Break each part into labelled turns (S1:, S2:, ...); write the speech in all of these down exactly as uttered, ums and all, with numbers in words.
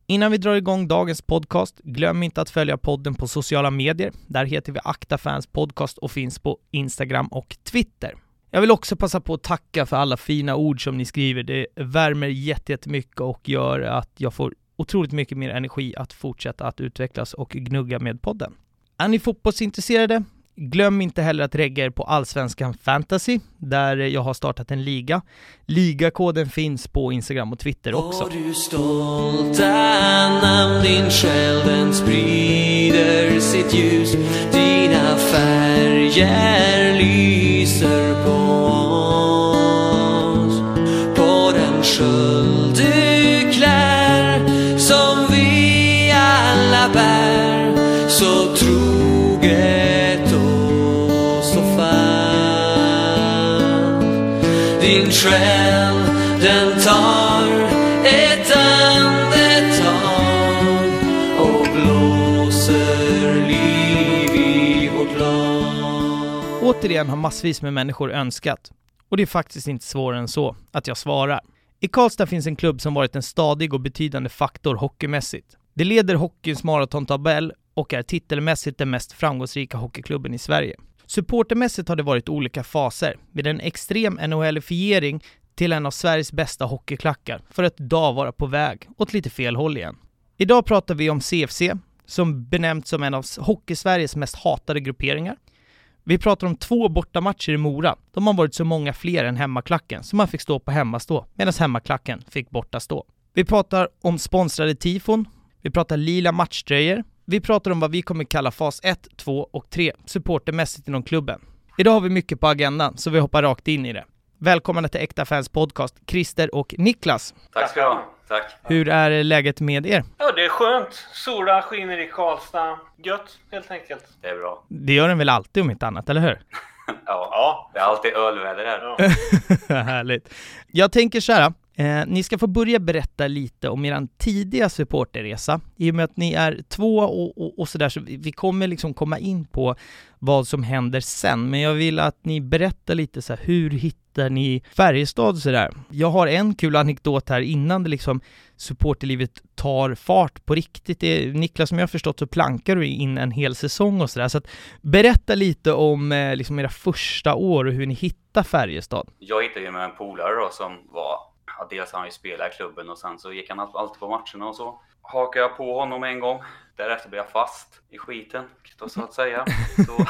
S1: Innan vi drar igång dagens podcast, glöm inte att följa podden på sociala medier. Där heter vi Akta Fans Podcast och finns på Instagram och Twitter. Jag vill också passa på att tacka för alla fina ord som ni skriver. Det värmer jättemycket och gör att jag får otroligt mycket mer energi att fortsätta att utvecklas och gnugga med podden. Är ni fotbollsintresserade? Glöm inte heller att regga er på Allsvenskan Fantasy, där jag har startat en liga. Ligakoden finns på Instagram och Twitter också. Och du stolta namn, din själ den sprider sitt ljus. Dina färger lyser på oss. På den sköld du klär som vi alla bär, så troget och så fast. Din själ den tar ett andetag och blåser liv i vårt lag. Återigen har massvis med människor önskat, och det är faktiskt inte svårare än så, att jag svarar. I Karlstad finns en klubb som varit en stadig och betydande faktor hockeymässigt. Det leder hockeyns maratontabell och är titelmässigt den mest framgångsrika hockeyklubben i Sverige. Supportermässigt har det varit olika faser, med en extrem N H L-fiering till en av Sveriges bästa hockeyklackar, för att idag vara på väg åt lite fel håll igen. Idag pratar vi om C F C, som benämnts som en av Hockey-Sveriges mest hatade grupperingar. Vi pratar om två bortamatcher i Mora. De har varit så många fler än hemmaklacken, så man fick stå på hemmastå, medan hemmaklacken fick bortastå. Vi pratar om sponsrade tifon. Vi pratar lila matchtröjor. Vi pratar om vad vi kommer kalla fas ett, två och tre, supportermässigt inom klubben. Idag har vi mycket på agendan, så vi hoppar rakt in i det. Välkomna till Äkta Fans Podcast, Christer och Niklas.
S2: Tack ska du ha. Tack.
S1: Hur är läget med er?
S3: Ja, det är skönt. Sola skiner i Karlstad. Gött, helt enkelt.
S2: Det är bra.
S1: Det gör den väl alltid om inte annat, eller hur?
S2: ja. ja, det är alltid ölväder här. Ja.
S1: Härligt. Jag tänker så här. Eh, ni ska få börja berätta lite om er tidiga supporterresa, i och med att ni är två och, och, och sådär, så vi, vi kommer liksom komma in på vad som händer sen, men jag vill att ni berättar lite så här, hur hittar ni Färjestad och sådär. Jag har en kul anekdot här innan det liksom supporterlivet tar fart på riktigt. Det är, Niklas, som jag har förstått så plankar du in en hel säsong och sådär, så att berätta lite om eh, liksom era första år och hur ni hittar Färjestad.
S2: Jag hittade ju med en polare då som var Ja, dels han ju spelat i klubben och sen så gick han alltid på matcherna och så. Hakade jag på honom en gång. Därefter blev jag fast i skiten, så att säga. Så,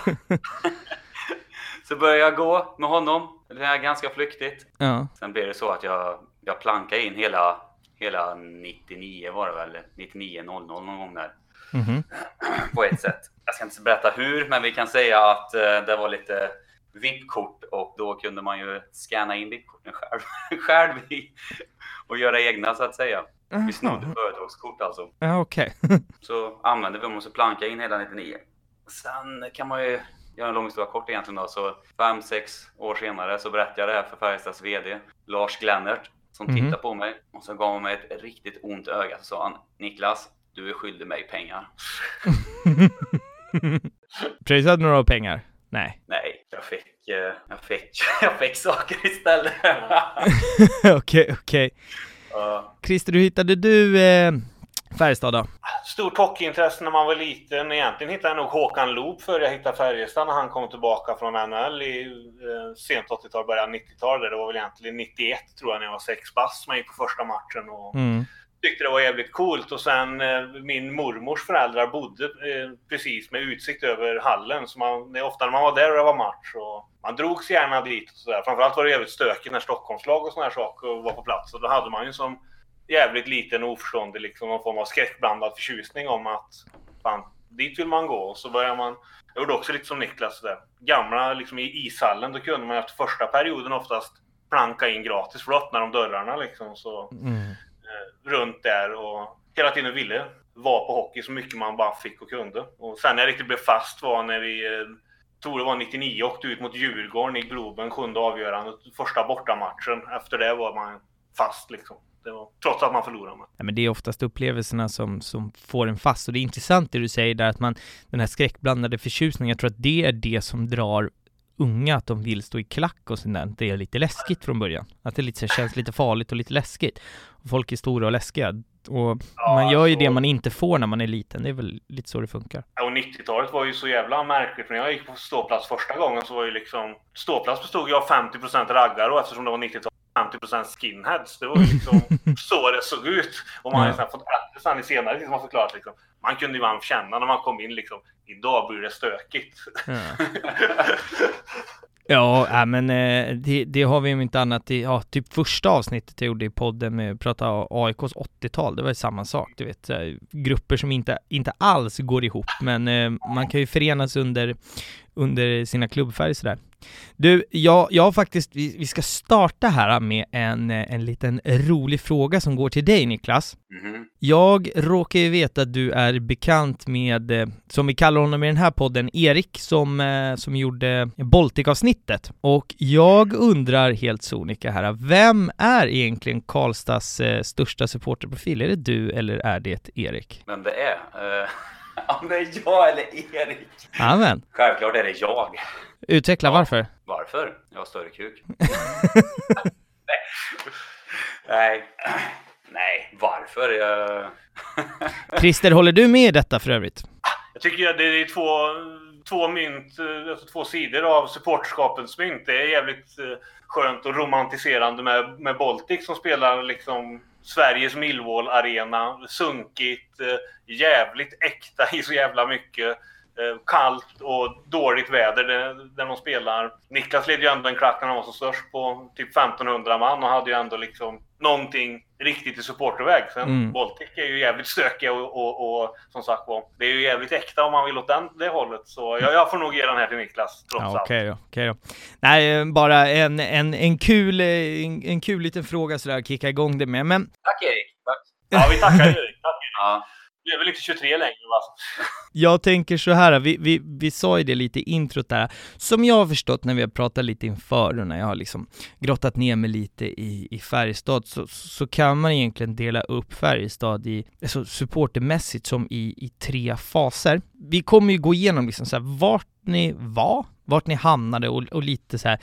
S2: så började jag gå med honom. Det är ganska flyktigt. Ja. Sen blev det så att jag, jag plankade in hela, hela nittionio var det väl. nittionio noll noll någon gång där. Mm-hmm. På ett sätt. Jag ska inte berätta hur, men vi kan säga att uh, det var lite V I P-kort, och då kunde man ju scanna in V I P-korten själv, själv och göra egna, så att säga. Vi snodde företagskort alltså.
S1: Ja, okej.
S2: Okay. Så använde vi, vi måste planka in hela nittionio. Sen kan man ju göra en lång historia kort egentligen då. Så fem, sex år senare så berättade jag det här för Färjestads vd, Lars Glennert, som mm-hmm. tittade på mig. Och så gav han mig ett riktigt ont öga. Så sa han: Niklas, du är skyldig mig pengar.
S1: Pröjsade några pengar? Nej.
S2: Nej, jag fick, jag fick, jag fick saker istället.
S1: Okej, okej. Uh. Christer, hur hittade du eh, Färjestad då?
S3: Stort hockeyintresse när man var liten. Egentligen hittade jag nog Håkan Loob för jag hittade Färjestad när han kom tillbaka från N H L i eh, sent åttiotal, början nittiotal. Det var väl egentligen nittioett tror jag, när jag var sex bass. Man gick på första matchen och... Mm. Tyckte det var jävligt coolt. Och sen eh, min mormors föräldrar bodde eh, precis med utsikt över hallen, så man, det är ofta när man var där och det var match och man drogs gärna dit och sådär. Framförallt var det jävligt stökigt när Stockholmslag och såna här saker var på plats, och då hade man ju som jävligt liten oförståndig liksom någon form av skräckblandad förtjusning om att fan, dit vill man gå. Och så börjar man, jag gjorde också lite som Niklas sådär, gamla liksom i ishallen, då kunde man efter första perioden oftast planka in gratis, för då öppnade de dörrarna liksom, så mm. runt där, och hela tiden ville vara på hockey så mycket man bara fick och kunde. Och sen när jag riktigt blev fast var när vi, tror det var nittionio, åkte ut mot Djurgården i Globen, sjunde avgörande, första bortamatchen. Efter det var man fast liksom. Det var, trots att man förlorade.
S1: Ja, men det är oftast upplevelserna som, som får en fast, och det är intressant det du säger där, att man, den här skräckblandade förtjusningen, jag tror att det är det som drar unga, att de vill stå i klack och sådär. Det är lite läskigt från början. Att det lite, känns lite farligt och lite läskigt. Och folk är stora och läskiga. Och
S3: Ja,
S1: man gör ju
S3: så...
S1: det man inte får när man är liten. Det är väl lite så det funkar.
S3: Ja, och nittiotalet var ju så jävla märkligt. När jag gick på ståplats första gången så var ju liksom... Ståplats bestod ju av femtio procent raggare, och eftersom det var nittiotalet femtio procent skinheads. Det var ju liksom så det såg ut. Och man har ju ja. fått äta sen i senare tid som har förklarat liksom. Man kunde ju man känna när man kom in liksom. Idag blir det stökigt.
S1: Ja. Ja, äh, men eh, det, det har vi ju inte annat i, ja, typ första avsnittet jag gjorde i podden med att prata A I K:s åttiotal, det var ju samma sak, du vet, eh, grupper som inte, inte alls går ihop, men eh, man kan ju förenas under, under sina klubbfärger sådär. Du, jag, jag har faktiskt, vi, vi ska starta här med en, en liten rolig fråga som går till dig, Niklas.
S2: Mm-hmm.
S1: Jag råkar ju veta att du är bekant med, som vi kallar honom i den här podden, Erik, som, som gjorde Baltic-avsnittet. Och jag undrar helt sonika här, vem är egentligen Karlstads eh, största supporterprofil? Är det du eller är det Erik?
S2: Vem det är? Uh, om det är jag eller Erik?
S1: Amen.
S2: Självklart är det jag.
S1: Utveckla, ja. Varför?
S2: Varför? Jag har större kuk. Nej. Nej. Nej, varför? Jag...
S1: Christer, håller du med i detta för övrigt?
S3: Jag tycker att det är två, två mynt, alltså två sidor av supporterskapens mynt. Det är jävligt skönt och romantiserande med, med Baltic som spelar liksom Sveriges Millwall-arena. Sunkigt, jävligt äkta i så jävla mycket. Kallt och dåligt väder där de spelar. Niklas ledde ju ändå en klack när han var så störst på typ femtonhundra man och hade ju ändå liksom någonting riktigt i supporterväg. Sen mm. Baltic är ju jävligt stökiga och, och, och som sagt var, det är ju jävligt äkta om man vill åt den, det hållet. Så jag, jag får nog ge den här till Niklas, trots
S1: ja,
S3: allt.
S1: Okej då, okej då. Nej, bara en, en, en, kul, en, en kul liten fråga sådär att kicka igång det med. Men...
S2: Tack Erik. Tack.
S3: Ja, vi tackar Erik. Tack Erik.
S2: Ja.
S3: Det är väl inte tjugotre längre, va?
S1: Jag tänker så här, vi, vi, vi sa ju det lite i introt där, som jag har förstått när vi har pratat lite inför och när jag har liksom grottat ner mig lite i, i Färjestad, så, så kan man egentligen dela upp Färjestad i, alltså supportermässigt som i, i tre faser. Vi kommer ju gå igenom liksom så här, vart ni var, vart ni hamnade och, och lite så här,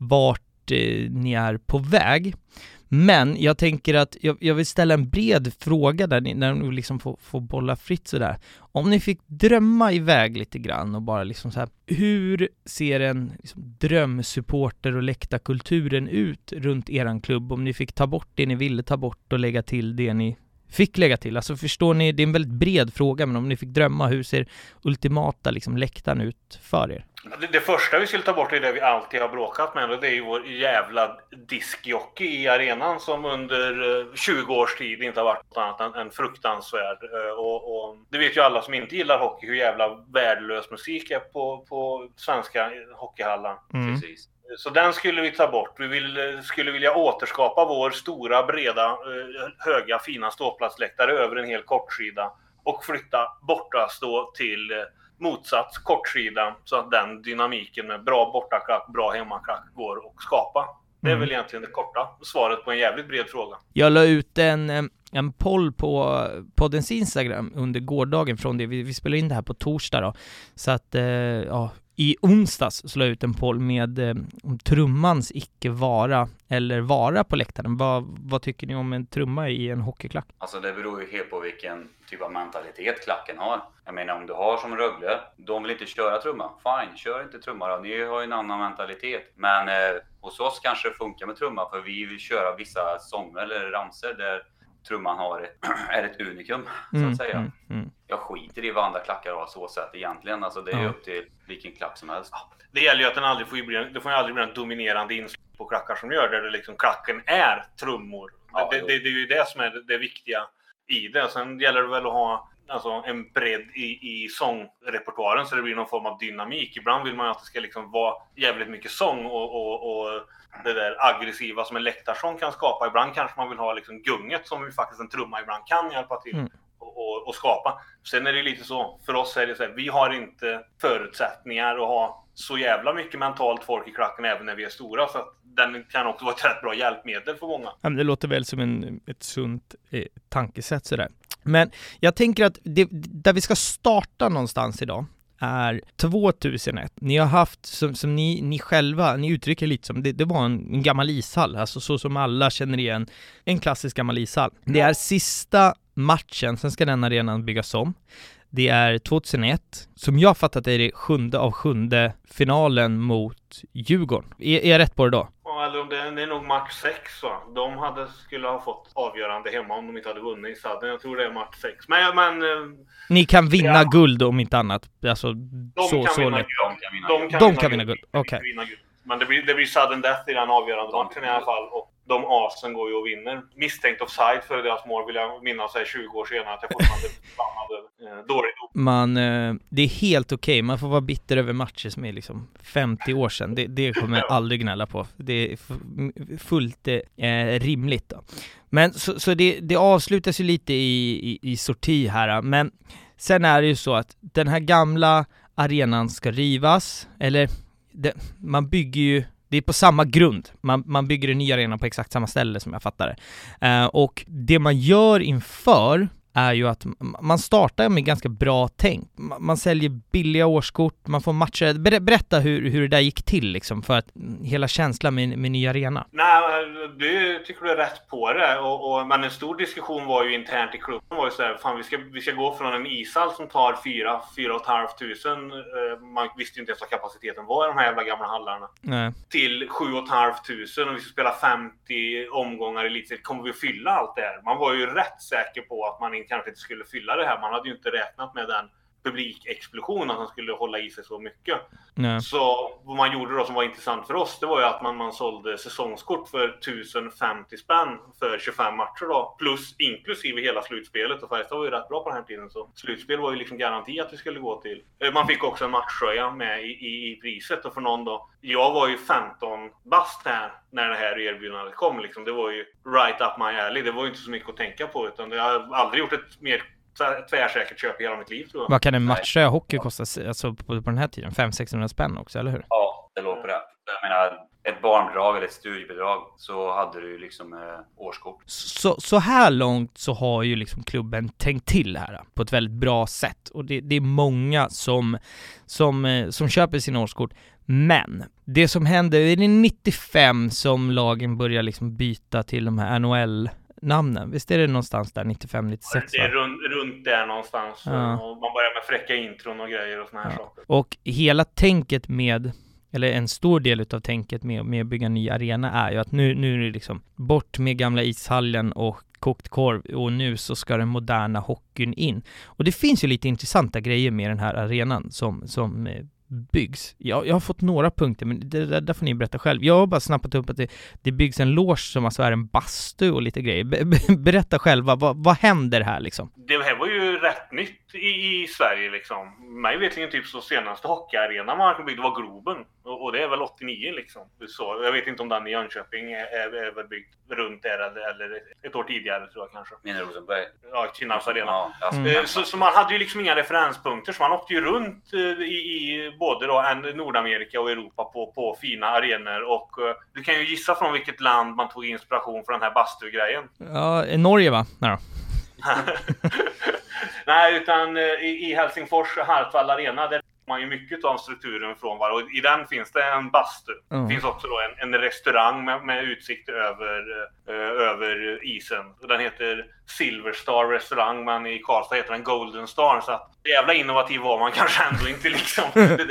S1: vart eh, ni är på väg. Men jag tänker att jag, jag vill ställa en bred fråga där ni, när ni liksom får, får bolla fritt sådär. Om ni fick drömma iväg lite grann och bara liksom så här, hur ser en liksom, drömsupporter och läktarkulturen ut runt eran klubb? Om ni fick ta bort det ni ville ta bort och lägga till det ni fick lägga till. Alltså förstår ni, det är en väldigt bred fråga, men om ni fick drömma, hur ser ultimata liksom, läktaren ut för er?
S3: Det, det första vi skulle ta bort är det vi alltid har bråkat med, och det är ju vår jävla diskjockey i arenan som under tjugo års tid inte har varit något annat än, än fruktansvärd. Och, och det vet ju alla som inte gillar hockey hur jävla värdelös musik är på, på svenska hockeyhallar.
S1: Mm.
S2: Precis.
S3: Så den skulle vi ta bort. Vi vill, skulle vilja återskapa vår stora, breda, höga, fina ståplatsläktare över en hel kortsida och flytta bortastå till motsats kortsida, så att den dynamiken med bra bortaklack, bra hemmaklack går att skapa. Det är mm. väl egentligen det korta svaret på en jävligt bred fråga.
S1: Jag la ut en, en poll på poddens Instagram under gårdagen från det. Vi, vi spelar in det här på torsdag då. Så att, eh, ja, i onsdags så la jag ut en poll med eh, om trummans icke vara eller vara på läktaren. Vad, vad tycker ni om en trumma i en hockeyklack?
S2: Alltså det beror ju helt på vilken typ av mentalitet klacken har. Jag menar om du har som Rögle, de vill inte köra trumma. Fine, kör inte trumma då. Ni har ju en annan mentalitet. Men eh, hos oss kanske det funkar med trumma, för vi vill köra vissa sånger eller ramser där trumman har ett, är ett unikum, så att mm, säga. Mm, mm. Jag skiter i vad andra klackar har så sätt egentligen. Alltså det är mm. upp till vilken klack som helst.
S3: Det gäller ju att den aldrig får bli, det får ju aldrig bli en dominerande inslag på klackar som gör det. Där liksom klacken är trummor. Ja, det, det, det, det är ju det som är det, det viktiga i det. Sen gäller det väl att ha alltså, en bredd i, i sångrepertoaren så det blir någon form av dynamik. Ibland vill man ju att det ska liksom vara jävligt mycket sång och, och, och det där aggressiva som en läktarsång kan skapa. Ibland kanske man vill ha liksom gunget som ju faktiskt en trumma ibland kan hjälpa till mm. och, och, och skapa. Sen är det lite så, för oss är det så här, vi har inte förutsättningar att ha så jävla mycket mentalt folk i klacken även när vi är stora, så att den kan också vara ett rätt bra hjälpmedel för många.
S1: Ja, det låter väl som en, ett sunt eh, tankesätt sådär. Men jag tänker att det, där vi ska starta någonstans idag är tvåtusenett. Ni har haft, som, som ni, ni själva, ni uttrycker lite som, det, det var en, en gammal ishall, alltså så som alla känner igen, en klassisk gammal ishall. Det är sista matchen, sen ska den arenan byggas om. Det är tjugohundraett, som jag fattat är det sjunde av sjunde finalen mot Djurgården. Är, är jag rätt på det då?
S3: Ja, eller om det, är, det är nog match sex va? De hade, skulle ha fått avgörande hemma om de inte hade vunnit i sadden. Jag tror det är match sex. Men, men
S1: ni kan vinna
S3: ja.
S1: guld om inte annat. Alltså,
S3: de,
S1: så,
S3: kan
S1: så
S3: vinna,
S1: lätt.
S3: de kan vinna guld.
S1: De kan, de kan vinna guld. Okej.
S3: Okay. Men det blir, det blir sudden death i den avgörande matchen i alla fall. Och de asen går ju och vinner. Misstänkt offside för deras mål vill jag minnas sig tjugo år senare att jag fortfarande förbannade eh, dåligt.
S1: Man, eh, det är helt okej. Okay. Man får vara bitter över matcher som är liksom femtio år sedan. Det, det kommer jag aldrig gnälla på. Det är f- fullt eh, rimligt då. Men så, så det, det avslutas ju lite i, i, i sorti här. Men sen är det ju så att den här gamla arenan ska rivas. Eller det, man bygger ju, det är på samma grund. Man, man bygger en ny arena på exakt samma ställe som jag fattar det. Eh, och det man gör inför är ju att man startar med ganska bra tänk. Man säljer billiga årskort, man får matcher. Ber- berätta hur, hur det där gick till liksom, för att hela känslan med, med ny arena.
S3: Nej, du tycker du är rätt på det. Och, och, men en stor diskussion var ju internt i klubben. Var ju så här, fan, vi ska, vi ska gå från en ishall som tar fyra, fyra och ett halvt tusen. Man visste ju inte ens vad kapaciteten var i de här jävla gamla hallarna.
S1: Nej. Till
S3: sju och ett halvt tusen och vi ska spela femtio omgångar i elitserien. Kommer vi att fylla allt det här? Man var ju rätt säker på att man kanske inte skulle fylla det här. Man hade ju inte räknat med den publikexplosion att man skulle hålla i sig så mycket.
S1: Nej.
S3: Så vad man gjorde då som var intressant för oss, det var ju att man, man sålde säsongskort för tusen femtio spänn för tjugofem matcher då. Plus inklusive hela slutspelet. Och Färjestad var ju rätt bra på den här tiden. Så slutspel var ju liksom garanti att vi skulle gå till. Man fick också en matchtröja med i, i, i priset. Och för någon då, jag var ju femton bast här när det här erbjudandet kom. Liksom. Det var ju right up my alley. Det var ju inte så mycket att tänka på. Utan jag har aldrig gjort ett mer tvärsäkert köp i hela mitt liv, tror jag.
S1: Vad kan en matcha hockey kosta alltså på, på den här tiden? fem sexhundra spänn också, eller hur?
S2: Ja, det låter på det. Jag menar, ett barnbidrag eller ett studiebidrag, så hade du liksom eh, årskort.
S1: Så, så här långt så har ju liksom klubben tänkt till här på ett väldigt bra sätt. Och det, det är många som, som, eh, som köper sina årskort. Men det som händer är det nittiofem som lagen börjar liksom byta till de här N H L namnen. Visst är det någonstans där nittiofem nittiosex?
S3: Det är runt, runt där någonstans.
S1: Ja.
S3: Och man börjar med fräcka intron och grejer och såna här
S1: ja.
S3: saker.
S1: Och hela tänket med, eller en stor del av tänket med, med att bygga en ny arena är ju att nu, nu är det liksom bort med gamla ishallen och kokt korv och nu så ska den moderna hockeyn in. Och det finns ju lite intressanta grejer med den här arenan som, som byggs. Jag, jag har fått några punkter, men det, det, där får ni berätta själv. Jag har bara snappat upp att det, det byggs en loge som alltså är en bastu och lite grejer. Be, be, berätta själva, vad, vad händer här liksom?
S3: Det här var ju rätt nytt i, i Sverige liksom. Mig vet typ så senaste hockeyarenan man byggde var Globen. Och, och det är väl åttionio liksom. Så, jag vet inte om den i Jönköping är, är, är väl byggd runt där eller, eller ett år tidigare, tror jag kanske.
S2: Menar Rosenberg?
S3: Ja, Kinnarps arena.
S2: Ja, alltså,
S1: Mm.
S3: så, så man hade ju liksom inga referenspunkter, så man åkte ju runt i, i både då Nordamerika och Europa på, på fina arenor. Och uh, du kan ju gissa från vilket land man tog inspiration för den här bastu-grejen.
S1: Ja, Norge va? Nej då.
S3: Nej, utan uh, i, i Helsingfors Hartwall Arena, där man ju mycket av strukturen från var. Och i den finns det en bastu.
S1: Mm.
S3: Det finns också då en, en restaurang med, med utsikt över, uh, över isen. Och den heter Silver Star restaurang, men i Karlstad heter den Golden Star. Så att jävla innovativ var man kanske ändå inte liksom.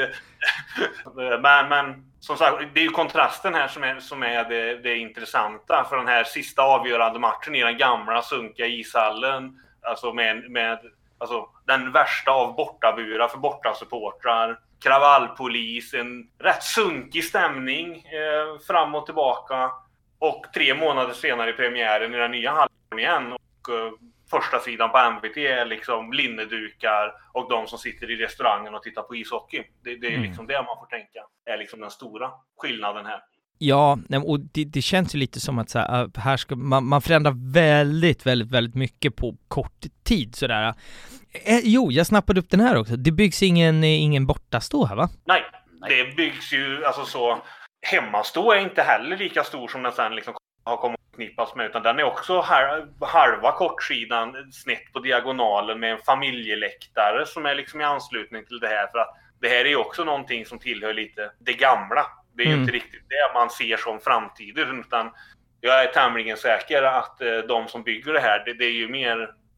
S3: men, men som sagt, det är ju kontrasten här som är, som är det, det intressanta. För den här sista avgörande matchen i den gamla sunkiga ishallen. Alltså med, med alltså, den värsta av bortaburar för bortasupportrar. Kravallpolis, en rätt sunkig stämning eh, fram och tillbaka. Och tre månader senare i premiären i den nya hallen igen. Och eh, första sidan på M V T är liksom linnedukar och de som sitter i restaurangen och tittar på ishockey. Det, det är
S1: Mm.
S3: liksom det man får tänka är liksom den stora skillnaden här.
S1: Ja, och det, det känns ju lite som att så här, här ska man, man förändrar väldigt, väldigt, väldigt mycket på kort tid sådär. Eh, jo, jag snappade upp den här också. Det byggs ingen, ingen bortastå här va?
S3: Nej, det byggs ju alltså så. Hemmastå är inte heller lika stor som den sen liksom har kommit att knippas med, utan den är också här, halva kortsidan snett på diagonalen med en familjeläktare som är liksom i anslutning till det här, för att det här är ju också någonting som tillhör lite det gamla. Det är ju
S1: Mm.
S3: inte riktigt det man ser som framtiden, utan jag är tämligen säker att eh, de som bygger det här, det, det är ju mer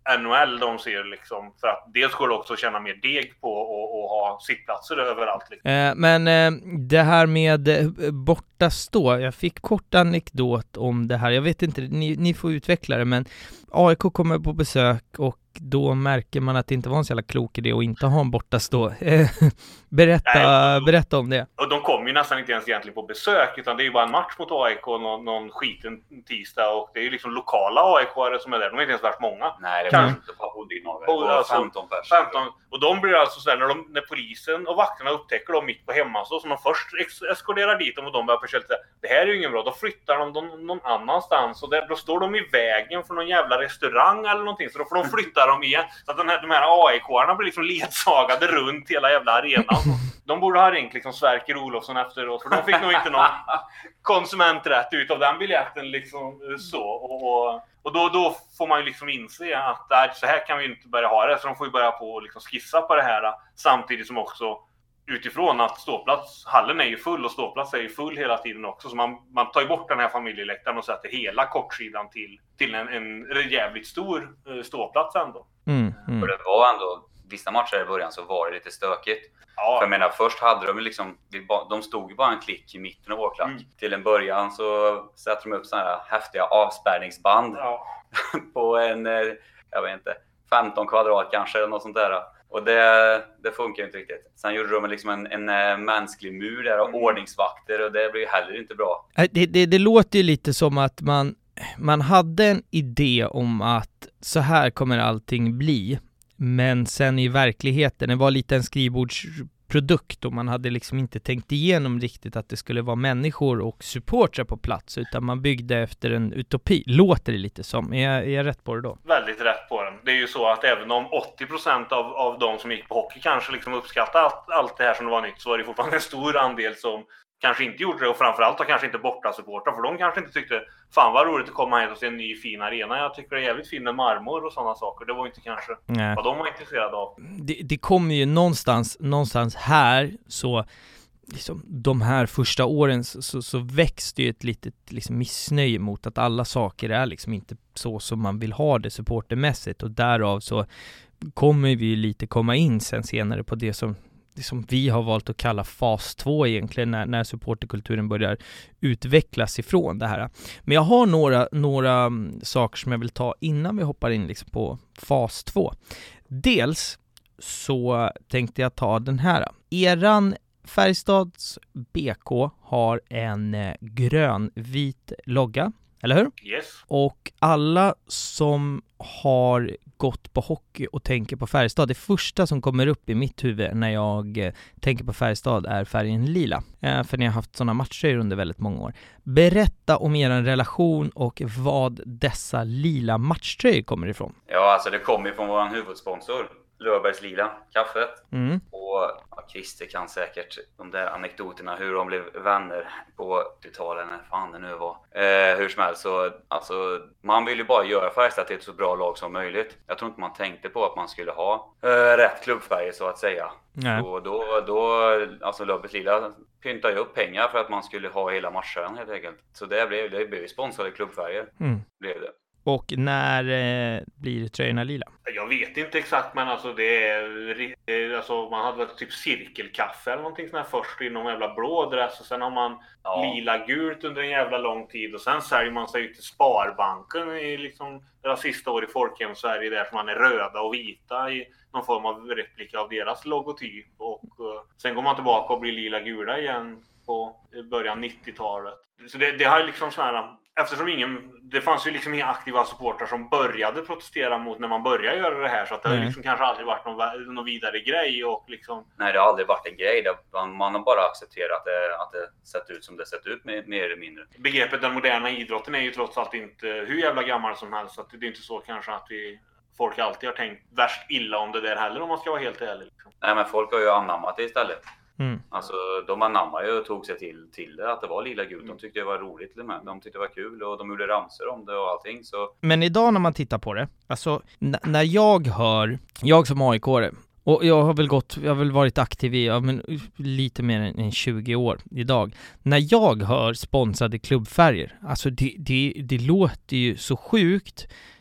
S3: N H L de ser liksom, för att dels går det också att tjäna mer deg på och, och ha sittplatser överallt. Liksom.
S1: Eh, men eh, det här med eh, borta stå, jag fick kort anekdot om det här, jag vet inte, ni, ni får utveckla det, men A I K kommer på besök och då märker man att det inte var en så jävla klok idé att inte ha en borta stå. berätta, Nej, berätta om det.
S3: Och de kommer ju nästan inte ens egentligen på besök, utan det är ju bara en match mot A I K någon, någon skiten tisdag, och det är ju liksom lokala A I K-are som är där, de är inte ens värt många.
S2: Nej, det kanske inte på ordinarie. Det var femton personer.
S3: femton, och de blir alltså sådär, när, de, när polisen och vakterna upptäcker dem mitt på hemma så, så de först ex- eskorterar dit dem och de börjar försöka säga, det här är ju ingen bra, då flyttar de dem någon annanstans och där, då står de i vägen för någon jävla restaurang eller någonting, så då får de flytta dem igen. Så att den här, de här A I K-arna blir liksom ledsagade runt hela jävla arenan. De borde ha ringt liksom Sverker Olofsson efteråt, för de fick nog inte någon konsumenträtt ut av den biljetten liksom så. Och, och, och då, då får man ju liksom inse att där, så här kan vi inte börja ha det, så de får ju börja på och liksom skissa på det här, samtidigt som också utifrån att ståplats, hallen är ju full och ståplats är ju full hela tiden också, så man, man tar ju bort den här familjeläktaren och sätter hela kortsidan till, till en, en jävligt stor ståplats ändå.
S1: Mm, mm.
S2: Och det var ändå, vissa matcher i början så var det lite stökigt. Ja. För jag menar, först hade de liksom, de stod ju bara en klick i mitten av vår klack. Mm. Till en början så sätter de upp sådana här häftiga avspärrningsband ja. på en, jag vet inte, femton kvadrat kanske eller något sånt där. Och det, det funkar ju inte riktigt. Sen gjorde de liksom en, en, en mänsklig mur där och mm. ordningsvakter, och det blir ju heller inte bra.
S1: Det, det, det låter ju lite som att man, man hade en idé om att så här kommer allting bli. Men sen i verkligheten, det var lite en skrivbordsprodukt och man hade liksom inte tänkt igenom riktigt att det skulle vara människor och supportrar på plats, utan man byggde efter en utopi. Låter det lite som? Är jag, är jag rätt på det då?
S3: Väldigt rätt på den. Det är ju så att även om åttio procent av, av de som gick på hockey kanske liksom uppskattade allt, allt det här som det var nytt, så var det fortfarande en stor andel som kanske inte gjorde det, och framförallt har kanske inte borta supportrar, för de kanske inte tyckte fan vad roligt att komma hit och se en ny fin arena. Jag tycker det är jävligt fin med marmor och sådana saker. Det var inte kanske Nej. vad de var intresserade av.
S1: Det, det kommer ju någonstans, någonstans här så liksom, de här första åren så, så, så växte ju ett litet liksom, missnöje mot att alla saker är liksom inte så som man vill ha det supportermässigt, och därav så kommer vi ju lite komma in sen senare på det som det som vi har valt att kalla fas två egentligen, när, när supporterkulturen börjar utvecklas ifrån det här. Men jag har några, några saker som jag vill ta innan vi hoppar in liksom på fas två. Dels så tänkte jag ta den här. Eran Färjestads B K har en grönvit logga, eller hur?
S3: Yes.
S1: Och alla som har gått på hockey och tänker på Färjestad, det första som kommer upp i mitt huvud när jag tänker på Färjestad är färgen lila. Eh, för ni har haft sådana matcher under väldigt många år. Berätta om er relation och vad dessa lila matchtröjor kommer ifrån.
S2: Ja, alltså det kommer ju från vår huvudsponsor, Löfbergs Lila, kaffet.
S1: Mm.
S2: Och ja, Christer kan säkert de där anekdoterna hur de blev vänner på åttio-talet, när fan det nu var. Eh, hur som helst, så alltså, man vill ju bara göra Färjestad till ett så bra lag som möjligt. Jag tror inte man tänkte på att man skulle ha eh, rätt klubbfärger så att säga.
S1: Nej.
S2: Så då, då alltså Löfbergs Lila pyntade ju upp pengar för att man skulle ha hela matchen helt enkelt. Så det blev, det blev sponsrade klubbfärger.
S1: Mm.
S2: Blev det.
S1: Och när eh, blir tröjorna lila?
S3: Jag vet inte exakt, men alltså det är, alltså man hade väl typ cirkelkaffe eller någonting sånt här först i någon jävla blå dress, och sen har man ja. lila gult under en jävla lång tid, och sen säljer man sig till Sparbanken i liksom deras sista år i Folkhem Sverige, där som man är röda och vita i någon form av replika av deras logotyp, och uh, sen går man tillbaka och blir lila-gula igen på början nittiotalet. Så det, det har liksom så här, eftersom ingen, det fanns ju liksom inga aktiva supportrar som började protestera mot när man började göra det här, så att det har mm. liksom kanske aldrig varit någon, någon vidare grej, och liksom...
S2: Nej, det har aldrig varit en grej. Man, man har bara accepterat att det, att det sett ut som det sett ut, mer, mer eller mindre.
S3: Begreppet den moderna idrotten är ju trots allt inte hur jävla gammal som helst, så att det är inte så kanske att vi, folk alltid har tänkt värst illa om det där heller, om man ska vara helt ärlig. Liksom.
S2: Nej, men folk har ju anammat det istället.
S1: Mm.
S2: Alltså de anammade ju och tog sig till, till det, att det var lila gult. De tyckte det var roligt till och med. De tyckte det var kul och de gjorde ramsor om det och allting. Så.
S1: Men idag när man tittar på det, alltså n- när jag hör, jag som A I K-are, och jag har väl gått, jag har väl varit aktiv i ja, men, lite mer än tjugo år idag. När jag hör sponsrade klubbfärger, alltså det, det, det låter ju så sjukt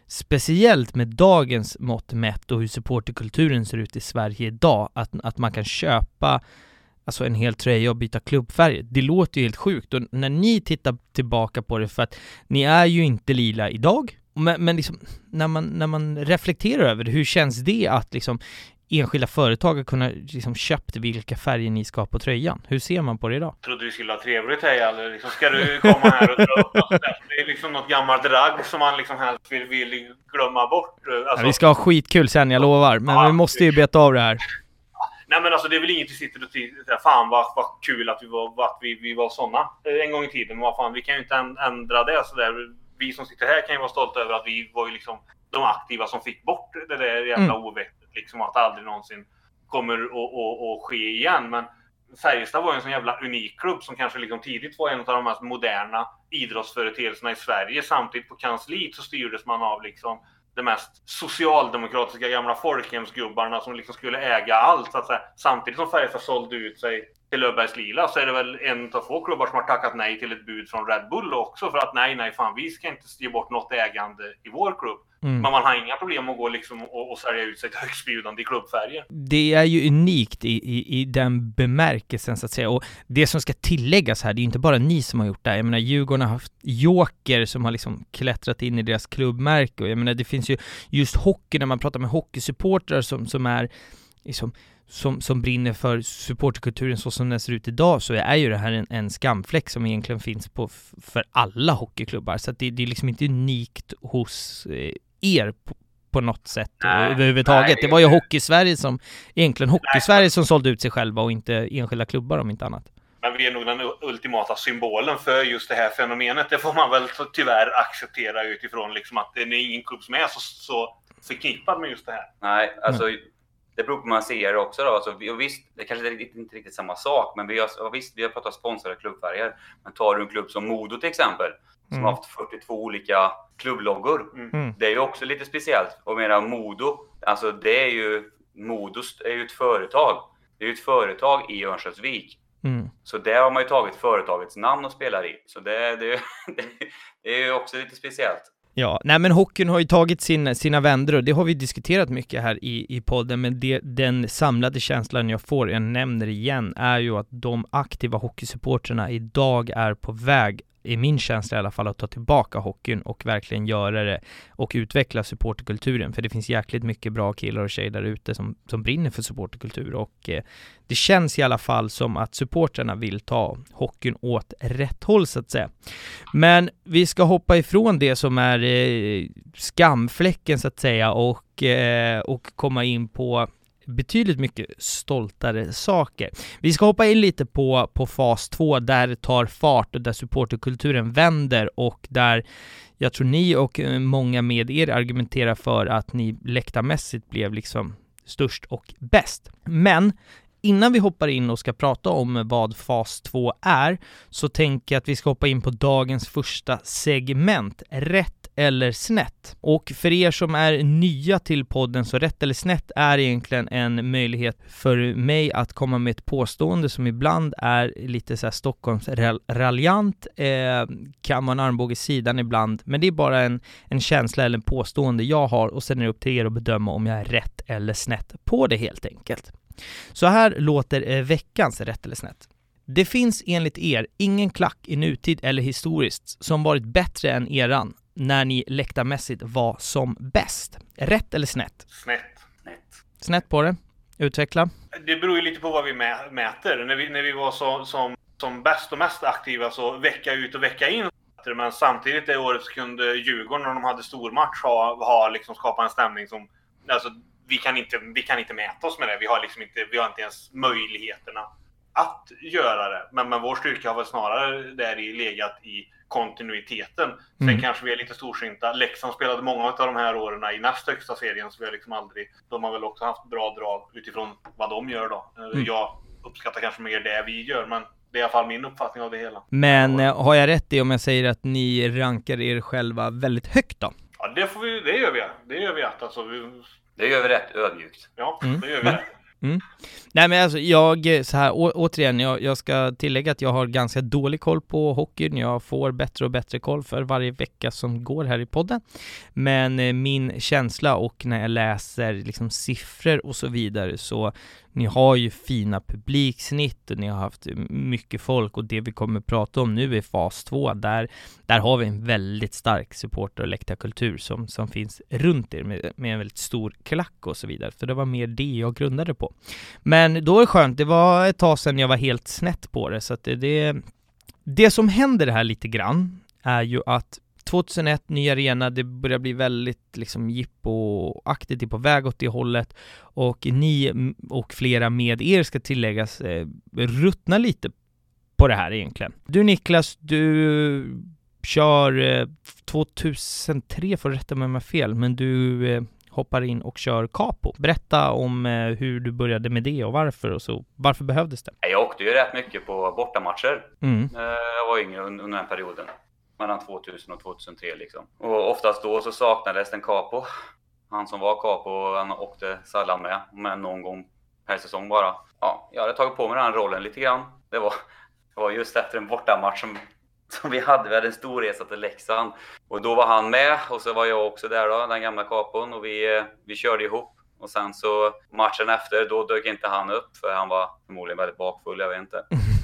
S1: speciellt med dagens mått mätt och hur supporterkulturen ser ut i Sverige idag, att, att man kan köpa alltså en hel tröja och byta klubbfärg. Det låter ju helt sjukt. Och när ni tittar tillbaka på det, för att ni är ju inte lila idag, men, men liksom, när, man, när man reflekterar över det, hur känns det att liksom enskilda företag har kunnat liksom köpt vilka färger ni ska ha på tröjan? Hur ser man på det idag?
S3: Trodde du skulle ha trevligt här, eller liksom, ska du komma här och dra upp något? Det är liksom något gammalt drag som man liksom helst vill, vill glömma bort. Alltså,
S1: ja, vi ska ha skitkul sen, jag lovar. Men
S3: ja,
S1: vi måste ju beta av det här.
S3: Nej, men alltså det är väl inget vi sitter och säger, fan vad, vad kul att vi var, att vi, vi var såna en gång i tiden. Men vad fan, vi kan ju inte ändra det så där. Vi som sitter här kan ju vara stolta över att vi var ju liksom de aktiva som fick bort det där jävla mm. ovettet. Liksom att det aldrig någonsin kommer att, att, att ske igen. Men Färjestad var ju en sån jävla unik klubb som kanske liksom tidigt var en av de mest moderna idrottsföreteelserna i Sverige. Samtidigt på kansliet så styrdes man av liksom de mest socialdemokratiska gamla folkhemsgubbarna som liksom skulle äga allt. Så att säga. Samtidigt som Färjestad sålde ut sig till Löfbergs Lila så är det väl en av få klubbar som har tackat nej till ett bud från Red Bull också. För att nej, nej, fan, vi ska inte ge bort något ägande i vår klubb. Mm. Men man har inga problem att gå liksom och, och sälja ut sig till högstbjudande i klubbfärger.
S1: Det är ju unikt i, i, i den bemärkelsen så att säga. Och det som ska tilläggas här, det är inte bara ni som har gjort det här. Jag menar, Djurgården har haft Joker som har liksom klättrat in i deras klubbmärke. Och jag menar, det finns ju just hockey, när man pratar med hockeysupportrar som, som är liksom Som, som brinner för supporterkulturen så som den ser ut idag, så är ju det här en, en skamfläck som egentligen finns på f- för alla hockeyklubbar. Så att det, det är liksom inte unikt hos eh, er på, på något sätt nej, överhuvudtaget. Nej, det var ju Hockey-Sverige som egentligen Hockey-Sverige som sålde ut sig själva och inte enskilda klubbar om inte annat.
S3: Men vi är nog den ultimata symbolen för just det här fenomenet. Det får man väl tyvärr acceptera utifrån liksom att det är ingen klubb som är så, så förknippad med just det här.
S2: Nej, alltså mm. det beror på man ser också då. Alltså, vi, och visst, det kanske är inte, inte riktigt samma sak, men vi har, visst, vi har pratat sponsrade klubbfärger. Men tar du en klubb som Modo till exempel, som mm. har haft fyrtiotvå olika klubbloggor. Mm. Det är ju också lite speciellt. Och medan Modo, alltså det är ju, Modo är ju ett företag. Det är ju ett företag i Örnsköldsvik. Mm. Så där har man ju tagit företagets namn och spelar i. Så det, det, det, det är ju också lite speciellt.
S1: Ja, nej men hockeyn har ju tagit sin, sina vändor och det har vi diskuterat mycket här i, i podden, men det, den samlade känslan jag får, jag nämner igen, är ju att de aktiva hockeysupporterna idag är på väg, i min känsla i alla fall, att ta tillbaka hockeyn och verkligen göra det och utveckla supporterkulturen, för det finns jäkligt mycket bra killar och tjejer där ute som, som brinner för supporterkultur och eh, det känns i alla fall som att supporterna vill ta hockeyn åt rätt håll så att säga. Men vi ska hoppa ifrån det som är eh, skamfläcken så att säga och, eh, och komma in på betydligt mycket stoltare saker. Vi ska hoppa in lite på, på fas två där det tar fart och där supporterkulturen vänder och där jag tror ni och många med er argumenterar för att ni läktarmässigt blev liksom störst och bäst. Men innan vi hoppar in och ska prata om vad fas två är så tänker jag att vi ska hoppa in på dagens första segment, rätt eller snett. Och för er som är nya till podden så rätt eller snett är egentligen en möjlighet för mig att komma med ett påstående som ibland är lite så här Stockholms raljant, eh, kan man armbåga i sidan ibland, men det är bara en, en känsla eller en påstående jag har och sen är det upp till er att bedöma om jag är rätt eller snett på det helt enkelt. Så här låter eh, veckans rätt eller snett. Det finns enligt er ingen klack i nutid eller historiskt som varit bättre än eran när ni läktarmässigt var som bäst. Rätt eller snett?
S3: Snett. Snett.
S1: Snett på det. Utveckla.
S3: Det beror ju lite på vad vi mäter. När vi, när vi var så, som, som bäst och mest aktiva så vecka ut och vecka in. Men samtidigt det året kunde Djurgården när de hade stor match ha, ha liksom skapat en stämning som... Alltså, vi, kan inte, vi kan inte mäta oss med det. Vi har, liksom inte, vi har inte ens möjligheterna att göra det. Men, men vår styrka har väl snarare där i legat i kontinuiteten. Sen mm. kanske vi är lite storsynta. Leksand spelade många av de här åren i näst högsta serien, så vi har liksom aldrig, de har väl också haft bra drag utifrån vad de gör då. Mm. Jag uppskattar kanske mer det vi gör, men det är i alla fall min uppfattning av det hela.
S1: Men eh, har jag rätt i om jag säger att ni rankar er själva väldigt högt då?
S3: Ja, det får vi, det gör vi. Det gör vi att alltså vi...
S2: Det gör vi rätt ödmjukt.
S3: Ja, mm. det gör vi.
S1: Men, Mm. Nej men alltså jag, så här, å, återigen, jag, jag ska tillägga att jag har ganska dålig koll på hockeyn. Jag får bättre och bättre koll för varje vecka som går här i podden. Men eh, min känsla och när jag läser liksom siffror och så vidare, så ni har ju fina publiksnitt och ni har haft mycket folk, och det vi kommer prata om nu är fas två. Där, där har vi en väldigt stark supporter- och läktarkultur som, som finns runt er med, med en väldigt stor klack och så vidare. För det var mer det jag grundade på. Men då är det skönt, det var ett tag sedan jag var helt snett på det. Så att det, det, det som händer här lite grann är ju att tjugohundraett, ny arena, det börjar bli väldigt liksom jippo-aktigt, på väg åt det hållet, och ni och flera med er ska tilläggas eh, ruttna lite på det här egentligen. Du Niklas, du kör eh, tjugohundratre, får rätta mig om jag har fel, men du eh, hoppar in och kör Capo. Berätta om eh, hur du började med det och varför, och så varför behövdes det?
S2: Jag åkte ju rätt mycket på bortamatcher.
S1: Mm.
S2: Jag var yngre under den perioden. Mellan tvåtusen och tjugohundratre liksom. Och oftast då så saknades en Capo. Han som var Capo, han åkte sällan med. Men någon gång per säsong bara. Ja, jag hade tagit på mig den rollen lite grann. Det var, det var just efter en bortamatch som, som vi hade. Vi hade en stor resa till Leksand. Och då var han med. Och så var jag också där då, den gamla Capon. Och vi, vi körde ihop. Och sen så matchen efter, då dök inte han upp. För han var förmodligen väldigt bakfull, jag vet inte.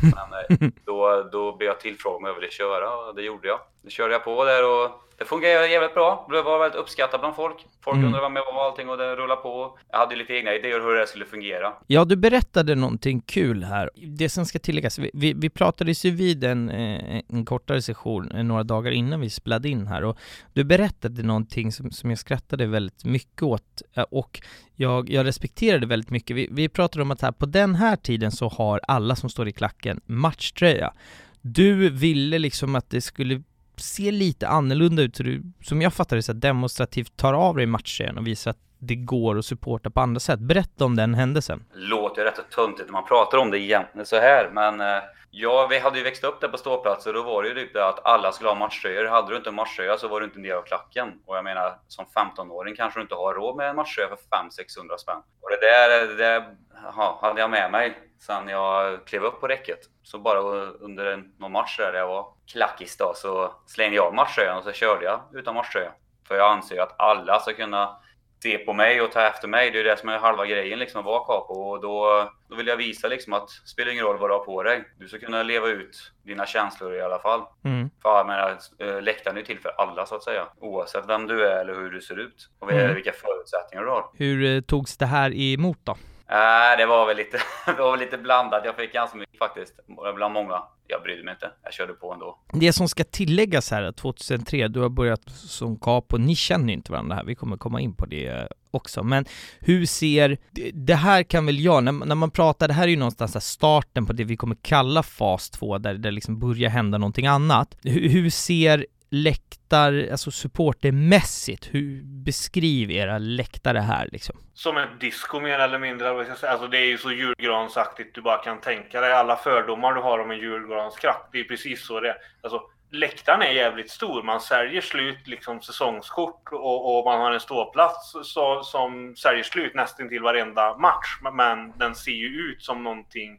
S2: Men då, då blev jag tillfrågad om jag ville köra, och det gjorde jag. Det körde jag på där och det fungerade jävligt bra. Det var väldigt uppskattat bland folk. Folk mm. undrade vad med var allting, och det rullade på. Jag hade lite egna idéer hur det skulle fungera.
S1: Ja, du berättade någonting kul här. Det som ska tilläggas, vi, vi, vi pratade ju vid en, en kortare session några dagar innan vi spelade in här, och du berättade någonting som, som jag skrattade väldigt mycket åt, och jag, jag respekterade väldigt mycket. Vi, vi pratade om att här, på den här tiden så har alla som står i klacken matchtröja. Du ville liksom att det skulle se lite annorlunda ut, så du, som jag fattade det, så demonstrativt tar av dig matchtröjan och visar att det går att supporta på andra sätt. Berätta om den händelsen.
S2: Låter ju rätt så töntigt när man pratar om det egentligen så här, men eh, ja, vi hade ju växt upp där på ståplatser, och då var det ju typ det att alla skulle ha matchtröjor. Hade du inte en matchtröja så var du inte en del av klacken. Och jag menar, som femtonåring kanske du inte har råd med en matchtröja för fem till sexhundra spänn. Och det där, det där ja, hade jag med mig sen jag klev upp på räcket. Så bara under en, någon match där jag var klackis då, så slängde jag matchtröjan och så körde jag utan matchtröja. För jag anser att alla ska kunna se på mig och ta efter mig. Det är det som är halva grejen liksom, att vara Capo. Och då, då vill jag visa liksom att det spelar ingen roll vad du har på dig. Du ska kunna leva ut dina känslor i alla fall. Mm. För jag menar, läktaren är till för alla så att säga. Oavsett vem du är eller hur du ser ut. Och mm. vilka förutsättningar du har.
S1: Hur togs det här emot då?
S2: Äh, det var väl lite, det var väl lite blandat. Jag fick ganska mycket faktiskt. Bland många. Jag brydde mig inte. Jag körde på ändå.
S1: Det som ska tilläggas här, tjugohundratre, du har börjat som Capo. Ni känner inte varandra här. Vi kommer komma in på det också. Men hur ser... Det här kan väl jag... När, när man pratar... Det här är ju någonstans starten på det vi kommer kalla fas två. Där det liksom börjar hända någonting annat. Hur, hur ser läktar, alltså supportermässigt, hur beskriv era läktare här liksom?
S3: Som ett disco mer eller mindre, alltså det är ju så julgransaktigt du bara kan tänka dig. Alla fördomar du har om en julgranskraft, det är precis så det är. Alltså läktaren är jävligt stor, man säljer slut liksom säsongskort, och, och man har en ståplats så, som säljer slut nästan till varenda match, men den ser ju ut som någonting.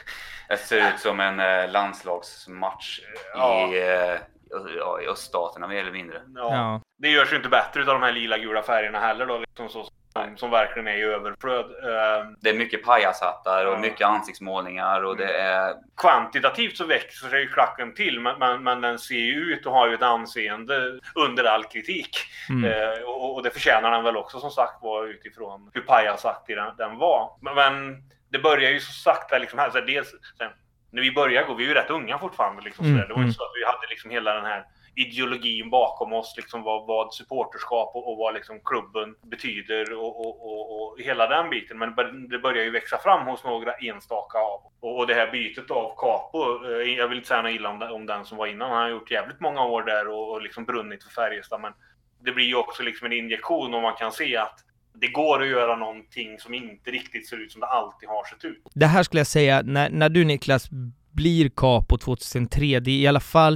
S2: Det ser ut som en eh, landslagsmatch ja. i eh... Ja, i öststaterna mer eller mindre.
S3: Ja. Ja. Det görs ju inte bättre utav de här lila gula färgerna heller då, liksom så, som, som verkligen är i överflöd. Uh,
S2: det är mycket pajashattar och ja. mycket ansiktsmålningar och det är...
S3: Kvantitativt så växer sig klacken till, men, men, men den ser ju ut och har ju ett anseende under all kritik. Mm. Uh, och, och det förtjänar den väl också som sagt var utifrån hur pajasaktig den, den var. Men, men det börjar ju så sakta liksom här, så dels... Sen, när vi började går vi ju rätt unga fortfarande liksom, mm, så det var ju så att vi hade liksom hela den här ideologin bakom oss liksom, vad, vad supporterskap och, och vad liksom klubben betyder och, och, och, och hela den biten, men det börjar ju växa fram hos några enstaka av och, och det här bytet av Capo, jag vill inte säga något illa om, om den som var innan, han har gjort jävligt många år där och, och liksom brunnit för Färjestad, men det blir ju också liksom en injektion och man kan se att det går att göra någonting som inte riktigt ser ut som det alltid har sett ut.
S1: Det här skulle jag säga, när, när du Niklas blir Capo tjugohundratre, det är i alla fall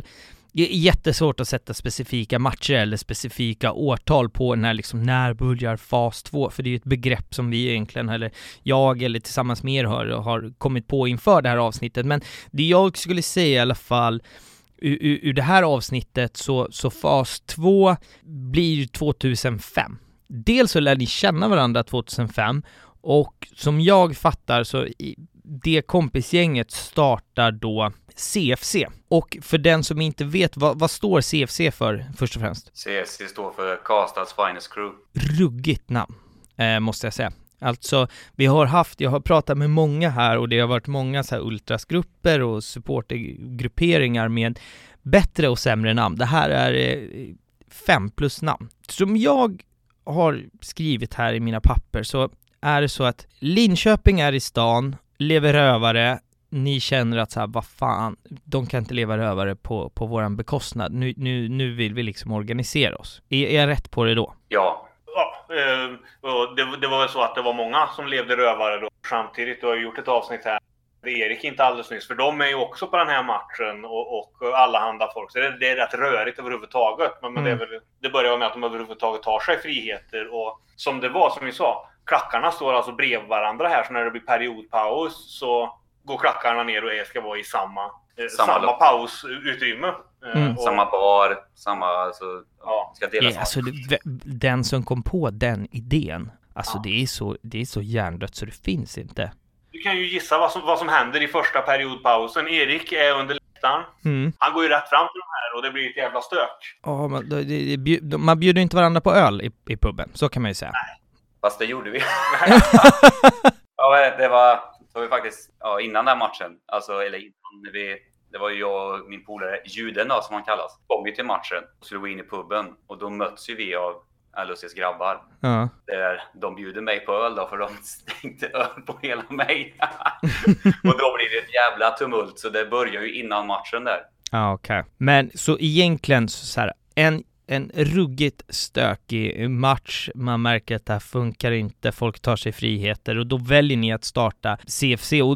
S1: Det är jättesvårt att sätta specifika matcher eller specifika årtal på när, liksom, när börjar fas två, för det är ju ett begrepp som vi egentligen, eller jag eller tillsammans med er har, har kommit på inför det här avsnittet. Men det jag skulle säga i alla fall ur, ur, ur det här avsnittet, så, så fas två blir tjugohundrafem. Dels så lär ni känna varandra tjugohundrafem, och som jag fattar så i det kompisgänget startar då C F C. Och för den som inte vet, vad, vad står C F C för först och främst?
S2: C F C står för Karlstads Finest Crew.
S1: Ruggigt namn, eh, måste jag säga. Alltså, vi har haft, jag har pratat med många här och det har varit många så här ultrasgrupper och supportergrupperingar med bättre och sämre namn. Det här är eh, fem plus namn. Som jag har skrivit här i mina papper så är det så att Linköping är i stan, lever rövare. Ni känner att så här, vad fan, de kan inte leva rövare på, på våran bekostnad. Nu, nu, nu vill vi liksom organisera oss. Är, är jag rätt på det då?
S2: Ja.
S3: Ja, eh, det, det var väl så att det var många som levde rövare då. Samtidigt, du har gjort ett avsnitt här. Erik inte alldeles nyss, för de är ju också på den här matchen och, och alla handa folk. Så det, det är rätt rörigt överhuvudtaget. Men, men mm. det, är väl, det börjar med att de överhuvudtaget tar sig friheter. Och som det var, som vi sa, klackarna står alltså bredvid varandra här. Så när det blir periodpaus så går klackarna ner och ska vara i samma, eh, samma, samma pausutrymme.
S2: Mm. Och, samma bar, samma... Alltså, ja. Ska dela
S1: yeah, alltså, det, den som kom på den idén, alltså ja. det, är så, det är så hjärndött så det finns inte.
S3: Du kan ju gissa vad som, vad som händer i första periodpausen. Erik är under läktaren. Mm. Han går ju rätt fram till de här och det blir ett jävla stök.
S1: Ja, man, det, det, det, man bjuder inte varandra på öl i, i puben, så kan man ju säga.
S3: Nej.
S2: Fast det gjorde vi. Ja, det var, det var faktiskt ja, innan den matchen. Alltså, eller innan vi... Det var ju jag och min polare, Juden då, som han kallas. Kom vi till matchen och skulle gå in i puben. Och då möts ju vi av L H C:s grabbar. Ja. Där de bjuder mig på öl då, för de stängde öl på hela mig. Och då blir det ett jävla tumult. Så det börjar ju innan matchen där.
S1: Ja, okej. Okay. Men så egentligen så, så här, en, en ruggigt stökig match. Man märker att det här funkar inte. Folk tar sig friheter. Och då väljer ni att starta C F C. Och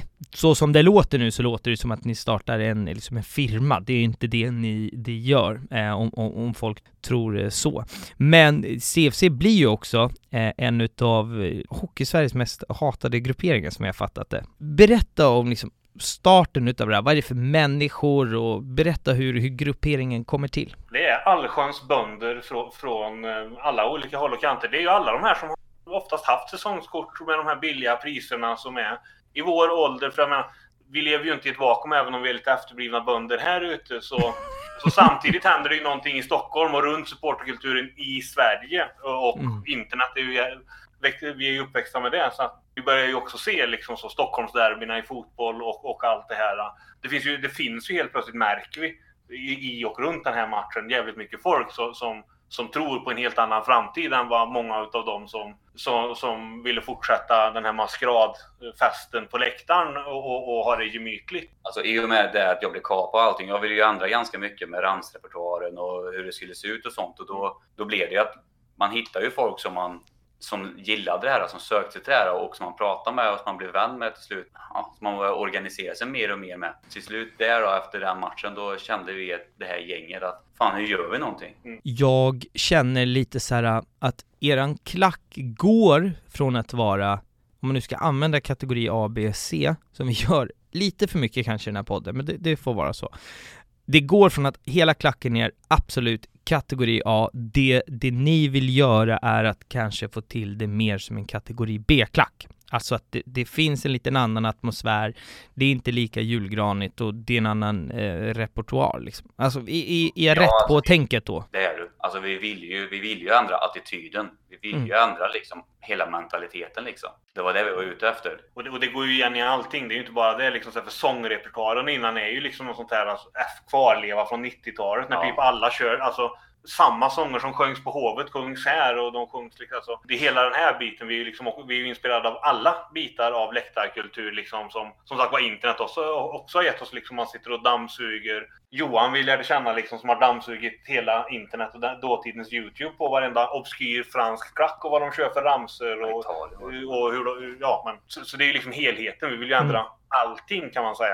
S1: så som det låter nu så låter det som att ni startar en, liksom en firma. Det är ju inte det ni det gör eh, om, om, om folk tror eh, så. Men C F C blir ju också eh, en utav Hockeysveriges mest hatade grupperingar som jag fattat det. Berätta om liksom starten utav det här. Vad är det för människor och berätta hur, hur grupperingen kommer till.
S3: Det är allsköns bönder från, från alla olika håll och kanter. Det är ju alla de här som har oftast haft säsongskort med de här billiga priserna som är i vår ålder. För jag menar, vi lever ju inte i ett vakuum även om vi är lite efterblivna bönder här ute. Så, så samtidigt händer det ju någonting i Stockholm och runt supporterkulturen i Sverige. Och mm. internet är ju... Vi är ju uppväxta med det, så att vi börjar ju också se liksom så Stockholmsderbyna i fotboll och, och allt det här. Det finns ju, det finns ju helt plötsligt, märker vi, i, i och runt den här matchen jävligt mycket folk så, som, som tror på en helt annan framtid än vad många av dem som, som, som ville fortsätta den här maskeradfesten på läktaren och, och, och ha det gemytligt.
S2: Alltså i och med det att jag blev kapad och allting, jag ville ju ändra ganska mycket med ramsrepertoaren och hur det skulle se ut och sånt. Och då, då blev det att man hittar ju folk som man som gillade det här, som sökte till det här och som man pratade med och som man blev vän med till slut. Ja, som man organiserade sig mer och mer med. Till slut där då, efter den matchen, då kände vi det här gänget att fan, hur gör vi någonting? Mm.
S1: Jag känner lite så här att eran klack går från att vara, om man nu ska använda kategori A, B, C, som vi gör lite för mycket kanske i den här podden, men det, det får vara så. Det går från att hela klacken är absolut kategori A. Det, det ni vill göra är att kanske få till det mer som en kategori B-klack. Alltså att det, det finns en liten annan atmosfär. Det är inte lika julgranigt och det är en annan eh, repertoar. Liksom. Alltså är, är jag ja, rätt
S2: alltså,
S1: på tänket då?
S2: Det är du. Alltså vi vill ju, vi vill ju ändra attityden. Vi vill mm. ju ändra liksom hela mentaliteten liksom. Det var det vi var ute efter.
S3: Och det, och det går ju igen i allting. Det är ju inte bara det liksom, så här, för sångrepertoaren innan är ju liksom något sånt här alltså, F kvarleva från nittiotalet. När ja. typ alla kör, alltså samma sånger som sjöngs på Hovet sjöngs här och de sjöngs liksom, alltså, det är hela den här biten. Vi är, liksom, vi är ju inspirerade av alla bitar av läktarkultur liksom, som, som sagt var internet också, också har gett oss liksom, man sitter och dammsuger. Johan vi lärde känna liksom, som har dammsugit hela internet och dåtidens YouTube på varenda obskyr fransk klack och vad de kör för ramser och, och, och hur de, ja, men, så, så det är ju liksom helheten. Vi vill ju ändra mm. allting kan man säga.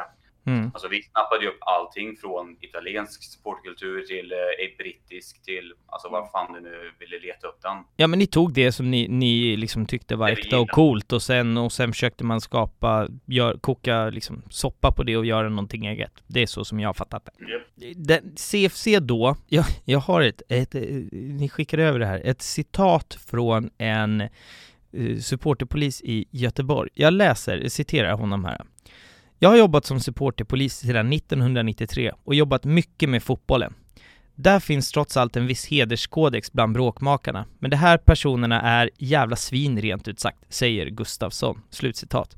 S2: Mm. Alltså vi snappade ju upp allting från italiensk sportkultur till eh, brittisk till, alltså vad fan du nu ville leta upp den.
S1: Ja, men ni tog det som ni, ni liksom tyckte var äkta och coolt och sen, och sen försökte man skapa, gör, koka liksom soppa på det och göra någonting eget. Det är så som jag har fattat det. Yep. Den, C F C då, jag, jag har ett, ett, ett, ni skickar över det här, ett citat från en uh, supporterpolis i Göteborg. Jag läser, citerar honom här. Jag har jobbat som supporterpolis sedan nittonhundranittiotre och jobbat mycket med fotbollen. Där finns trots allt en viss hederskodex bland bråkmakarna, men de här personerna är jävla svin rent ut sagt, säger Gustafsson. Slutcitat.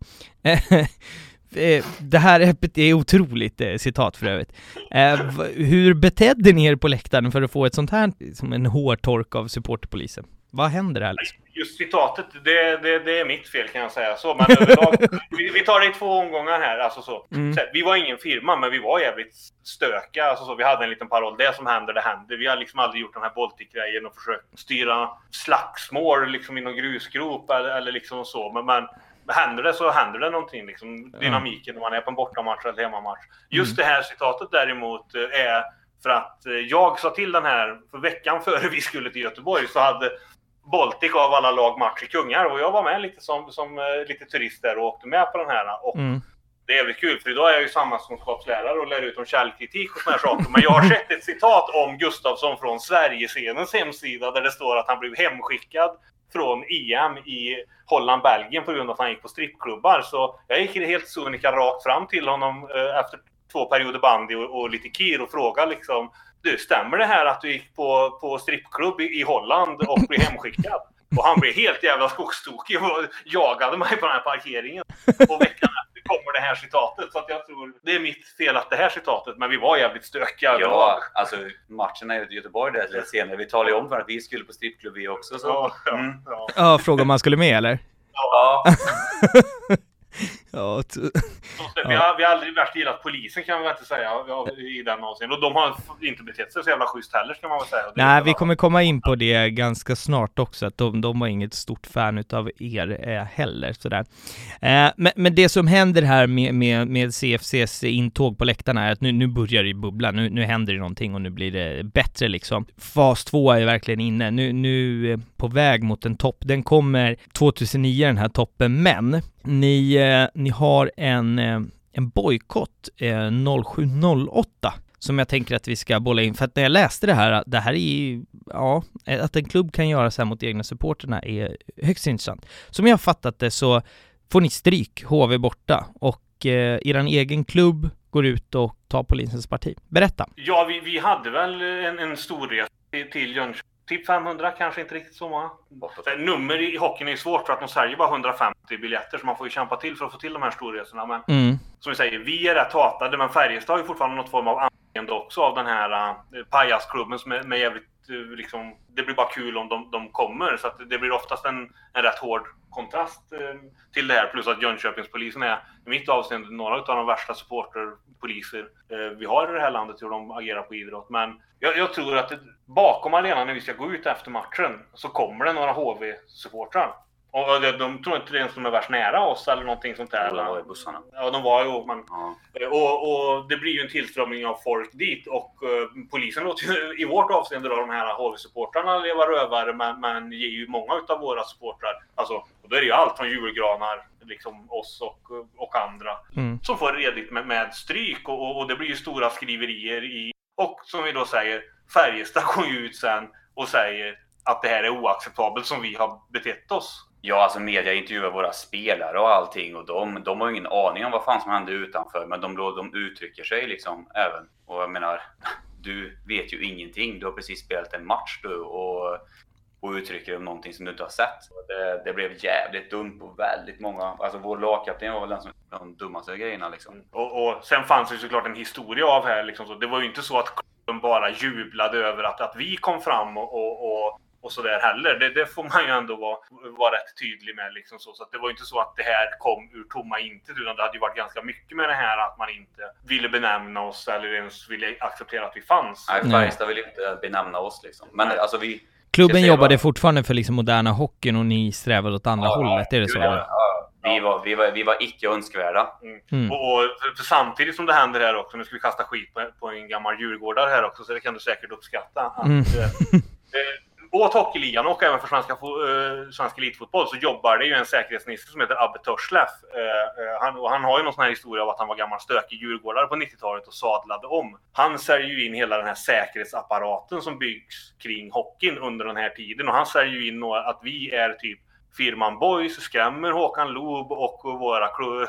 S1: Det här är otroligt citat för övrigt. Hur betedde ni er på läktaren för att få ett sånt här, som en hårtork av supporterpolisen? Vad händer här liksom?
S3: Just citatet, det, det, det är mitt fel kan jag säga så, men överlag, vi, vi tar det i två omgångar här, alltså så. Mm. så. Vi var ingen firma, men vi var jävligt stöka, alltså så. Vi hade en liten paroll, det som händer, det händer. Vi har liksom aldrig gjort den här Baltic-grejen och försökt styra slagsmål liksom i någon grusgrop eller, eller liksom så, men, men händer det så händer det någonting liksom, dynamiken när man är på en bortamatch eller hemmamatch. Just mm. det här citatet däremot är för att jag sa till den här, för veckan före vi skulle till Göteborg så hade Baltic av alla lag match i Kungar och jag var med lite som, som lite turist där och åkte med på den här och mm. det är jävligt kul för idag är jag ju samhällskunskapslärare och lär ut om källkritik och såna här saker, men jag har sett ett citat om Gustafsson från Sverigescenens hemsida där det står att han blev hemskickad från E M i Holland-Belgien på grund av att han gick på strippklubbar, så jag gick helt sonika rakt fram till honom eh, efter två perioder bandy och, och lite kir och frågade liksom, du, stämmer det här att du gick på, på strippklubb i, i Holland och blev hemskickad? Och han blev helt jävla skogstokig och jagade mig på den här parkeringen. Och veckan efter kommer det här citatet. Så att jag tror det är mitt fel att det här citatet, men vi var jävligt stökiga.
S2: Ja, alltså matcherna i Göteborg där lite senare. Vi talade ju om för att vi skulle på strippklubb vi också. Så.
S3: Ja, ja,
S1: mm. ja. ja, fråga om man skulle med eller?
S3: Ja.
S1: Ja,
S3: t- vi, har, vi har aldrig varit gillat polisen kan man väl inte säga i den avsnitt. Och de har inte betett sig så jävla schysst heller kan man väl säga.
S1: Nej, vi kommer komma in på det ganska snart också. Att de, de var inget stort fan utav er eh, heller. Sådär. Eh, men, men det som händer här med, med, med C F C:s intåg på läktarna är att nu, nu börjar det bubbla. Nu, nu händer det någonting och nu blir det bättre liksom. Fas två är verkligen inne. Nu, nu på väg mot en topp. Den kommer tjugohundranio den här toppen, men ni, eh, ni har en, eh, en bojkott eh, noll sju noll åtta som jag tänker att vi ska bolla in. För att när jag läste det här, det här är ju, ja, att en klubb kan göra så här mot egna supporterna är högst intressant. Som jag har fattat det så får ni stryk, H V borta, och eh, er egen klubb går ut och tar polisens parti. Berätta.
S3: Ja, vi, vi hade väl en, en stor resa till, till Jönköping. Typ femhundra, kanske inte riktigt så många. Nummer i hockeyn är svårt för att de säljer bara hundrafemtio biljetter, så man får ju kämpa till för att få till de här storresorna. Men mm. som vi säger, vi är rätt hatade, men Färjestad har ju fortfarande något form av användande också av den här uh, pajasklubben som är med jävligt, uh, liksom, det blir bara kul om de, de kommer, så att det blir oftast en, en rätt hård kontrast uh, till det här, plus att Jönköpingspolisen är i mitt avseende några av de värsta supporterpoliser uh, vi har i det här landet, hur de agerar på idrott. Men jag, jag tror att det, bakom arenan när vi ska gå ut efter matchen så kommer det några H V-supportrar. Och de, de tror inte ens de är värst nära oss eller någonting sånt där.
S2: Ja, de var i bussarna.
S3: Ja, de var ju. Men, ja. och, och det blir ju en tillströmning av folk dit. Och uh, polisen låter ju i vårt avseende då de här H V-supportrarna leva rövare. Men, men ger ju många av våra supportrar. Alltså, och då är det ju allt från julgranar, liksom oss och, och andra. Mm. Som får redigt med, med stryk. Och, och, och det blir ju stora skriverier i. Och som vi då säger, Färjestad går ju ut sen och säger att det här är oacceptabelt som vi har betett oss.
S2: Ja, alltså media intervjuar våra spelare och allting och de, de har ingen aning om vad fan som händer utanför, men de, de uttrycker sig liksom även. Och jag menar, du vet ju ingenting, du har precis spelat en match du och, och uttrycker om någonting som du inte har sett. Det, det blev jävligt dumt på väldigt många, alltså vår lagkapten var väl den som de dummaste grejerna liksom.
S3: Och, och sen fanns det ju såklart en historia av här liksom, så det var ju inte så att klubben bara jublade över att, att vi kom fram och, och, och och så där heller. Det, det får man ju ändå vara, vara rätt tydlig med liksom så. Så att det var ju inte så att det här kom ur tomma intet, utan det hade ju varit ganska mycket med det här att man inte ville benämna oss eller ens ville acceptera att vi fanns.
S2: Nej, Färjestad ville inte benämna oss liksom. Men Nej. alltså vi...
S1: Klubben jobbade vad... fortfarande för liksom moderna hockeyn och ni strävade åt andra ja, hållet, är det så?
S2: Ja, ja. Vi var, vi var, vi var icke önskvärda.
S3: Mm.
S1: Mm.
S3: Och, och för, för samtidigt som det händer här också, nu ska vi kasta skit på, på en gammal djurgårdare här också, så det kan du säkert uppskatta. Att,
S1: Mm.
S3: eh, åt hockeyligan och även för svenska, eh, svensk elitfotboll så jobbar det ju en säkerhetsminister som heter Abbe Törsleff. Eh, han, och han har ju någon sån här historia av att han var gammal stökig djurgårdare på nittiotalet och sadlade om. Han säljer ju in hela den här säkerhetsapparaten som byggs kring hockeyn under den här tiden. Och han säljer ju in att vi är typ firman Boys, skrämmer Håkan Loob och våra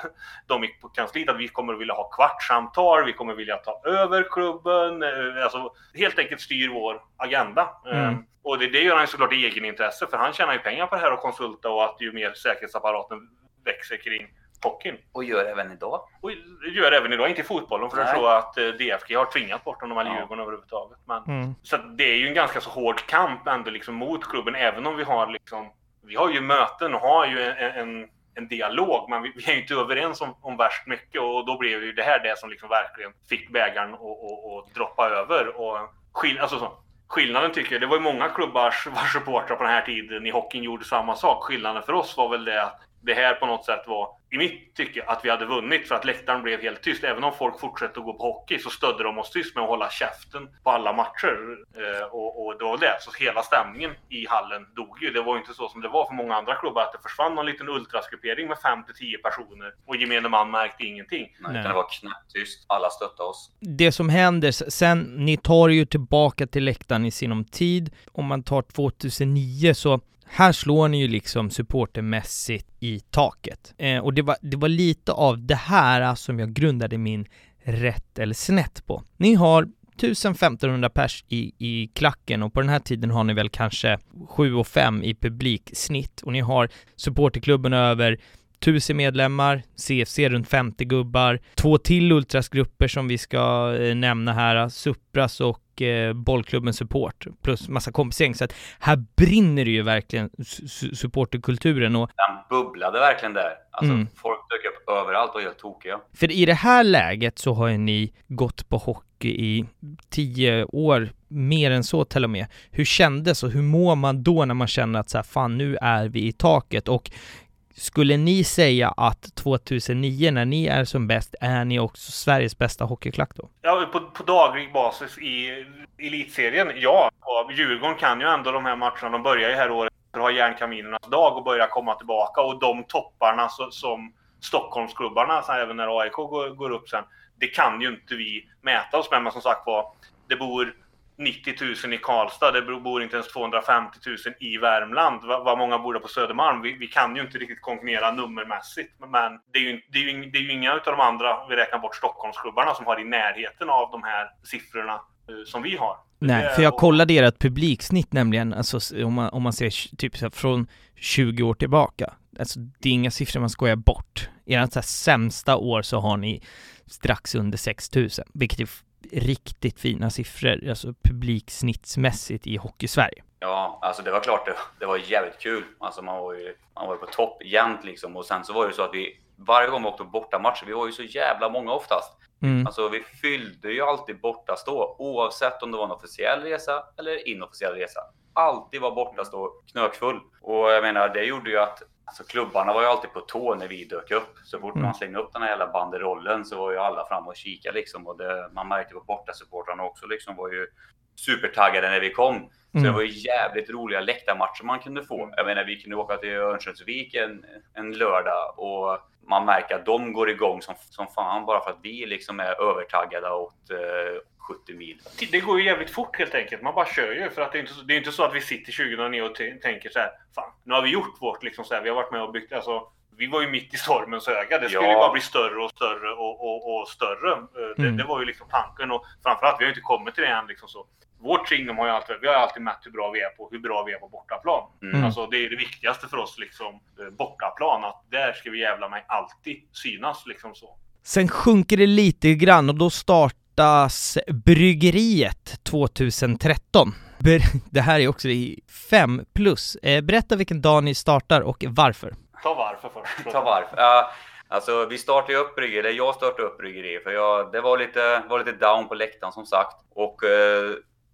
S3: de på kansliet att vi kommer att vilja ha kvartssamtal, vi kommer att vilja ta över klubben, alltså helt enkelt styr vår agenda. Mm. Och det, det gör han såklart i egen intresse, för han tjänar ju pengar på det här och konsulta, och att ju mer säkerhetsapparaten växer kring hockeyn.
S2: Och gör även idag.
S3: Och gör även idag, inte i fotbollen, för jag tror att D F G har tvingat bort honom, eller
S2: Ja.
S3: Djurgården överhuvudtaget. Men,
S1: Mm.
S3: så det är ju en ganska så hård kamp ändå liksom mot klubben, även om vi har liksom, vi har ju möten och har ju en, en, en dialog, men vi, vi är ju inte överens om, om värst mycket, och då blev ju det här det som liksom verkligen fick bägaren att droppa över. Och skill, alltså så, skillnaden tycker jag, det var ju många klubbars vars supportrar på den här tiden i hockeyn gjorde samma sak. Skillnaden för oss var väl det att det här på något sätt var, i mitt tycke, att vi hade vunnit, för att läktaren blev helt tyst. Även om folk fortsatte att gå på hockey så stödde de oss tyst med att hålla käften på alla matcher. Eh, och, och det var det. Så hela stämningen i hallen dog ju. Det var ju inte så som det var för många andra klubbar, att det försvann någon liten ultraskruppering med fem till tio personer och gemene man märkte ingenting.
S2: Nej, utan det var knäpptyst. Alla stöttade oss.
S1: Det som händer sen, ni tar ju tillbaka till läktaren i sinom tid. Om man tar tjugohundranio så här slår ni ju liksom supportermässigt i taket. Eh, och det var, det var lite av det här som jag grundade min rätt eller snett på. Ni har tusen femtonhundra pers i, i klacken, och på den här tiden har ni väl kanske sju och fem i publiksnitt. Och ni har supporterklubben över tusen medlemmar, C F C runt femtio gubbar, två till ultrasgrupper som vi ska eh, nämna här, Supras och eh, bollklubben support, plus massa kompisgäng. Så att här brinner det ju verkligen su- supporterkulturen. Och
S2: Den bubblade verkligen där. Alltså
S1: Mm.
S2: folk dök upp överallt och helt tokiga.
S1: för i det här läget så har ju ni gått på hockey i tio år, mer än så till och med. Hur kändes och hur mår man då när man känner att så här, fan, nu är vi i taket? Och skulle ni säga att tjugohundranio, när ni är som bäst, är ni också Sveriges bästa hockeyklack då?
S3: Ja, på, på daglig basis i elitserien, ja. Och Djurgården kan ju ändå de här matcherna, de börjar ju här året för att ha järnkaminernas dag och börja komma tillbaka. Och de topparna så, som Stockholmsklubbarna, så även när A I K går, går upp sen, det kan ju inte vi mäta oss med. Men som sagt var, det bor nittio tusen i Karlstad, det bor inte ens tvåhundrafemtio tusen i Värmland. Vad många bor på Södermalm? Vi, vi kan ju inte riktigt konkurrera nummermässigt. Men det är ju, det är ju, det är ju inga av de andra, vi räknar bort Stockholmsklubbarna, som har i närheten av de här siffrorna uh, som vi har.
S1: Nej, för jag kollade ert publiksnitt nämligen, alltså om man, om man ser typ så här, från tjugo år tillbaka. Alltså det är inga siffror man skojar bort. I ert så här sämsta år så har ni strax under sex tusen, vilket är riktigt fina siffror, alltså publiksnittsmässigt i Hockey-Sverige.
S2: Ja, alltså det var klart, det, det var jävligt kul. Alltså man var ju, man var ju på topp jämt liksom. Och sen så var det så att vi, varje gång vi åkte borta matcher, vi var ju så jävla många oftast.
S1: Mm.
S2: Alltså vi fyllde ju alltid borta stå, oavsett om det var en officiell resa eller inofficiell resa. Alltid var borta stå knökfull. Och jag menar, det gjorde ju att alltså, klubbarna var ju alltid på tå när vi dök upp. Så fort
S1: Mm.
S2: man slängde upp den här hela banderollen så var ju alla fram och kika liksom. Och det, man märkte på bortasupportrarna också liksom, var ju supertaggade när vi kom. Så
S1: Mm.
S2: det var ju jävligt roliga läktarmatcher man kunde få. Jag menar, vi kunde åka till Örnsköldsvik en, en lördag och man märker att de går igång som, som fan bara för att vi liksom är övertaggade åt eh, sjuttio mil.
S3: Det går ju jävligt fort helt enkelt. Man bara kör ju, för att det är inte så, det är inte så att vi sitter tjugohundranio och t- tänker så här, fan, nu har vi gjort vårt liksom så här, vi har varit med och byggt, alltså vi var ju mitt i stormens öga. Det skulle
S2: Ja.
S3: ju bara bli större och större och, och, och större. Det,
S1: Mm.
S3: det var ju liksom tanken, och framförallt vi har ju inte kommit till det än liksom så. Vårt signum har ju alltid, vi har alltid mätt hur bra vi är på, hur bra vi är på bortaplan.
S2: Mm.
S3: Alltså det är det viktigaste för oss liksom, bortaplan, att där ska vi jävla mig alltid synas liksom så.
S1: Sen sjunker det lite grann och då startas Bryggeriet tjugotretton. Ber- det här är också i fem plus. Eh, berätta vilken dag ni startar och varför.
S3: Ta varför först.
S2: Ta varför. Ja, alltså vi startade upp bryggeri, eller jag startade upp bryggeri för jag, det var lite, var lite down på läktaren som sagt. Och eh,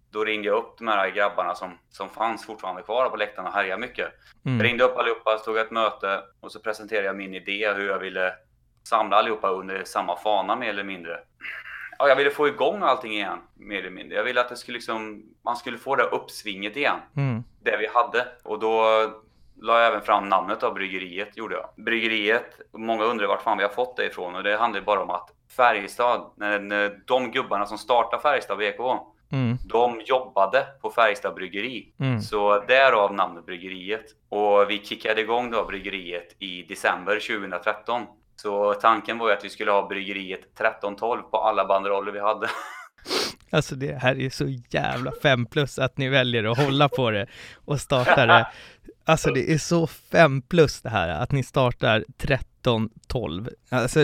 S2: då ringde jag upp de här grabbarna som, som fanns fortfarande kvar på läktaren och härjade mycket.
S1: Mm.
S2: Jag ringde upp allihopa, stod ett möte och så presenterade jag min idé hur jag ville samla allihopa under samma fana mer eller mindre. Ja, jag ville få igång allting igen, mer eller mindre. Jag ville att det skulle liksom, man skulle få det uppsvinget igen,
S1: Mm.
S2: det vi hade. Och då la jag även fram namnet av bryggeriet, gjorde jag. Bryggeriet, många undrar vart fan vi har fått det ifrån. Och det handlar bara om att Färjestad, när, när de gubbarna som startade Färjestad V K,
S1: Mm.
S2: de jobbade på Färjestad bryggeri.
S1: Mm.
S2: Så därav namnet bryggeriet. Och vi kickade igång då bryggeriet i december tjugohundratretton. Så tanken var ju att vi skulle ha bryggeriet tretton tolv på alla banderoller vi hade.
S1: Alltså det här är så jävla fem plus att ni väljer att hålla på det och starta det. Alltså det är så fem plus det här att ni startar tretton tolv. Alltså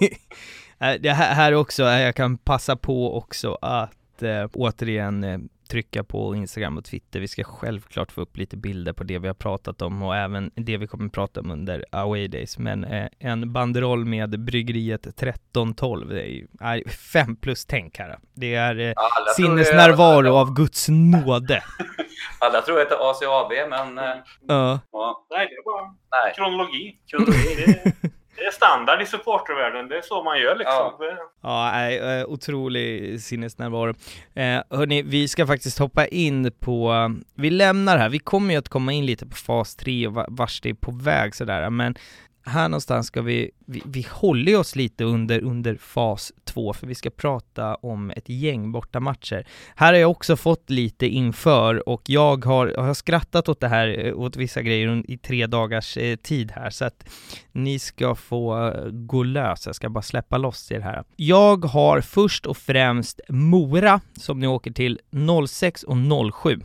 S1: det här, här också, jag kan passa på också att äh, återigen äh, trycka på Instagram och Twitter. Vi ska självklart få upp lite bilder på det vi har pratat om och även det vi kommer prata om under Away Days. Men eh, en banderoll med bryggeriet tretton tolv, det är ju är fem plus tänk här. Det är eh,
S2: Alla
S1: sinnesnärvaro
S2: tror jag-
S1: av Guds nåde.
S2: Alla tror att det är A C A B, men eh,
S1: Ja.
S2: ja,
S3: Nej, det är bara
S2: nej.
S3: kronologi. kronologi. Det, det är standard i supportervärlden. Det är så man gör liksom.
S2: Ja.
S1: Ja, nej, eh, otrolig sinnesnärvaro. Eh, hörni, vi ska faktiskt hoppa in på, vi lämnar här, vi kommer ju att komma in lite på fas tre och va- vars det är på väg sådär, men här någonstans ska vi, vi, vi håller oss lite under, under fas två, för vi ska prata om ett gäng bortamatcher. Här har jag också fått lite inför och jag har, jag har skrattat åt det här, eh, åt vissa grejer i tre dagars eh, tid här, så att ni ska få eh, gå lös. Jag ska bara släppa loss i det här. Jag har först och främst Mora som ni åker till noll sex och noll sju.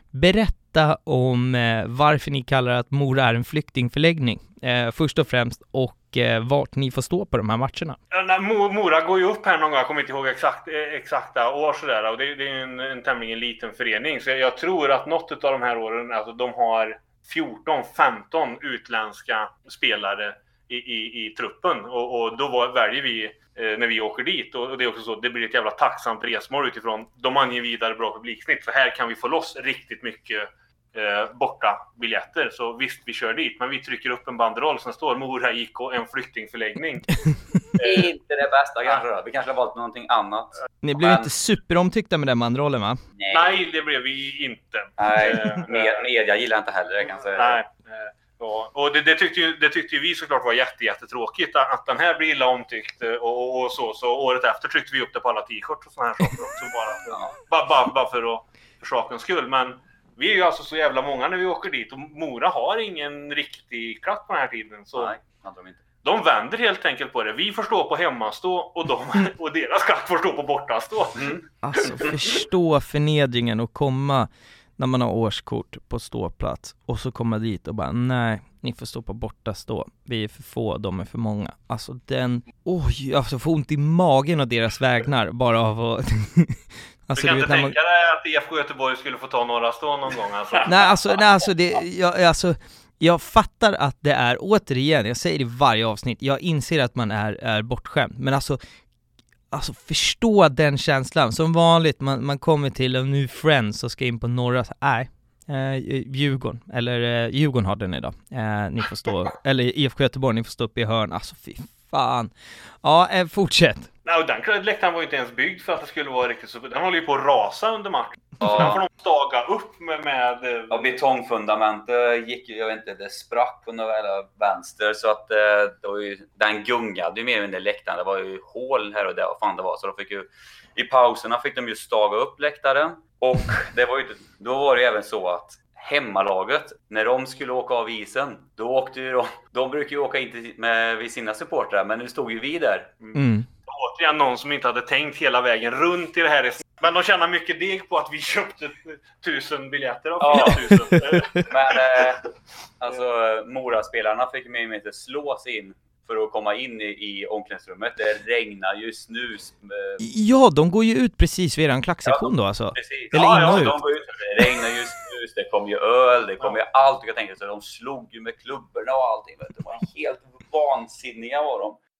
S1: Berätta om eh, varför ni kallar att Mora är en flyktingförläggning. Eh, först och främst och eh, vart ni får stå på de här matcherna.
S3: Ja, nej, Mo- Mora går ju upp här någon gång, jag kommer inte ihåg exakt, eh, exakta år sådär, och det, det är ju en, en tämligen liten förening, så jag, jag tror att något av de här åren, alltså de har fjorton femton utländska spelare i, i, i truppen, och, och då var, väljer vi eh, när vi åker dit, och, och det är också så, det blir ett jävla tacksamt resmål utifrån, de anger vidare bra publiksnitt, för här kan vi få loss riktigt mycket Eh, borta biljetter, så visst vi kör dit, men vi trycker upp en banderoll som står Mora I K en flyktingförläggning.
S2: Det är inte det bästa kanske då. Vi kanske har valt någonting annat.
S1: Ni blev
S2: Men-
S1: inte superomtyckta med den banderollen, va?
S2: Nej,
S3: Nej, det blev vi inte.
S2: nej.
S3: Eh,
S2: Med, media gillar inte heller det, kan jag säga.
S3: Nej. eh, Ja, och det, det, tyckte ju, det tyckte ju vi såklart var jätte, jättetråkigt att, att den här blir illa omtyckt eh, och, och så. Så året efter tryckte vi upp det på alla t-shirts och såna här saker också. Bara för,
S2: Ja.
S3: bara, bara, bara för, att, för sakens skull. Men vi är ju alltså så jävla många när vi åker dit. Och Mora har ingen riktig klack på den här tiden. Så
S2: Nej, hade de inte.
S3: de vänder helt enkelt på det. Vi får stå på hemmastå och, de, och deras klack får stå på bortastå.
S2: Mm.
S1: Alltså förstå förnedringen och komma när man har årskort på ståplats och så komma dit och bara nej, ni får stå på borta stå. Vi är för få, de är för många. Alltså den, oj, alltså får ont i magen av deras vägnar bara av att alltså,
S3: du kan
S1: du vet,
S3: inte
S1: när man...
S3: tänka dig att I F K Göteborg skulle få ta några stå någon gång alltså.
S1: Nej, alltså, nej, alltså, det, jag, alltså jag fattar att det är, återigen, jag säger det i varje avsnitt, jag inser att man är, är bortskämd, men alltså Alltså förstå den känslan. Som vanligt, man, man kommer till en ny Friends och ska in på norra. Nej, eh, Djurgården. Eller eh, Djurgården har den idag. Eh, ni får stå, eller I F K Göteborg, ni får stå upp i hörn. Alltså fy fan. Ja, eh, fortsätt.
S3: Nej, och den läktaren var ju inte ens byggd för att det skulle vara riktigt så. Den håller ju på att rasa under matchen.
S2: Ja.
S3: Så den får de staga upp med... med
S2: Ja, betongfundamentet gick ju, jag vet inte, det sprack på några jävla vänster, så att eh, det var ju, den gungade ju mer än den läktaren. Det var ju hål här och där, vad fan det var. Så de fick ju, i pauserna fick de ju staga upp läktaren. Och det var ju, då var det även så att hemmalaget, när de skulle åka av isen, då åkte ju de, de brukar ju åka in till, med vid sina supportrar, men nu stod ju vi där.
S1: Mm.
S3: Återigen någon som inte hade tänkt hela vägen runt i det här. Men de tjänar mycket deg på att vi köpte tusen biljetter av
S2: Ja.
S3: fyra tusen.
S2: Men eh, alltså Mora-spelarna fick med mig att slå sig in för att komma in i, i omklädningsrummet. Det regnar ju snus. Eh,
S1: Ja, de går ju ut precis vid eran klacksektion då alltså.
S2: precis.
S1: Eller
S2: ja,
S1: in och
S2: ja,
S1: ut.
S2: de går ut. Det regnar ju snus, det kom ju öl, det kom ju allt. Jag tänkte så de slog ju med klubborna och allting. Vet du. De var helt vansinniga var de.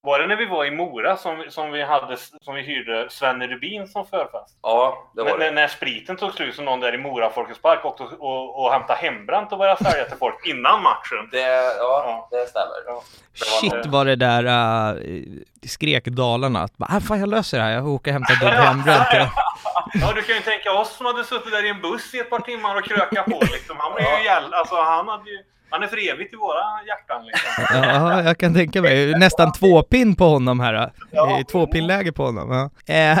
S3: Var det när vi var i Mora som, som vi hade som vi hyrde Svenne Rubin som förfest?
S2: Ja, det var
S3: N-
S2: det.
S3: När spriten tog slut som någon där i Mora Folkets Park och, och, och hämtade hembränt och började sälja till folk innan matchen.
S2: Det, ja, det stämmer.
S3: Ja.
S2: Det var
S1: Shit
S2: nog-
S1: var det där uh, skrek Dalarna att ah, fan jag löser det här, jag åker och hämtar dubbel hembränt. Ja.
S3: Ja, du kan ju tänka oss som hade suttit där i en buss i ett par timmar och krökat på liksom. Han blev ju jävla, alltså han hade ju, han är för evigt i våra hjärtan liksom.
S1: Ja, jag kan tänka mig. Nästan två pin på honom här.
S3: Ja.
S1: Två pinläge på honom. Ja. Eh,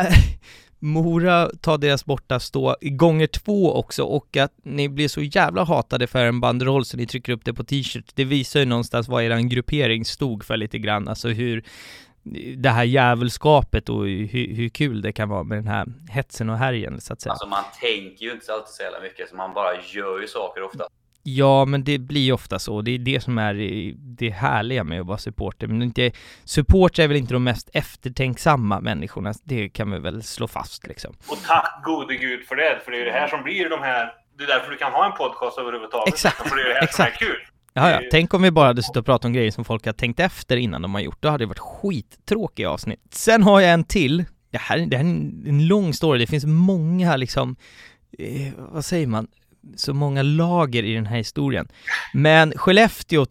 S1: Mora tar deras borta stå gånger två också, och att ni blir så jävla hatade för en banderoll så ni trycker upp det på t-shirt. Det visar ju någonstans vad er gruppering stod för lite grann. Alltså hur det här jävelskapet och hur, hur kul det kan vara med den här hetsen och härjen så att säga.
S2: Alltså man tänker ju inte så alltid så jävla mycket, så man bara gör ju saker ofta.
S1: Ja, men det blir ju ofta så. Det är det som är det härliga med att vara supporter. Men inte, supporter är väl inte de mest eftertänksamma människorna. Det kan vi väl slå fast liksom.
S3: Och tack gode gud för det, för det är ju det här som blir de här, det är därför du kan ha en podcast överhuvudtaget.
S1: Exakt,
S3: för det är det här
S1: exakt.
S3: som är kul.
S1: Ja, ja. Tänk om vi bara hade suttit och pratat om grejer som folk har tänkt efter innan de har gjort. Då hade det varit skittråkiga avsnitt. Sen har jag en till. Det här, det här är en, en lång story. Det finns många liksom, eh, vad säger man? Så många lager i den här historien. Men Skellefteå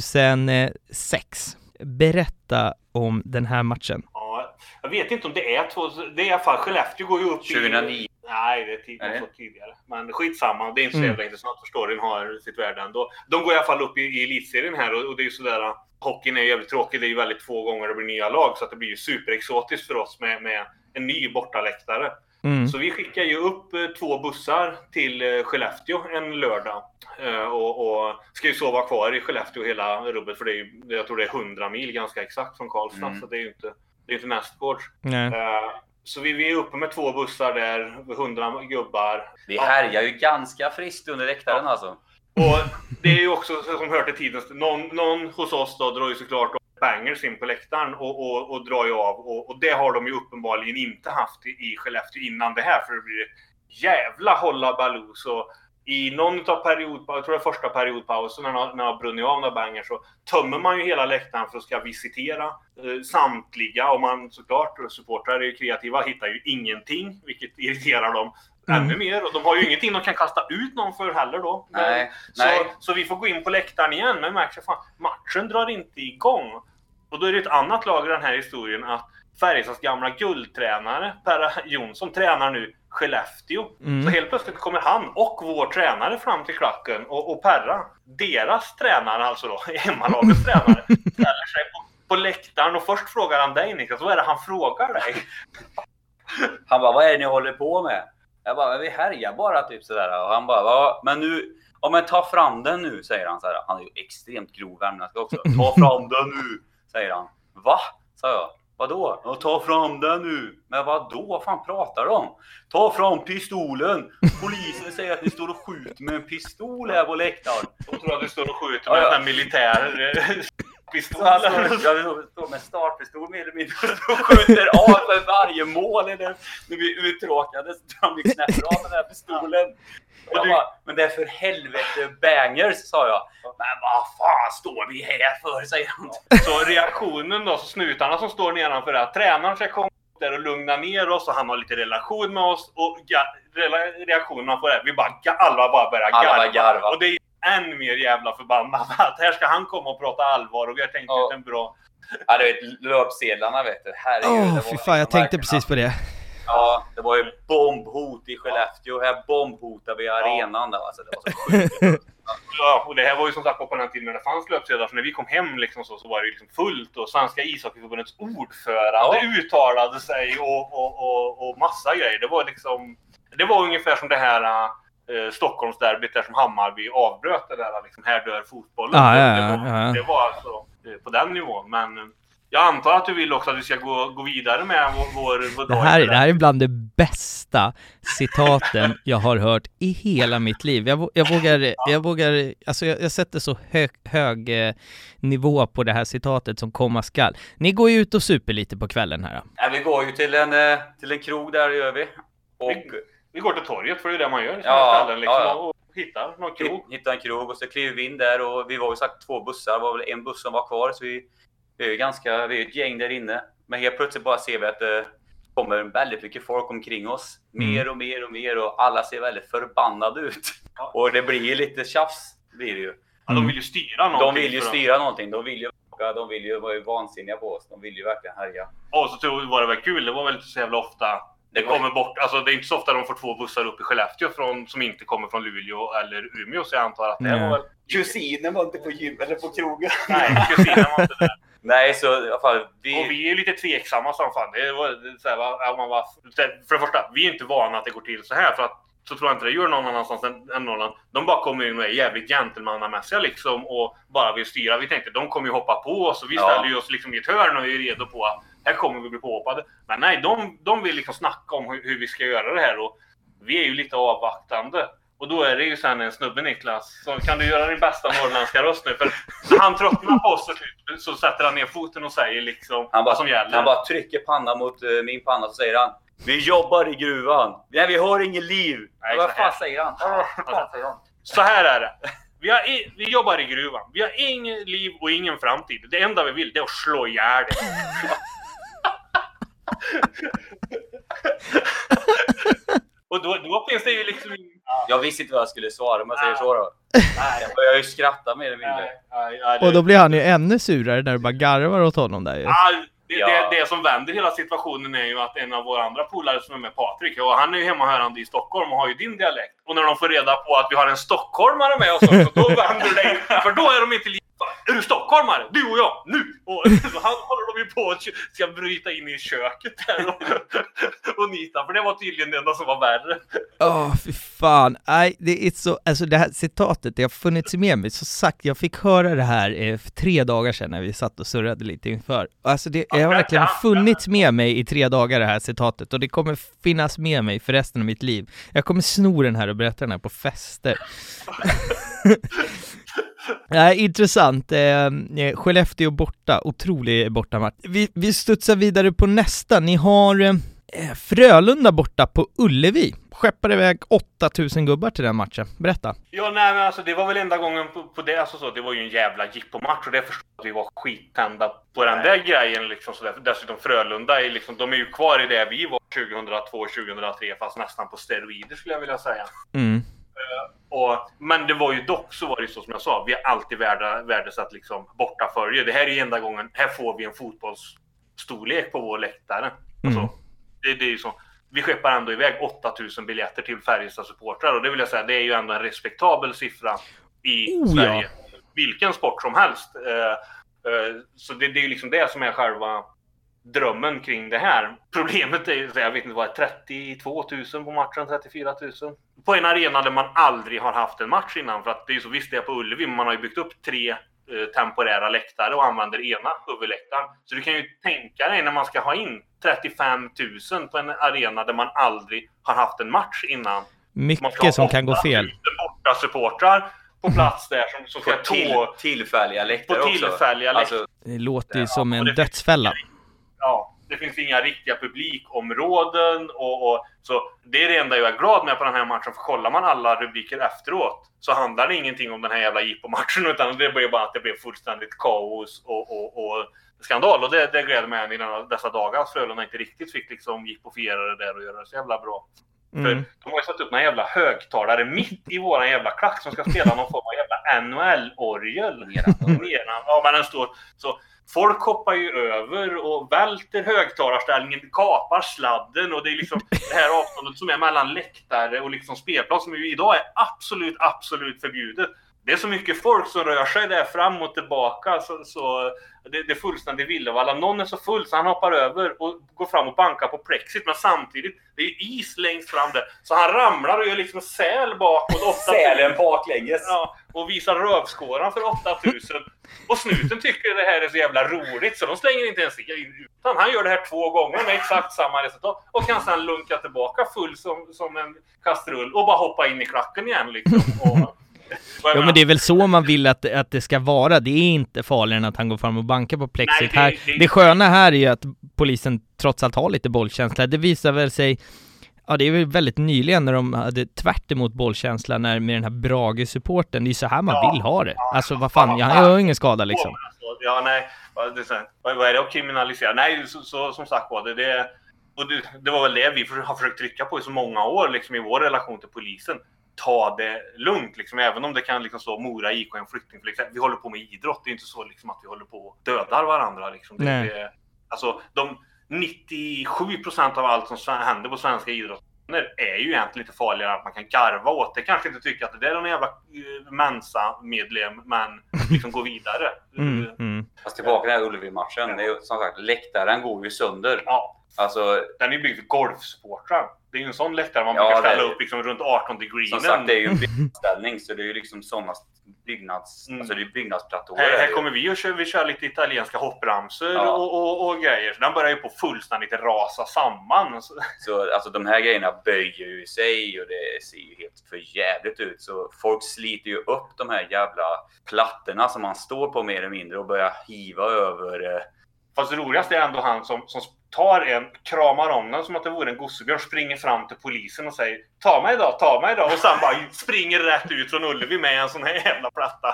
S1: tjugohundrasex. Berätta om den här matchen.
S3: Ja, jag vet inte om det är två, det är i alla fall, Skellefteå går ju upp
S2: tjugohundranio.
S3: i... Nej, det är tid,
S2: Nej.
S3: så tidigare. Men skitsamma, det är inte så
S1: Mm.
S3: jävla intressant för storyn har sitt värde ändå. De går i alla fall upp i, i elitserien här och, och det är ju sådär, hockeyn är ju jävligt tråkig, det är ju väldigt få gånger det blir nya lag så att det blir ju superexotiskt för oss med, med en ny bortaläktare.
S1: Mm.
S3: Så vi skickar ju upp eh, två bussar till eh, Skellefteå en lördag eh, och, och ska ju sova kvar i Skellefteå hela rubbet, för det är ju, jag tror det är hundra mil ganska exakt från Karlstad,
S2: Mm.
S3: så det är ju inte, det är inte nästgårds.
S1: Nej.
S3: Eh, så vi, vi är uppe med två bussar där, hundra gubbar.
S2: Vi härjar ju ganska friskt under läktaren
S3: Ja.
S2: alltså.
S3: Och det är ju också som hör till tiden, någon, någon hos oss då drar ju såklart bangers in på läktaren och, och, och drar ju av. Och, och det har de ju uppenbarligen inte haft i, i Skellefteå innan det här, för det blir jävla hålla baloo. Så i någon av period, jag tror det är första periodpausen när man har brunnit av några bangers, så tömmer man ju hela läktaren för att ska visitera eh, samtliga. Och man såklart, supportrar är ju kreativa, hittar ju ingenting, vilket irriterar dem
S1: Mm.
S3: ännu mer. Och de har ju ingenting de kan kasta ut någon för heller då.
S2: Nej,
S3: så,
S2: nej.
S3: så vi får gå in på läktaren igen, men märker fan, matchen drar inte igång. Och då är det ett annat lag i den här historien att Färjestads gamla guldtränare Per Jonsson tränar nu Skellefteå.
S1: Mm.
S3: Så helt plötsligt kommer han och vår tränare fram till klacken och, och Perra, deras tränare alltså då, hemmalagets tränare, ställer sig på, på läktaren och först frågar han dig, Niklas, vad är det han frågar dig?
S2: Han bara, vad är det ni håller på med? Jag bara, vi härjar bara typ sådär. Och han bara, va? Men nu, ja men ta fram den nu, säger han så här. Han är ju extremt grov värmländska också. Ta fram den nu, säger han. Va? Sa jag. Vadå? Ja, ta fram den nu. Men vadå? Vad fan pratar de om? Ta fram pistolen. Polisen säger att ni står och skjuter med en pistol här på läktaren.
S3: De tror att du står och skjuter med
S2: Ja, ja.
S3: en militär eh, pistol.
S2: Så han står, jag står med startpistol med eller mindre och skjuter av för varje mål. Eller, när vi är uttråkade så han vi knäpper av den här pistolen. Och jag bara, men det är för helvete bangers, sa jag. Men vad fan står vi här för, säger han.
S3: Så reaktionen då, så snutarna som står nedanför det här, tränaren ska komma där och lugna ner oss och han har lite relation med oss och ga- re- reaktionerna på det, vi bara, alla bara börjar
S2: Alla
S3: garva.
S2: bara garva.
S3: Och det är än mer jävla förbannat att här ska han komma och prata allvar och vi har tänkt
S2: Ja.
S3: ut en bra...
S2: Ja, du vet, löpsedlarna vet du. Herregud,
S1: Åh,
S2: det var
S1: fy
S2: liksom
S1: fan, jag tänkte
S2: verkligen-
S1: precis på det.
S2: Ja, det var ju bombhot i Skellefteå. Här bombhotar vi arenan där. Alltså, det var så sjukt.
S3: Ja, och det här var ju som sagt på den tiden när det fanns löpsedlar, för när vi kom hem liksom så, så var det liksom fullt och Svenska ishockeyförbundets ordförande
S2: Ja.
S3: uttalade sig och, och, och, och massa grejer. Det var liksom, det var ungefär som det här eh, Stockholmsderbyt där som Hammarby avbröt det där liksom, här dör fotbollen.
S1: Ja, ja,
S3: det,
S1: ja,
S3: var,
S1: ja.
S3: det var alltså eh, på den nivån, men eh, jag antar att du vill också att vi ska gå, gå vidare med vår, vår, vår
S1: Det
S3: dag
S1: här,
S3: efter
S1: det här är bland de bästa citaten jag har hört i hela mitt liv. Jag, vå- jag vågar, jag vågar, alltså jag, jag sätter så hög, hög eh, nivå på det här citatet som komma skall. Ni går ju ut och super lite på kvällen här.
S2: Ja, vi går ju till en, eh, till en krog där, gör vi. Och
S3: Vi, vi går till torget, för det är det man gör i
S2: Ja,
S3: sådana ställen liksom,
S2: ja, ja.
S3: och hittar någon krog.
S2: hittade en krog och så klev vi in där och vi var ju sagt två bussar. Det var väl en buss som var kvar så vi Vi är ganska, vi är ett gäng där inne. Men helt plötsligt bara ser vi att det kommer väldigt mycket folk omkring oss. Mer
S1: Mm.
S2: och mer och mer och alla ser väldigt förbannade ut. Och det blir ju lite tjafs, blir det ju.
S3: Ja, de vill ju styra någonting.
S2: De vill ju styra någonting. De vill ju, de vill ju vara ju vansinniga på oss. De vill ju verkligen härja.
S3: Och så tror jag var det väl kul. Det var väl inte så jävla ofta det kommer bort. Alltså det är inte så ofta de får två bussar upp i Skellefteå från, som inte kommer från Luleå eller Umeå. Så jag antar att det
S1: Mm.
S3: var väl...
S2: Kusinen var inte på gym eller på krogen.
S3: Nej, kusinen var inte där.
S2: Nej, så i alla fall vi...
S3: Och vi är lite tveksamma som fan. Det var så här, va, man var, för det första, vi är inte vana att det går till så här. För att så tror jag inte det gör någon annanstans än, än Norrland. De bara kommer in och är jävligt gentlemannamässiga liksom och bara vill styra. Vi tänkte, de kommer ju hoppa på oss och vi
S2: Ja.
S3: ställer ju oss liksom i ett hörn och är redo på att här kommer vi bli påhoppade. Men nej, de, de vill liksom snacka om hur, hur vi ska göra det här och vi är ju lite avvaktande. Och då är det ju sen en snubbe, Niklas, så kan du göra din bästa norrländska röst nu? För när han tröttnar på oss så sätter han ner foten och säger liksom
S2: Han bara,
S3: vad som gäller.
S2: han bara trycker pannan mot uh, min panna och säger han: vi jobbar i gruvan. Nej, vi har ingen liv.
S3: Nej,
S2: Vad
S3: så här.
S2: fan säger han? Vad fan säger han?
S3: Så här är det. Vi, har i, vi jobbar i gruvan. Vi har ingen liv och ingen framtid. Det enda vi vill det är att slå ihjäl det. Och då, då finns det ju liksom...
S2: Jag visste inte vad jag skulle svara om jag säger
S3: Nej.
S2: så då.
S3: Nej,
S2: Jag börjar ju skratta mer eller mindre.
S3: nej, nej, nej, det-
S1: Och då blir han ju ännu surare när du bara garvar åt honom där ju.
S3: Ja, det,
S2: Ja.
S3: det, det som vänder hela situationen är ju att en av våra andra polare som är med, Patrik, och han är ju hemmahörande i Stockholm och har ju din dialekt. Och när de får reda på att vi har en stockholmare med oss också, då vänder det ju. För då är de inte lika... Är du stockholmare? Du och jag, nu! Och så han håller de ju på att ska bryta in i köket där och, och nita. För det var tydligen det enda som var värre.
S1: Åh, fy fan. Nej, det är så, alltså det här citatet, det har funnits med mig. Så sagt, jag fick höra det här eh, för tre dagar sedan när vi satt och surrade lite inför. Alltså det jag har verkligen funnits med mig i tre dagar det här citatet. Och det kommer finnas med mig för resten av mitt liv. Jag kommer sno den här och berätta den här på fester. Nej, intressant. Eh, Skellefteå borta, otrolig bortamatch. Vi, vi studsar vidare på nästa. Ni har eh, Frölunda borta på Ullevi. Skeppar iväg åtta tusen gubbar till den matchen. Berätta.
S3: Ja, nej men alltså det var väl enda gången på, på det, alltså så, det var ju en jävla jippo-match och det förstår att vi var skittända på den där grejen liksom sådär. Dessutom Frölunda är liksom, de är ju kvar i det vi var tjugohundratvå tjugohundratre fast nästan på steroider skulle jag vilja säga.
S1: Mm.
S3: Och, men det var ju dock så var det så som jag sa, vi har alltid värda, värdesatt liksom borta följe. Det här är ju enda gången, här får vi en fotbollsstorlek på vår läktare. Alltså,
S1: Mm.
S3: det, det är ju så. Vi skeppar ändå iväg åtta tusen biljetter till Färjestad-supportrar och det vill jag säga, det är ju ändå en respektabel siffra i
S1: Oh,
S3: Sverige.
S1: ja.
S3: Vilken sport som helst. Eh, eh, så det, det är ju liksom det som är själva drömmen kring det här. Problemet är ju, jag vet inte vad, trettiotvå tusen på matchen, trettiofyra tusen. På en arena där man aldrig har haft en match innan. För att det är ju så, visst det är på Ullevi, men man har ju byggt upp tre eh, temporära läktare och använder ena huvudläktaren. Så du kan ju tänka dig när man ska ha in trettiofem tusen på en arena där man aldrig har haft en match innan. Man ska
S1: Mycket som
S3: ha
S1: kan gå fel.
S3: åtta tusen borta supportrar på plats där som, som
S2: På
S3: ska
S2: till,
S3: tå
S2: tillfälliga läktare
S3: på
S2: också.
S3: tillfälliga läktare.
S2: Alltså,
S1: Det låter ju
S3: Ja,
S1: som
S3: och
S1: en
S3: det-
S1: dödsfälla.
S3: Ja, det finns inga riktiga publikområden och, och så det är det enda jag är glad med på den här matchen, för kollar man alla rubriker efteråt så handlar det ingenting om den här jävla jippo-matchen, utan det blir bara att det blev fullständigt kaos och, och, och skandal, och det, det gläder mig än i denna, dessa dagar att Frölunda inte riktigt fick liksom jippofiera det där och göra det så jävla bra.
S1: Mm.
S3: För de har ju satt upp några jävla högtalare mitt i våran jävla klack som ska spela någon form av jävla N H L-orgel. Nedan. Ja, men den står så. Folk hoppar ju över och välter högtalarställningen, kapar sladden, och det är liksom det här avståndet som är mellan läktare och liksom spelplan som ju idag är absolut, absolut förbjudet. Det är så mycket folk som rör sig där fram och tillbaka så, så det, det är fullständigt villevalla. Någon är så full så han hoppar över och går fram och bankar på plexit, men samtidigt det är is längst fram där. Så han ramlar och gör liksom säl bakåt.
S2: sälen baklänges.
S3: Ja, och visar rövskåran för åtta tusen. Och snuten tycker det här är så jävla roligt så de slänger inte ens in, utan han gör det här två gånger med exakt samma resultat och kan sedan lunka tillbaka full som, som en kastrull och bara hoppa in i klacken igen liksom. Och,
S1: Ja, men det är väl så man vill att, att det ska vara. Det är inte farligare än att han går fram och bankar på plexit.
S3: Nej, det-
S1: här.
S3: det-
S1: Det sköna här är ju att polisen trots allt har lite bollkänsla. Det visar väl sig, ja, det är väl väldigt nyligen när de hade tvärt emot bollkänsla när, med den här Brage-supporten. Det är ju så här man
S3: Ja.
S1: vill ha det. Alltså vad fan, jag gör ingen skada liksom.
S3: Alltså, Ja, nej. Det är så här, vad är det att kriminalisera? Nej, så, så, som sagt var det, det, och det, det var väl det vi har försökt trycka på i så många år liksom, i vår relation till polisen. Ta det lugnt, liksom, även om det kan liksom, stå Mora I K en flykting. För exempel. Vi håller på med idrott, det är inte så liksom, att vi håller på och dödar varandra. Liksom. Det, det, alltså, de nittiosju procent av allt som händer på svenska idrott är ju egentligen lite farligare att man kan garva åt det. Kanske inte tycka att det där är en jävla Mensa-medlem, men liksom gå vidare.
S1: Mm, mm.
S2: Fast tillbaka till den här Ullevi-matchen, det är ju, som sagt, läktaren går ju sönder.
S3: Ja.
S2: Alltså,
S3: den är ju byggd för golfsportrar. Det är ju en sån läktare man
S2: ja,
S3: brukar ställa
S2: är,
S3: upp liksom runt arton degree.
S2: Som sagt, det är ju en byggställning, så det är ju liksom sådana byggnads, mm. alltså det är byggnadsplatåer.
S3: Här, här kommer vi och kör, vi kör lite italienska hoppramsor ja. och, och, och grejer. Så den börjar ju på fullständigt rasa samman.
S2: Så alltså de här grejerna böjer ju sig och det ser ju helt för jävligt ut. Så folk sliter ju upp de här jävla plattorna som man står på mer eller mindre och börjar hiva över.
S3: Fast det roligaste är ändå han som, som tar en, kramar om den som att det vore en gossebjörn, springer fram till polisen och säger ta mig då, ta mig då, och sen bara springer rätt ut från Ullevi med en sån här jävla platta.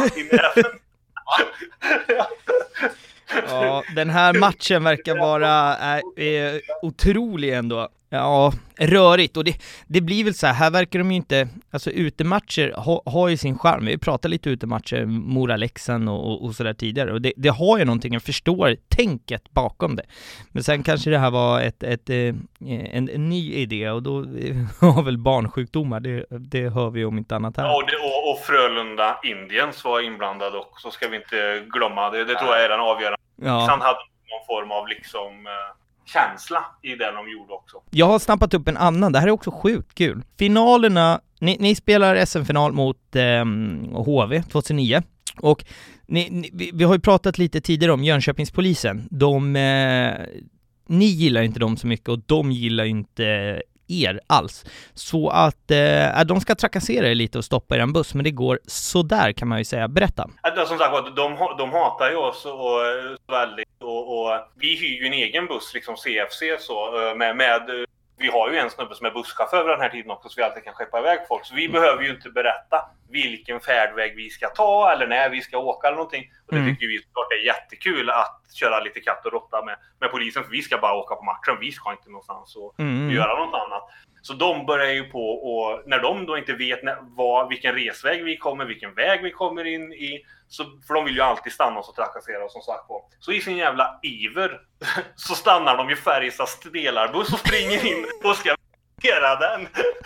S1: Ja, den här matchen verkar vara är, är otrolig ändå. Ja, rörigt. Och det, det blir väl så här, här verkar de ju inte, alltså utematcher ha, har ju sin charm. Vi pratade lite utematcher, Mora-Leksand och, och, och sådär tidigare. Och det, det har ju någonting, jag förstår tänket bakom det. Men sen kanske det här var ett, ett, en, en ny idé och då har väl barnsjukdomar, det, det hör vi om inte annat här.
S3: Ja, och, det, och, och Frölunda Indiens var inblandad också, ska vi inte glömma. Det, det tror jag är den avgörande. Ja. Sen hade någon form av liksom känsla i det de gjorde också.
S1: Jag har snappat upp en annan, det här är också sjukt kul. Finalerna, ni, ni spelar S M-final mot eh, H V tjugohundranio och ni, ni, vi, vi har ju pratat lite tidigare om Jönköpingspolisen. De, eh, ni gillar inte dem så mycket och de gillar inte er alls. Så att eh, de ska trakassera er lite och stoppa er en buss, men det går så där kan man ju säga. Berätta.
S3: Alltså, som sagt, de, de hatar ju oss och, väldigt och, och vi hyr ju en egen buss, liksom C F C så, med, med vi har ju en snubbe som är busschaufför över den här tiden också, så vi alltid kan skeppa iväg folk. Så vi mm. behöver ju inte berätta vilken färdväg vi ska ta eller när vi ska åka eller någonting. Och det mm. tycker vi såklart är jättekul att köra lite katt och råtta med, med polisen. För vi ska bara åka på matchen, vi ska inte någonstans och mm. göra något annat. Så de börjar ju på, och när de då inte vet när, vad, vilken resväg vi kommer, vilken väg vi kommer in i, så, för de vill ju alltid stanna oss och trakassera oss som sagt på. Så i sin jävla iver så stannar de ju Färjestads spelarbuss och springer in och ska göra den.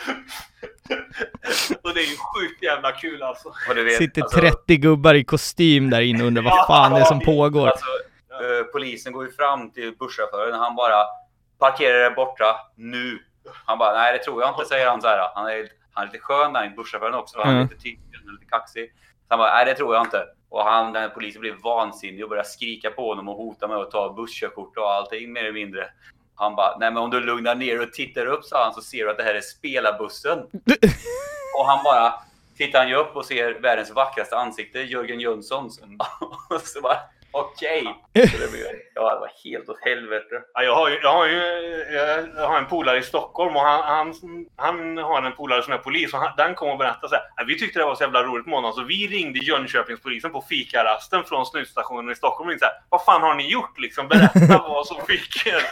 S3: Och det är ju sjukt jävla kul alltså.
S1: Du vet, sitter alltså, trettio gubbar i kostym där inne och undrar vad fan ja, det är som pågår. Alltså,
S2: uh, polisen går ju fram till busschauffören, han bara parkerar där borta nu. Han bara, nej det tror jag inte, säger han så här. Han är, han är lite skön, han är busschauffören också, mm. han är lite tydlig, lite kaxig. Så han bara, nej det tror jag inte. Och han, den polisen blir vansinnig och börjar skrika på honom och hota med att ta busskörkort och allting mer eller mindre. Han bara, nej men om du lugnar ner och tittar upp, sa han, så ser du att det här är spelarbussen. Och han bara, tittar han ju upp och ser världens vackraste ansikte, Jörgen Jönsson. Och så bara, okej. Okay. Ja, det var helt åt helvete.
S3: Ja, jag, har ju, jag, har ju, jag har en polare i Stockholm och han, han, han har en polare som är polis och han, den kom och berättade så här, vi tyckte det var så jävla roligt månad så vi ringde Jönköpingspolisen på fikarasten från snutstationen i Stockholm och så här, vad fan har ni gjort liksom? Berätta vad som fick er.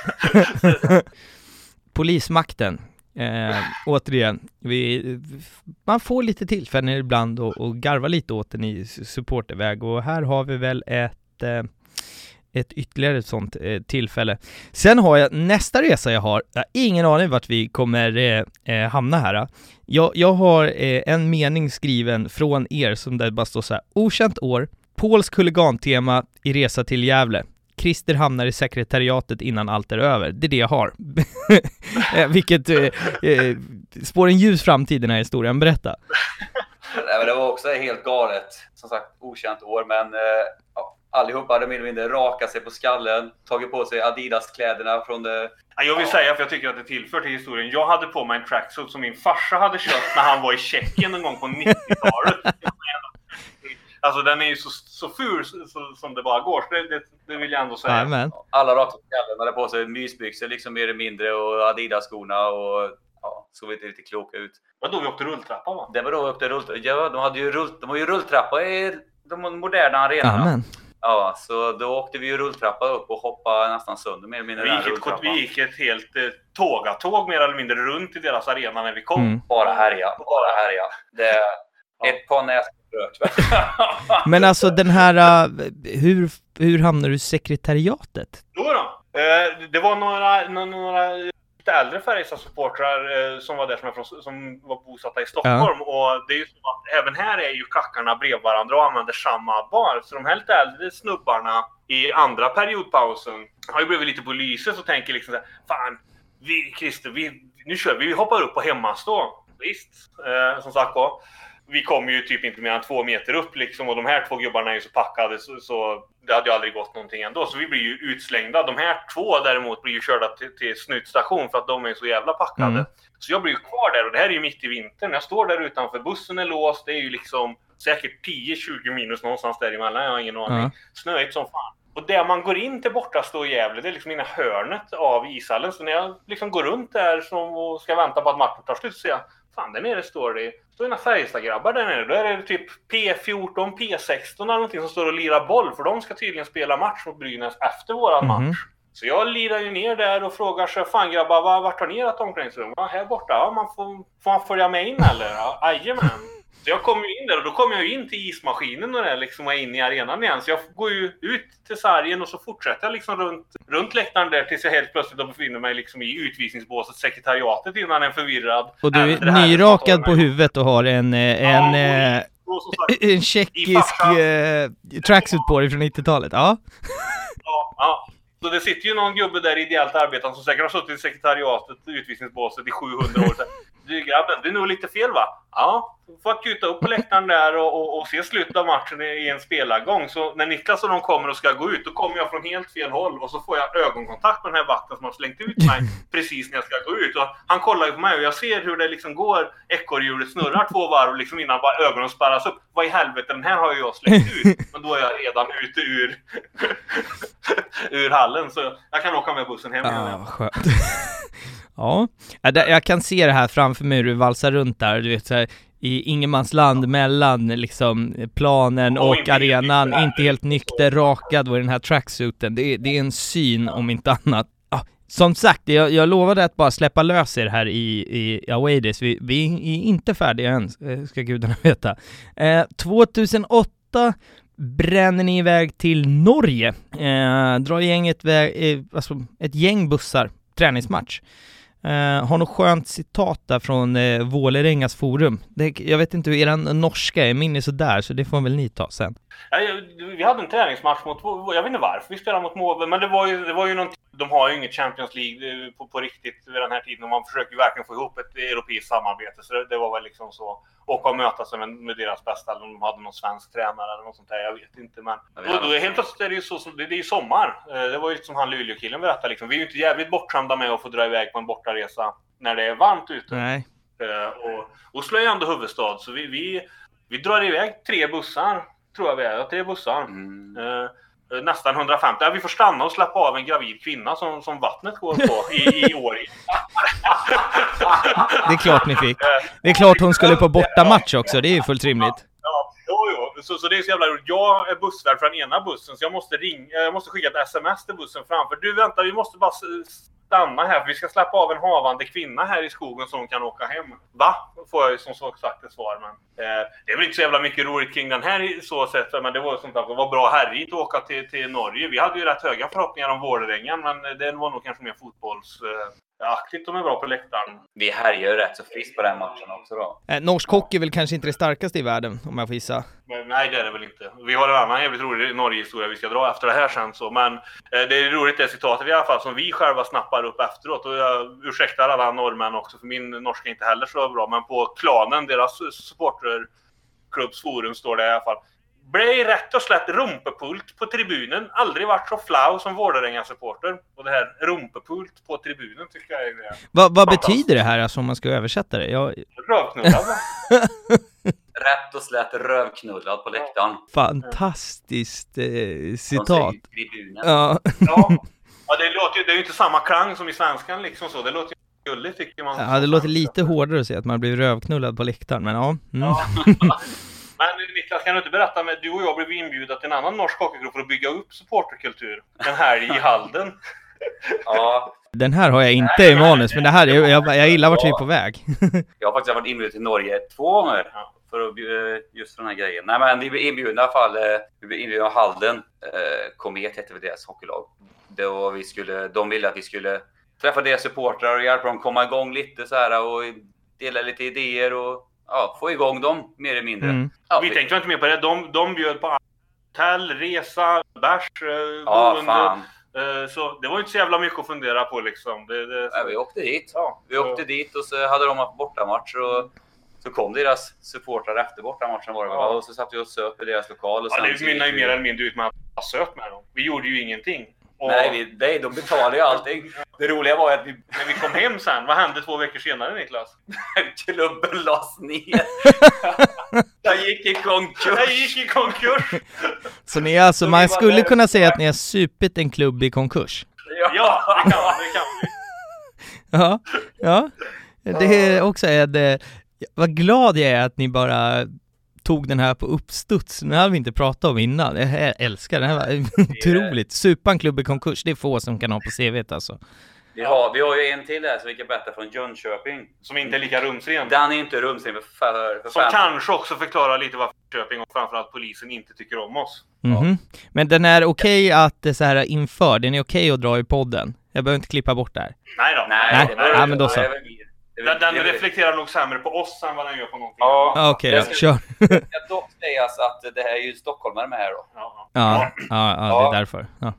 S1: Polismakten. Eh, återigen, vi, man får lite tillfällen ibland och, och garva lite åt den i supporterväg och här har vi väl ett ett ytterligare sånt eh, tillfälle. Sen har jag nästa resa jag har, jag har ingen aning vart vi kommer eh, hamna här. Jag, jag har eh, en mening skriven från er som där bara står så här: okänt år, polsk huligantema i resa till Gävle. Christer hamnar i sekretariatet innan allt är över. Det är det jag har. Vilket eh, eh, spår en ljus framtid i den här historien. Berätta.
S2: Nej, men det var också helt galet. Som sagt, okänt år, men eh, ja. Allihopa hade mer eller mindre rakat sig på skallen, tagit på sig Adidas-kläderna från det...
S3: Ja, jag vill ja. säga, för jag tycker att det tillför till historien. Jag hade på mig en tracksuit som min farsa hade köpt när han var i Tjeckien en gång på nittiotalet. Alltså den är ju så, så ful så, som det bara går. Det, det, det vill jag ändå säga.
S1: Amen.
S2: Alla rakt på skallen hade på sig mysbyxor liksom mer eller mindre och Adidas-skorna och ja, såg inte lite kloka ut.
S3: Det var då vi åkte rulltrappa, va?
S2: Det var då vi åkte rulltrappa. Ja, de hade ju rull, de var ju rulltrappa i de moderna arenorna.
S1: Amen.
S2: Ja, så då åkte vi ju rulltrappa upp och hoppade nästan sönder mer eller mindre.
S3: Vi gick, ett, vi gick ett helt eh, tågatåg mer eller mindre runt i deras arena när vi kom.
S1: Mm.
S2: Bara härja, bara härja. Det är ja. ett par näsbröt.
S1: Men alltså den här, hur, hur hamnar du i sekretariatet?
S3: Då då? Eh, det var några, några lite äldre Färjestad-supportrar eh, som var där som, är från, som var bosatta i Stockholm. Ja. Och det är ju så att även här är ju kackarna bredvid varandra och använder samma bar. Så de här lite äldre snubbarna i andra periodpausen har ju blivit lite på lyset och tänker liksom så här, fan, vi, Christer, vi, nu kör vi, vi hoppar upp på hemmastå. Visst, eh, som sagt då. Vi kom ju typ inte mer än två meter upp liksom, och de här två gubbarna är ju så packade så, så det hade ju aldrig gått någonting ändå. Så vi blir ju utslängda. De här två däremot blir ju körda till, till snutstation för att de är så jävla packade. Mm. Så jag blir ju kvar där och det här är ju mitt i vintern. Jag står där utanför, bussen är låst. Det är ju liksom säkert tio tjugo minus någonstans däremellan. Jag har ingen aning. Mm. Snöigt som fan. Och där man går in till borta stå i Gävle, det är liksom ena hörnet av ishallen. Så när jag liksom går runt där som och ska vänta på att matchen tar slut så säger jag, fan, där nere står det står ena Färjestad-grabbar där nere. Då är det typ P fjorton, P sexton eller någonting som står och lirar boll. För de ska tydligen spela match mot Brynäs efter våran mm-hmm. match. Så jag lirar ju ner där och frågar så fan grabbar, vart har ni ert omklädningsrum? Ja, här borta. Ja, man får, får man följa med in eller? Ja, ajamän. Så jag kommer ju in där och då kommer jag ju in till ismaskinen och det liksom är inne i arenan igen. Så jag går ju ut till sargen och så fortsätter jag liksom runt, runt läktaren där tills jag helt plötsligt då befinner mig liksom i utvisningsbåset, sekretariatet innan en förvirrad.
S1: Och du är nyrakad på huvudet och har en, en, ja, en, en tjeckisk eh, tracksuit på dig från nittiotalet. Ja.
S3: Ja, ja. Så det sitter ju någon gubbe där ideellt arbetande som säkert har suttit i sekretariatet, utvisningsbåset i sjuhundra år sedan. Du grabben, det är nog lite fel va? Ja, får att kuta upp på läktaren där och, och, och se slutet av matchen i en spelargång. Så när Niklas och de kommer och ska gå ut, då kommer jag från helt fel håll och så får jag ögonkontakt med den här vakten som har slängt ut mig precis när jag ska gå ut. Och han kollar ju på mig och jag ser hur det liksom går, ekorrhjulet snurrar två varv liksom innan bara ögonen spärras upp. Vad i helvete, den här har ju jag slängt ut. Men då är jag redan ute ur, ur hallen så jag kan åka med bussen hem.
S1: Ja, vad skönt. Ja, jag kan se det här framför mig hur du valsar runt där, du vet så här, i ingenmansland mellan liksom planen och, och arenan, inte helt nykter, rakad och i den här tracksuiten. Det är, det är en syn om inte annat. Ja, som sagt, jag, jag lovade att bara släppa lös er här i, i Away Days. Vi, vi är inte färdiga än, ska gudarna veta. Eh, tjugohundraåtta bränner ni iväg till Norge. Eh, drar gänget väg, eh, alltså ett gäng bussar, träningsmatch. Uh, har något skönt citat där från uh, Vålerengas forum. Det, jag vet inte hur er norska är, min är sådär, så det får väl ni ta sen.
S3: Ja, vi hade en träningsmatch mot, jag vet inte varför vi spelade mot Måvel, men det var ju, det var ju någonting, de har ju inget Champions League på, på riktigt vid den här tiden och man försöker ju verkligen få ihop ett europeiskt samarbete, så det, det var väl liksom så, åka och möta sig med, med deras bästa, eller om de hade någon svensk tränare eller något sånt där, jag vet inte, men då, då helt plötsligt är det ju så, det, det är ju sommar, det var ju som han Luleå-killen berättade liksom, vi är ju inte jävligt bortskämda med att få dra iväg på en bortaresa när det är varmt ute.
S1: Nej.
S3: Och Oslo är ändå huvudstad, så vi, vi, vi drar iväg tre bussar. Tror jag vi är, tre bussar. Mm. Uh, nästan hundrafemtio. Ja, vi får stanna och släppa av en gravid kvinna som, som vattnet går på i, i år.
S1: Det är klart ni fick. Det är klart hon skulle på bortamatch också, det är ju fullt rimligt.
S3: Ja, jo, jo. Så, så det är så jävla roligt. Jag är bussvärd för den ena bussen, så jag måste, ringa, jag måste skicka ett sms till bussen framför. Du, vänta, vi måste bara stanna här, för vi ska släppa av en havande kvinna här i skogen som kan åka hem. Va? Får jag ju som sagt ett svar, men eh, det är väl inte så jävla mycket roligt kring den här så sätt, men det var som sagt, det var bra härligt att åka till, till Norge. Vi hade ju rätt höga förhoppningar om Vålerengen, men det var nog kanske mer fotbolls... Eh, aktivt, de är bra på läktaren.
S2: Vi härjar ju rätt så friskt på den matchen också då.
S1: Eh, norsk hockey är väl kanske inte det starkaste i världen, om jag får gissa.
S3: Men, nej, det är det väl inte. Vi har en annan jävligt rolig Norge-historia vi ska dra efter det här sen så. Men eh, det är roligt det citatet i alla fall som vi själva snappar upp efteråt. Och jag ursäktar alla norrmän också, för min norska är inte heller så bra. Men på klanen, deras supporterklubbsforum står det i alla fall: blev rätt och slätt rumpepult på tribunen. Aldrig varit så flau som Vålerenga-supporter. Och det här rumpepult på tribunen tycker jag är det.
S1: Va, vad betyder det här alltså, om man ska översätta det? Jag...
S3: Rövknullad.
S2: Rätt och slätt rövknullad på läktaren.
S1: Fantastiskt eh, citat.
S3: Ja. Ja. Ja, det låter ju, det är ju inte samma klang som i svenskan liksom så. Det låter ju gulligt tycker man.
S1: Ja, det låter lite hårdare att säga att man blir rövknullad på läktaren, men ja. Mm.
S3: Ja. Men Niklas, kan du inte berätta, med, du och jag blev inbjudna till en annan norsk hockeyklubb för att bygga upp supporterkultur den här i Halden.
S2: Ja.
S1: Den här har jag inte i manus, men det här, jag, jag, jag gillar vart vi är på väg.
S2: Jag har faktiskt varit inbjuden till Norge två gånger för att, just för den här grejen. Nej, men vi blev inbjudna i alla fall. Vi blev inbjudna av Halden. Komet hette vi deras hockeylag. Då vi skulle, de ville att vi skulle träffa deras supportrar och hjälpa dem komma igång lite så här och dela lite idéer och ja, få igång dem mer eller mindre.
S1: Mm.
S3: Ja, vi, vi tänkte inte mer på det. De, de bjöd på hotell, resa, bärs,
S2: ja,
S3: boende.
S2: Fan.
S3: Så det var inte så jävla mycket att fundera på liksom. Det, det,
S2: ja, vi åkte dit.
S3: Ja,
S2: vi åkte dit och så hade de haft bortamatch och så kom deras supportrar efter bortamatchen var det ja. Och så satt vi och söp i deras lokal. Och
S3: ja, det mynnar ju mer eller mindre ut med att söp med dem. Vi gjorde ju ingenting. Och...
S2: Nej, vi, nej, de betalade ju allting. Det roliga var ju att vi...
S3: När vi kom hem sen, vad hände två veckor senare, Niklas?
S2: Klubben lades ner. Jag gick i konkurs.
S3: Jag gick i konkurs.
S1: Så ni är alltså, så man skulle där... kunna säga att ni har supit en klubb i konkurs.
S3: Ja, ja det kan det kan vi.
S1: Ja, ja. Det är också är vad glad jag är att ni bara tog den här på uppstuds. Nu hade vi inte pratat om innan. Jag älskar den här. Var otroligt. Supan klubb i konkurs. Det är få som kan ha på C V:t alltså.
S2: Vi har, vi har ju en till här som vi kan berätta från Jönköping.
S3: Som inte är lika rumsren.
S2: Den är inte rumsren för, för, för
S3: Som kanske också förklarar lite varför Jönköping och framförallt polisen inte tycker om oss.
S1: Mm-hmm. Ja. Men den är okej okay att så här inför. Den är okej okay att dra i podden. Jag behöver inte klippa bort det här.
S3: Nej då.
S1: Nej, Nej. Det ja, men då så.
S3: Den, den reflekterar nog sämre på oss än vad den gör på någonting.
S2: Ja,
S1: ah, okej, okay, kör.
S2: Jag dock sägas att det här är ju stockholmare med här då.
S3: Ja,
S1: ja, ja, ja det är därför. Ja.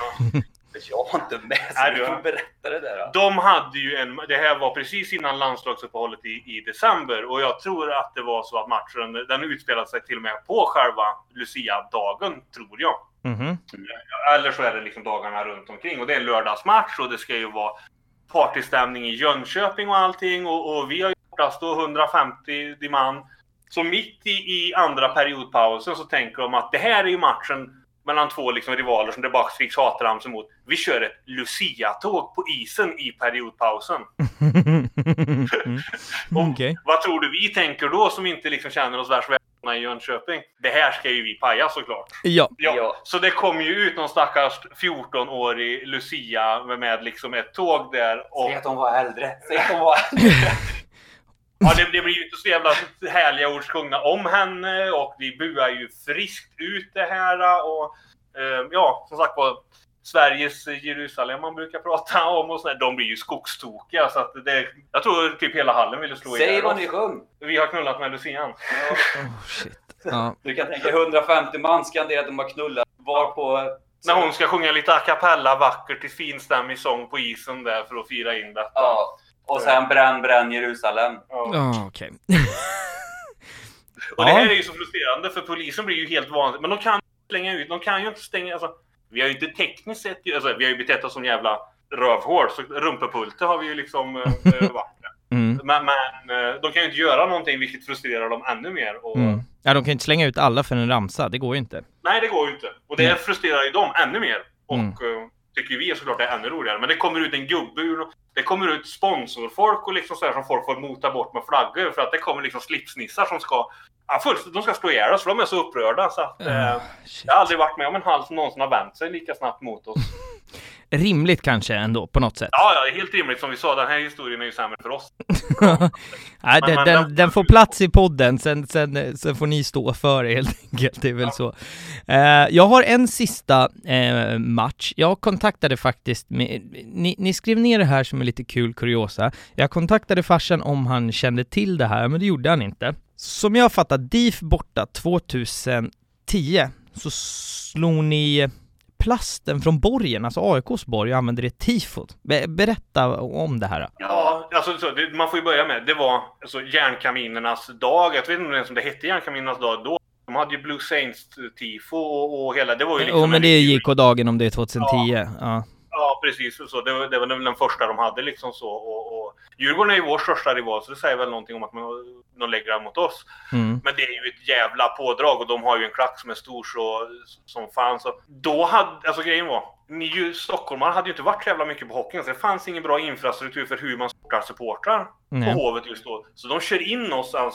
S2: Jag har inte med så du får berätta det där. Då.
S3: De hade ju en, det här var precis innan landslagsuppehållet i, i december. Och jag tror att det var så att matchen, den utspelade sig till och med på själva Lucia-dagen, tror jag.
S1: Mm-hmm.
S3: Eller så är det liksom dagarna runt omkring. Och det är en lördagsmatch och det ska ju vara partystämning i Jönköping och allting. Och, och vi har gjort då hundrafemtio man. Så mitt i, i andra periodpausen så tänker de att det här är ju matchen mellan två liksom rivaler som det bara fick hatramsor mot. Vi kör ett Lucia-tåg på isen i periodpausen.
S1: mm. Okay.
S3: Vad tror du vi tänker då som inte liksom känner oss världsvälkomna i Jönköping? Det här ska ju vi paja såklart.
S1: Ja.
S3: ja. ja. Så det kom ju ut någon stackars fjorton-årig Lucia med, med liksom ett tåg där. Och...
S2: Säg att de var äldre. Säg att de var äldre.
S3: Ja, det, det blir ju inte så jävla härliga ord sjungna om henne och vi buar ju friskt ut det här och eh, ja, som sagt var Sveriges Jerusalem man brukar prata om och sådär, de blir ju skogstokiga så att det, jag tror typ hela hallen ville slå
S2: Säg vad ni sjöng.
S3: Vi har knullat med Lucian.
S1: Ja. Oh, shit. Ja.
S2: Du kan tänka hundrafemtio man skanderar att de har knullat var på...
S3: När hon ska sjunga lite a cappella vackert till finstämmig sång på isen där för att fira in detta.
S2: Ja. Och sen bränn, bränn Jerusalem.
S1: Ja, oh, okej. Okay.
S3: Och det här är ju så frustrerande för polisen blir ju helt vanligt. Men de kan slänga ut, de kan ju inte stänga, alltså, vi har ju inte tekniskt sett, alltså, vi har ju betett oss som jävla rövhår. Så rumpepulte har vi ju liksom äh, varit. Mm. Men, men de kan ju inte göra någonting vilket frustrerar dem ännu mer. Och...
S1: Mm. Ja, de kan ju inte slänga ut alla för en ramsa, det går ju inte.
S3: Nej, det går ju inte. Och det mm. frustrerar ju dem ännu mer. Och
S1: mm.
S3: uh, tycker vi är såklart det är ännu roligare. Men det kommer ut en gubbe ur, det kommer ut sponsorfolk och liksom så här som folk får mota bort med flaggor. För att det kommer liksom slipsnissar som ska, ja, först, de ska stå ihjäl oss för de är så upprörda. Så att, uh, uh, jag har aldrig varit med om en hals som någonsin har vänt sig lika snabbt mot oss.
S1: Rimligt kanske ändå, på något sätt.
S3: Ja, ja, helt rimligt som vi sa. Den här historien är ju sämre för oss.
S1: Nej, den, men, den, den får plats i podden. Sen, sen, sen får ni stå för det helt enkelt. Det är väl ja. så. Uh, jag har en sista uh, match. Jag kontaktade faktiskt med, ni, ni skrev ner det här som är lite kul kuriosa. Jag kontaktade farsan om han kände till det här, men det gjorde han inte. Som jag fattar, D I F borta tjugohundratio så slog ni plasten från borgen, alltså A I K:s borg, och använde det tifot. Be- berätta om det här.
S3: Ja, alltså så, det, man får ju börja med, det var alltså, järnkaminernas dag. Jag vet inte om det hette järnkaminernas dag då. De hade ju Blue Saints tifo och, och hela, det var ju liksom...
S1: Jo, men det är J K-dagen om det är tjugohundratio.
S3: Ja,
S1: ja.
S3: ja precis. Så det, det var den första de hade liksom så. Och, och Djurgården är ju vår största rival, så det säger väl någonting om att man, de lägger det mot oss. Mm. Men det är ju ett jävla pådrag och de har ju en klack som är stor så, som fan. Så då hade, alltså grejen var, ni ju stockholmare hade ju inte varit så jävla mycket på hockeyn. Så det fanns ingen bra infrastruktur för hur man sportar supportrar på Hovet just då. Så de kör in oss alltså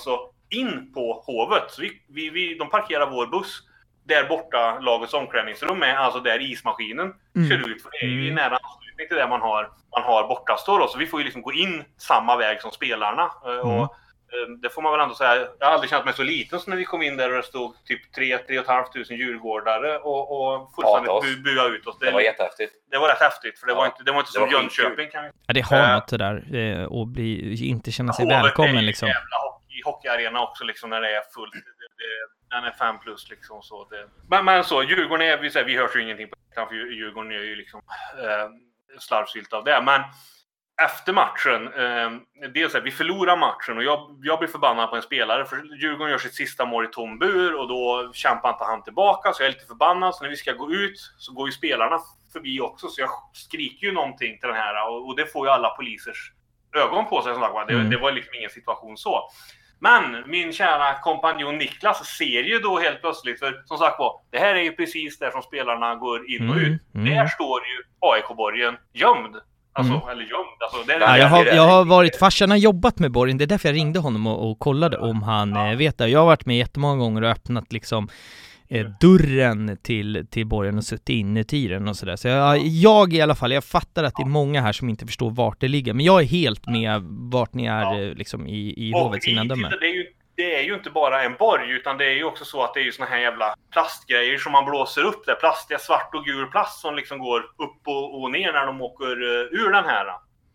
S3: in på Hovet. Så vi, vi, vi, de parkerar vår buss där borta lagets omklädningsrum är, alltså där ismaskinen mm. kör ut. För det är ju i nära anslutning till där man har, man har bortastå då. Så vi får ju liksom gå in samma väg som spelarna. Mm. Och det får man väl ändå säga, jag har aldrig känt mig så liten som när vi kom in där och det stod typ tre till tre och ett halvt tusen djurgårdare och, och fullständigt bu, bua ut oss.
S2: Det, det var jättehäftigt.
S3: Det var rätt häftigt, för det
S2: ja.
S3: var inte, det var inte som Jönköping. Kan vi...
S1: Ja, det har något det där och bli, inte känna sig ja, välkommen liksom.
S3: Jävla hockey, hockeyarena också liksom när det är fullt. Det, det, den är fem plus liksom så. Det... Men, men så, Djurgården är, vi, säger, vi hörs ju ingenting på det, för Djurgården är ju liksom eh, slarvsylt av det. Men efter matchen, eh, dels är vi förlorar matchen och jag, jag blir förbannad på en spelare för Djurgården gör sitt sista mål i tom bur och då kämpar inte han tillbaka så jag är lite förbannad. Så när vi ska gå ut så går ju spelarna förbi också så jag skriker ju någonting till den här och, och det får ju alla polisers ögon på sig. Som sagt, det, mm. det var liksom ingen situation så. Men min kära kompanjon Niklas ser ju då helt plötsligt, för som sagt var, det här är ju precis där som spelarna går in och ut. Mm. Mm. Där står ju A I K-borgen gömd. Alltså, mm. eller gömd. Alltså, det är
S1: ja, jag, har, jag har varit, farsan har jobbat med borgen, det är därför jag ringde honom och, och kollade om han ja. vet det. Jag har varit med jättemånga gånger och öppnat liksom eh, dörren till, till borgen och suttit inuti den och sådär. Så jag, jag i alla fall, jag fattar att det är många här som inte förstår vart det ligger. Men jag är helt med vart ni är ja. liksom i, i hovets innandöme.
S3: Det är ju Det är ju inte bara en borg utan det är ju också så att det är ju såna här jävla plastgrejer som man blåser upp där. Plastiga, svart och gul plast som liksom går upp och, och ner när de åker uh, ur den här.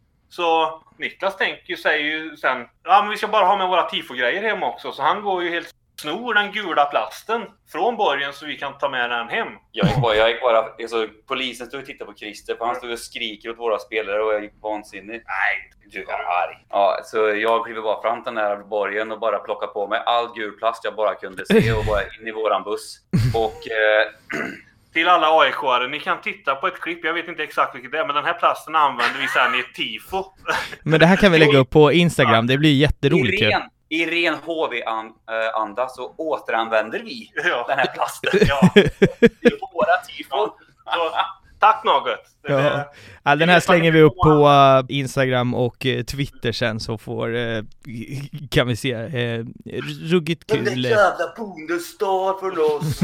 S3: Så Niklas tänker ju, säger ju sen, ja men vi ska bara ha med våra tifo-grejer hem också. Så han går ju helt snor den gula plasten från borgen så vi kan ta med den hem.
S2: Jag gick bara, jag gick bara alltså, polisen stod och tittade på Christer för han stod och skriker åt våra spelare och jag gick vansinnig.
S3: Nej,
S2: du är arg. Ja, så jag kliver bara fram till den här borgen och bara plockar på mig all gul plast jag bara kunde se och bara in i våran buss. Och eh,
S3: till alla A I K-are, ni kan titta på ett klipp, jag vet inte exakt vilket det är, men den här plasten använder vi sen i ett tifo.
S1: Men det här kan vi lägga upp på Instagram, det blir jätteroligt.
S2: I ren, i ren H V-anda så återanvänder vi ja. den här plasten. Ja. Det är våra tifo.
S3: Ja. Tack något.
S1: Ja. Ja, den här slänger vi upp på uh, Instagram och uh, Twitter sen så får uh, kan vi se uh, ruggigt kul.
S2: Den jävla bondestad för oss.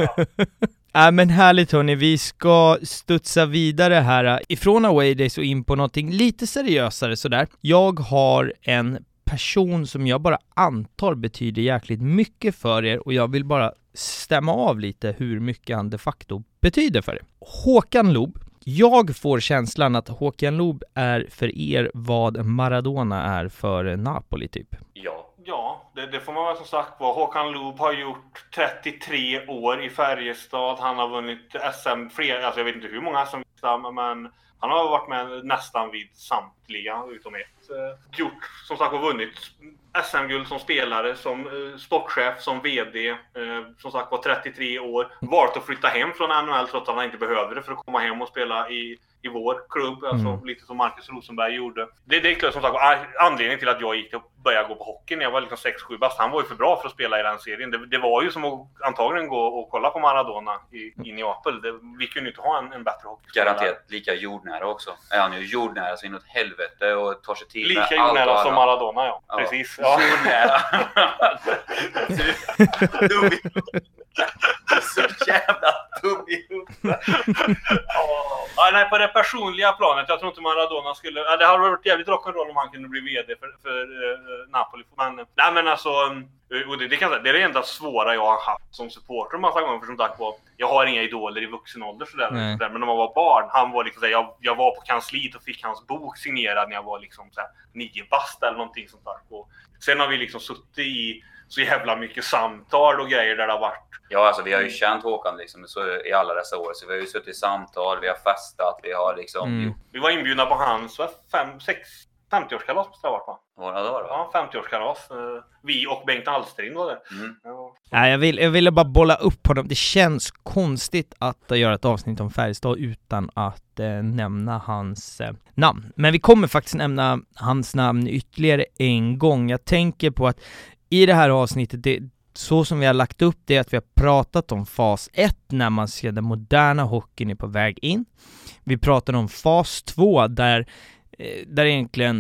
S1: Ja, men härligt hörni, vi ska studsa vidare här ifrån Away Days och in på någonting lite seriösare sådär. Jag har en person som jag bara antar betyder jäkligt mycket för er och jag vill bara stämma av lite hur mycket han de facto betyder för er. Håkan Loob. Jag får känslan att Håkan Loob är för er vad Maradona är för Napoli typ.
S2: Ja.
S3: Ja, det, det får man väl som sagt vara. Håkan Loob har gjort trettiotre år i Färjestad. Han har vunnit S M, fler, alltså jag vet inte hur många S M, men han har varit med nästan vid samtliga utom ett. Gjort, som sagt, har vunnit S M-guld som spelare, som eh, sportchef, som vd. Eh, som sagt var trettiotre år. Valt att flytta hem från N H L trots att han inte behövde det för att komma hem och spela i, i vår klubb. Alltså mm. lite som Marcus Rosenberg gjorde. Det, det är klart som sagt anledningen till att jag gick och började gå på hockey när jag var liksom sex sju bast. Han var ju för bra för att spela i den serien. Det, det var ju som att antagligen gå och kolla på Maradona i, i Neapel. Det, vi kunde inte ha en, en bättre hockey.
S2: Garanterat lika jordnära också. Är han ju jordnära så inåt helvete och tar sig tid
S3: lika med allt. Lika jordnära som Maradona, ja. ja. Precis. Ja.
S2: Jordnära. Dum i så jävla dum i huvudet.
S3: Ja, nej, på det personliga planet, jag tror inte Maradona skulle... Ja, det hade varit jävligt rock'n'roll om han kunde bli vd för, för uh, Napoli. Men, nej, men alltså... Och det, det, kan, det är det enda svåra jag har haft som supporter massa gånger. För som sagt var, jag har inga idoler i vuxen ålder sådär, sådär. Men när man var barn, han var liksom såhär, jag, jag var på kansliet och fick hans bok signerad när jag var liksom såhär, nio bast eller någonting sånt där. Och sen har vi liksom suttit i så jävla mycket samtal och grejer där det har varit.
S2: Ja, alltså vi har ju känt Håkan liksom så i alla dessa år. Så vi har ju suttit i samtal, vi har festat, vi har liksom...
S3: Mm. Vi var inbjudna på hans fem, sex, femtioårskalas måste det ha varit, va?
S2: Ja, det var det.
S3: Ja, femtioårskalas. Vi och Bengt Alstrin var det.
S2: Mm.
S3: Ja.
S1: Nej, jag, vill, jag ville bara bolla upp på dem. Det känns konstigt att göra ett avsnitt om Färjestad utan att eh, nämna hans eh, namn. Men vi kommer faktiskt nämna hans namn ytterligare en gång. Jag tänker på att i det här avsnittet, det, så som vi har lagt upp det, är att vi har pratat om fas ett när man ser den moderna hockeyn är på väg in. Vi pratar om fas två där, där egentligen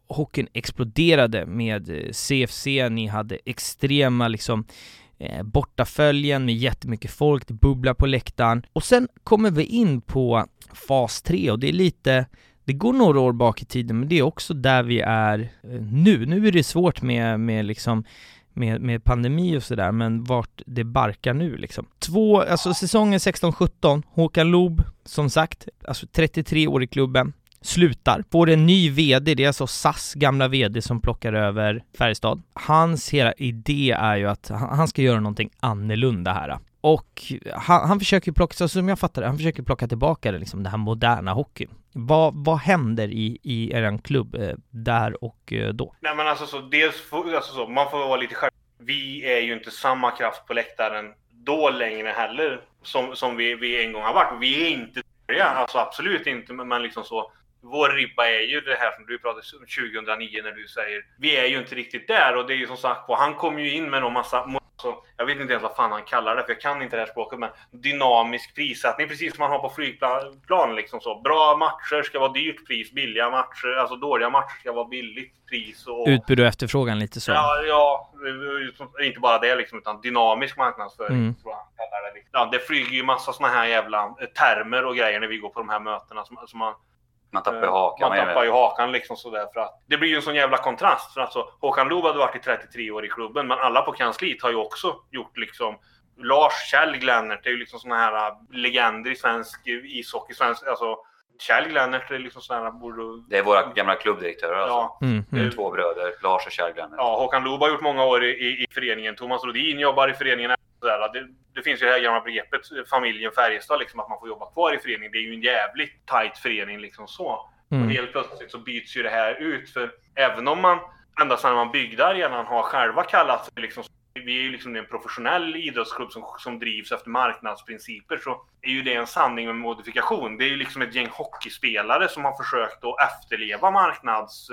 S1: hockeyn exploderade med C F C. Ni hade extrema liksom eh, bortaföljen med jättemycket folk, det bubblar på läktaren. Och sen kommer vi in på fas tre och det är lite, det går några år bak i tiden, men det är också där vi är eh, nu. Nu är det svårt med, med liksom Med, med pandemi och sådär, men vart det barkar nu liksom. Två, alltså säsongen sexton sjutton, Håkan Loob, som sagt, alltså trettiotre år i klubben, slutar. Får en ny vd, det är alltså S A S gamla vd som plockar över Färjestad. Hans hela idé är ju att han, han ska göra någonting annorlunda här. Och han, han försöker plocka, så som jag fattar det, han försöker plocka tillbaka det, liksom, det här moderna hockeyn. Vad, vad händer i, i er klubb eh, där och eh, då?
S3: Nej men alltså så, dels får, alltså så, man får vara lite själv. Vi är ju inte samma kraft på läktaren då längre heller som, som vi, vi en gång har varit. Vi är inte dåliga, alltså absolut inte, men liksom så. Vår ribba är ju det här som du pratade om tjugohundranio när du säger vi är ju inte riktigt där, och det är ju som sagt, han kom ju in med någon massa, så jag vet inte ens vad fan han kallar det, för jag kan inte det här språket, men dynamisk prissättning, precis som man har på flygplan liksom så. Bra matcher ska vara dyrt pris, billiga matcher, alltså dåliga matcher ska vara billigt pris. Och
S1: utbud och efterfrågan lite så.
S3: Ja, ja, inte bara det liksom, utan dynamisk marknadsföring mm. tror jag kallar det. Ja, det flyger ju massa såna här jävla termer och grejer när vi går på de här mötena som, som man
S2: Man tappar ju hakan.
S3: Man tappar ju hakan liksom sådär, för att det blir ju en sån jävla kontrast. För att så, Håkan Loob hade varit i trettiotre år i klubben, men alla på kansliet har ju också gjort liksom Lars Kjell Glennert, det är ju liksom såna här legender i svensk ishockey, svensk, alltså Kjell Glennert är liksom såna här borde...
S2: Det är våra gamla klubbdirektörer alltså.
S3: Ja.
S1: Mm,
S2: det är
S1: mm.
S2: två bröder, Lars och Kjell Glennert.
S3: Ja, Håkan Loob har gjort många år i, i, i föreningen. Thomas Rodin jobbar i föreningen. Det, det finns ju det här gamla begreppet familjen Färjestad liksom, att man får jobba kvar i föreningen. Det är ju en jävligt tight förening liksom så. Mm. Och helt plötsligt så byts ju det här ut, för även om man ända sedan man byggde arenan har själva kallat sig liksom, vi är ju liksom en professionell idrottsklubb som, som drivs efter marknadsprinciper, så är ju det en sanning med modifikation. Det är ju liksom ett gäng hockeyspelare som har försökt att efterleva marknads...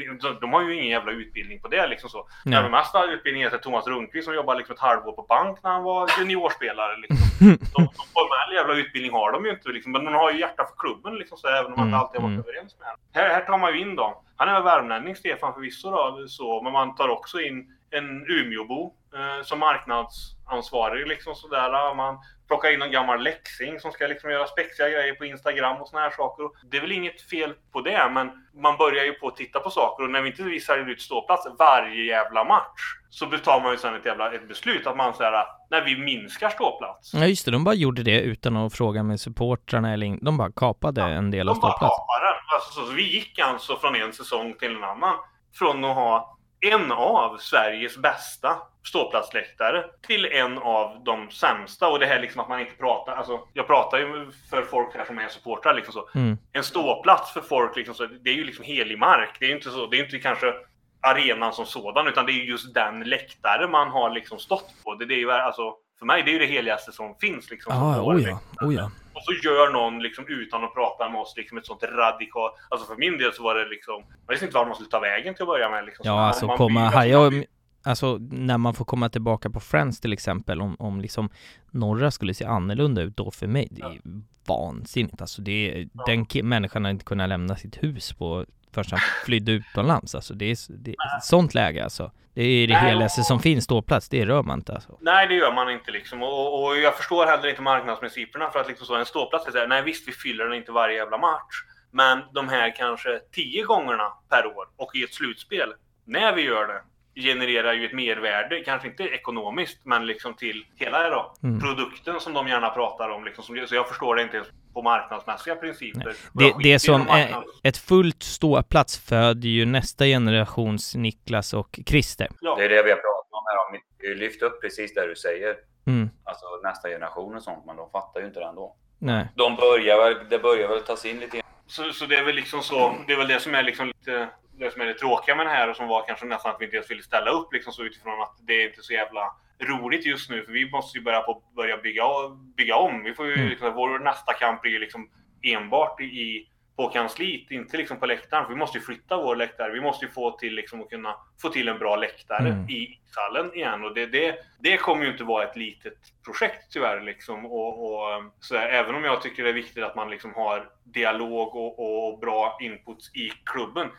S3: De har ju ingen jävla utbildning på det liksom så. Mm. Den mesta utbildningen heter Thomas Rundqvist som jobbar liksom ett halvår på bank när han var juniorspelare liksom. De, de formell jävla utbildning har de ju inte liksom, men de har ju hjärta för klubben liksom, så även om man inte alltid har varit överens med det. Här, här tar man ju in dem. Han är värmlänning, Stefan förvisso då, så, men man tar också in en Umeåbo eh, som marknadsansvarig liksom sådär. Man plockar in en gammal läxing som ska liksom göra spexiga grejer på Instagram och såna här saker. Det är väl inget fel på det, men man börjar ju på att titta på saker, och när vi inte visar ut ståplats varje jävla match så tar man ju sen ett jävla ett beslut att man säger när vi minskar ståplats.
S1: Ja just det, de bara gjorde det utan att fråga med supportrarna eller de bara kapade ja, en del av ståplats.
S3: De bara kapade. Alltså, så, så vi gick alltså från en säsong till en annan från att ha en av Sveriges bästa ståplatsläktare till en av de sämsta. Och det här liksom att man inte pratar, alltså jag pratar ju för folk här som är supportrar liksom så. Mm. En ståplats för folk liksom så, det är ju liksom helig mark. Det är ju inte så, det är inte kanske arenan som sådan, utan det är just den läktare man har liksom stått på. Det, det är ju alltså för mig, det är ju det heligaste som finns liksom.
S1: Ah, som oh ja, oh ja.
S3: Och så gör någon liksom utan att prata med oss liksom ett sånt radikalt, alltså för min del så var det liksom, jag visste inte var man skulle ta vägen till att börja med liksom.
S1: Ja,
S3: så
S1: alltså
S3: man
S1: komma
S3: blir,
S1: här, jag, alltså när man får komma tillbaka på Friends till exempel, om, om liksom norra skulle se annorlunda ut då för mig, det är ja. vansinnigt, alltså det är, ja. den ki- människan har inte kunnat lämna sitt hus på först han flydde utomlands, alltså det är, det är ett sånt läge alltså. Det är det heligaste som finns ståplats, det rör man inte alltså.
S3: Nej, det gör man inte liksom, och, och jag förstår heller inte marknadsprinciperna, för att liksom så en ståplats är så här, nej visst vi fyller den inte varje jävla match, men de här kanske tio gångerna per år och i ett slutspel, när vi gör det, genererar ju ett mervärde, kanske inte ekonomiskt, men liksom till hela då, mm. produkten som de gärna pratar om liksom, som, så jag förstår det inte på marknadsmässiga principer.
S1: Det, det är som är ett fullt ståplats föder ju nästa generations Niklas och Christer.
S2: Ja. Det är det vi har pratat om här, vi har lyft upp precis det du säger.
S1: Mm.
S2: Alltså nästa generation och sånt, men de fattar ju inte det ändå.
S1: Nej.
S2: De börjar väl, det börjar väl tas in lite.
S3: Så, så det är väl liksom så, det är väl det som är liksom lite det som är det tråkiga med det här, och som var kanske nästan att vi inte ens ville ställa upp liksom, så utifrån att det är inte så jävla roligt just nu, för vi måste ju börja på börja bygga bygga om. Vi får ju mm. liksom, vår nästa kamp blir ju liksom enbart i på kansliet, inte liksom på läktaren, för vi måste ju flytta vår läktare. Vi måste ju få till liksom att kunna få till en bra läktare mm. i ishallen igen, och det det det kommer ju inte vara ett litet projekt tyvärr liksom, och, och så här, även om jag tycker det är viktigt att man liksom har dialog och, och bra inputs i klubben.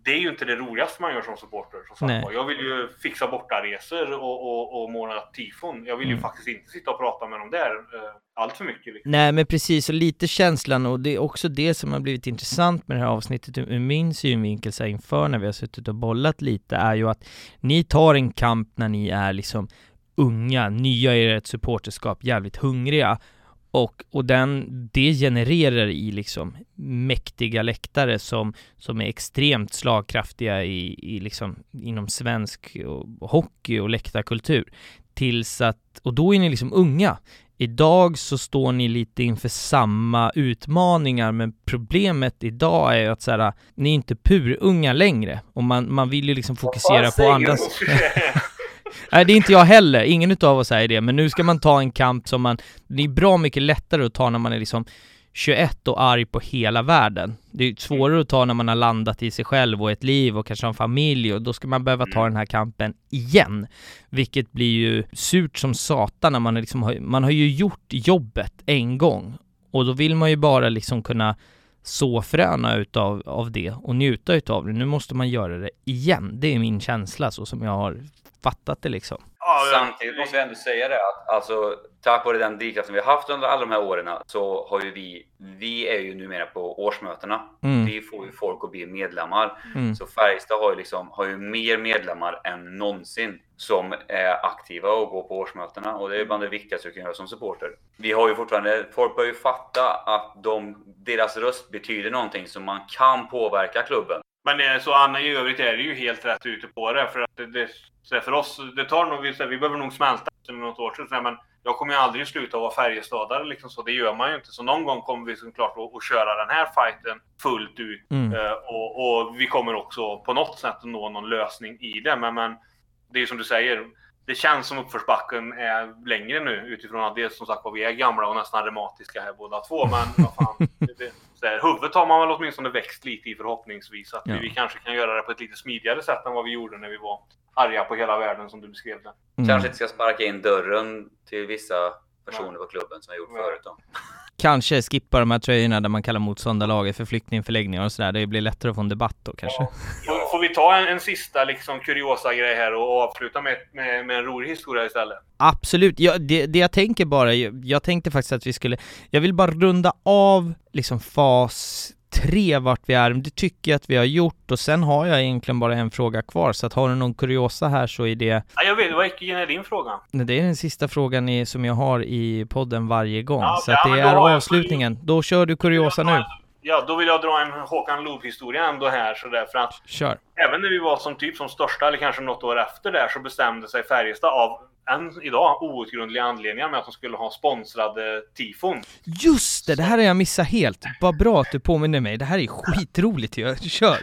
S3: det är ju inte det roligaste man gör som supporter. Som sagt. Jag vill ju fixa bortaresor och, och, och måla tifon. Jag vill ju mm. faktiskt inte sitta och prata med dem där eh, allt för mycket. Liksom.
S1: Nej, men precis. Och lite känslan, och det är också det som har blivit intressant med det här avsnittet ur min synvinkel så inför när vi har suttit och bollat lite, är ju att ni tar en kamp när ni är liksom unga, nya i ert supporterskap, jävligt hungriga. Och, och den, det genererar i liksom mäktiga läktare som, som är extremt slagkraftiga i, i liksom, inom svensk och hockey och läktarkultur. Tills att, och då är ni liksom unga. Idag så står ni lite inför samma utmaningar, men problemet idag är ju att så här, ni är inte purunga längre. Och man, man vill ju liksom fokusera på andras... Nej, det är inte jag heller. Ingen utav oss säger det. Men nu ska man ta en kamp som man... Det är bra mycket lättare att ta när man är liksom tjugoett och arg på hela världen. Det är svårare att ta när man har landat i sig själv och ett liv och kanske en familj. Och då ska man behöva ta den här kampen igen. Vilket blir ju surt som satan när man, liksom har, man har ju gjort jobbet en gång. Och då vill man ju bara liksom kunna så fröna utav av det och njuta utav det. Nu måste man göra det igen. Det är min känsla så som jag har fattat det liksom.
S2: Samtidigt måste jag ändå säga det att alltså, tack vare den drivkraften vi har haft under alla de här åren så har ju vi, vi är ju numera på årsmötena. Mm. Vi får ju folk att bli medlemmar. Mm. Så Färjestad har ju, liksom, har ju mer medlemmar än någonsin som är aktiva och går på årsmötena. Och det är bland det viktigaste vi kan göra som supporter. Vi har ju fortfarande, folk bör ju fatta att de, deras röst betyder någonting som man kan påverka klubben.
S3: Men så Anna, i övrigt är det ju helt rätt ute på det. För att det, det så för oss, det tar nog, vi, vi behöver nog smälta efter något år sedan. Men jag kommer ju aldrig sluta vara färgestadare liksom, så det gör man ju inte. Så någon gång kommer vi såklart att, att köra den här fighten fullt ut. Mm. Uh, och, och vi kommer också på något sätt att nå någon lösning i det. Men, men det är ju som du säger, det känns som uppförsbacken är längre nu utifrån att det som sagt vad vi är gamla och nästan reumatiska här båda två. Men vad fan, det, det, så här, huvudet har man väl åtminstone växt lite i förhoppningsvis. Att ja. vi, vi kanske kan göra det på ett lite smidigare sätt än vad vi gjorde när vi var arga på hela världen som du beskrev det.
S2: Mm. Kanske inte ska sparka in dörren till vissa personer ja. på klubben som har gjort ja. förut då.
S1: Kanske skippa de här tröjorna där man kallar motståndarlaget för flyktingförläggningar och sådär. Det blir lättare att få en debatt då kanske. Ja.
S3: Får, får vi ta en, en sista liksom kuriosa grej här och avsluta med, med, med en rolig historia istället?
S1: Absolut. Ja, det, det jag tänker bara, jag, jag tänkte faktiskt att vi skulle, jag vill bara runda av liksom fas tre vart vi är. Det tycker jag att vi har gjort och sen har jag egentligen bara en fråga kvar. Så att har du någon kuriosa här så är det...
S3: Ja, jag vet, vad är din fråga?
S1: Det är den sista frågan i, som jag har i podden varje gång. Ja, så
S3: ja,
S1: att det är avslutningen. Jag... Då kör du kuriosa nu.
S3: Ja, då vill jag dra en Håkan Loob-historia ändå här. Så därför att
S1: Kör.
S3: Även när vi var som typ som största eller kanske något år efter där så bestämde sig Färjestad av en idag outgrundlig anledning med att de skulle ha sponsrade tifon.
S1: Just det, det här har jag missat helt. Vad bra att du påminner mig. Det här är skitroligt. Jag kör.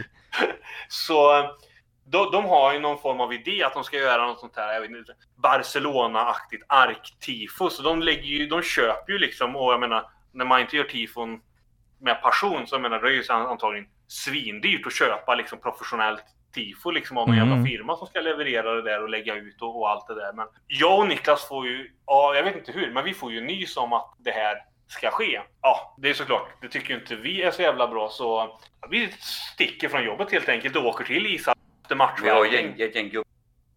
S3: Så de, de har ju någon form av idé att de ska göra något sånt här, jag vet inte, Barcelona-aktigt ark-tifo. Så de lägger ju, de köper ju liksom, och jag menar, när man inte gör tifon med passion så jag menar, det är ju antagligen svindyrt att köpa liksom professionellt tifo liksom av en mm. jävla firma som ska leverera det där och lägga ut och, och allt det där. Men jag och Niklas får ju, ja, jag vet inte hur, men vi får ju nys om att det här ska ske. Ja, det är såklart, det tycker inte vi är så jävla bra, så vi sticker från jobbet helt enkelt och åker till Isa efter matchen.
S2: Vi har gäng, ett gäng gubb.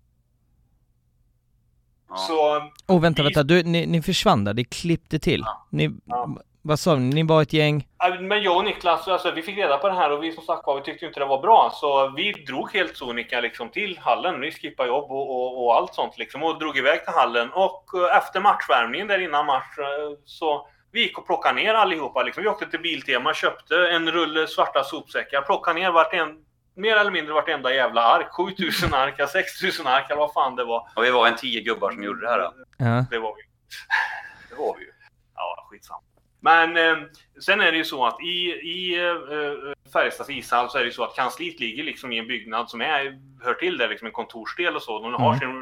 S3: Ja. Så...
S1: Åh, oh, vänta, vänta, du, ni, ni försvann där, det klippte till.
S3: Ja.
S1: Ni...
S3: Ja.
S1: Vad sa ni? Ni var ett gäng?
S3: Men jag och Niklas, alltså, vi fick reda på det här och vi som sagt var, vi tyckte inte det var bra. Så vi drog helt sonika liksom till hallen. Vi skippade jobb och, och, och allt sånt liksom. Och drog iväg till hallen. Och efter matchvärmningen där innan match så vi gick och plockade ner allihopa. Liksom. Vi åkte till Biltema, köpte en rulle svarta sopsäckar. Plockade ner vart en, mer eller mindre vartenda jävla ark. sjutusen ark, sex tusen ark eller vad fan det var.
S2: Och vi var en tio gubbar som gjorde det här då.
S1: Ja.
S3: Det var vi. Det var vi ju. Ja, skitsamt. Men eh, sen är det ju så att i, i eh, Färjestads ishall så är det ju så att kansliet ligger liksom i en byggnad som är, hör till där, liksom en kontorsdel och så. De har mm. sin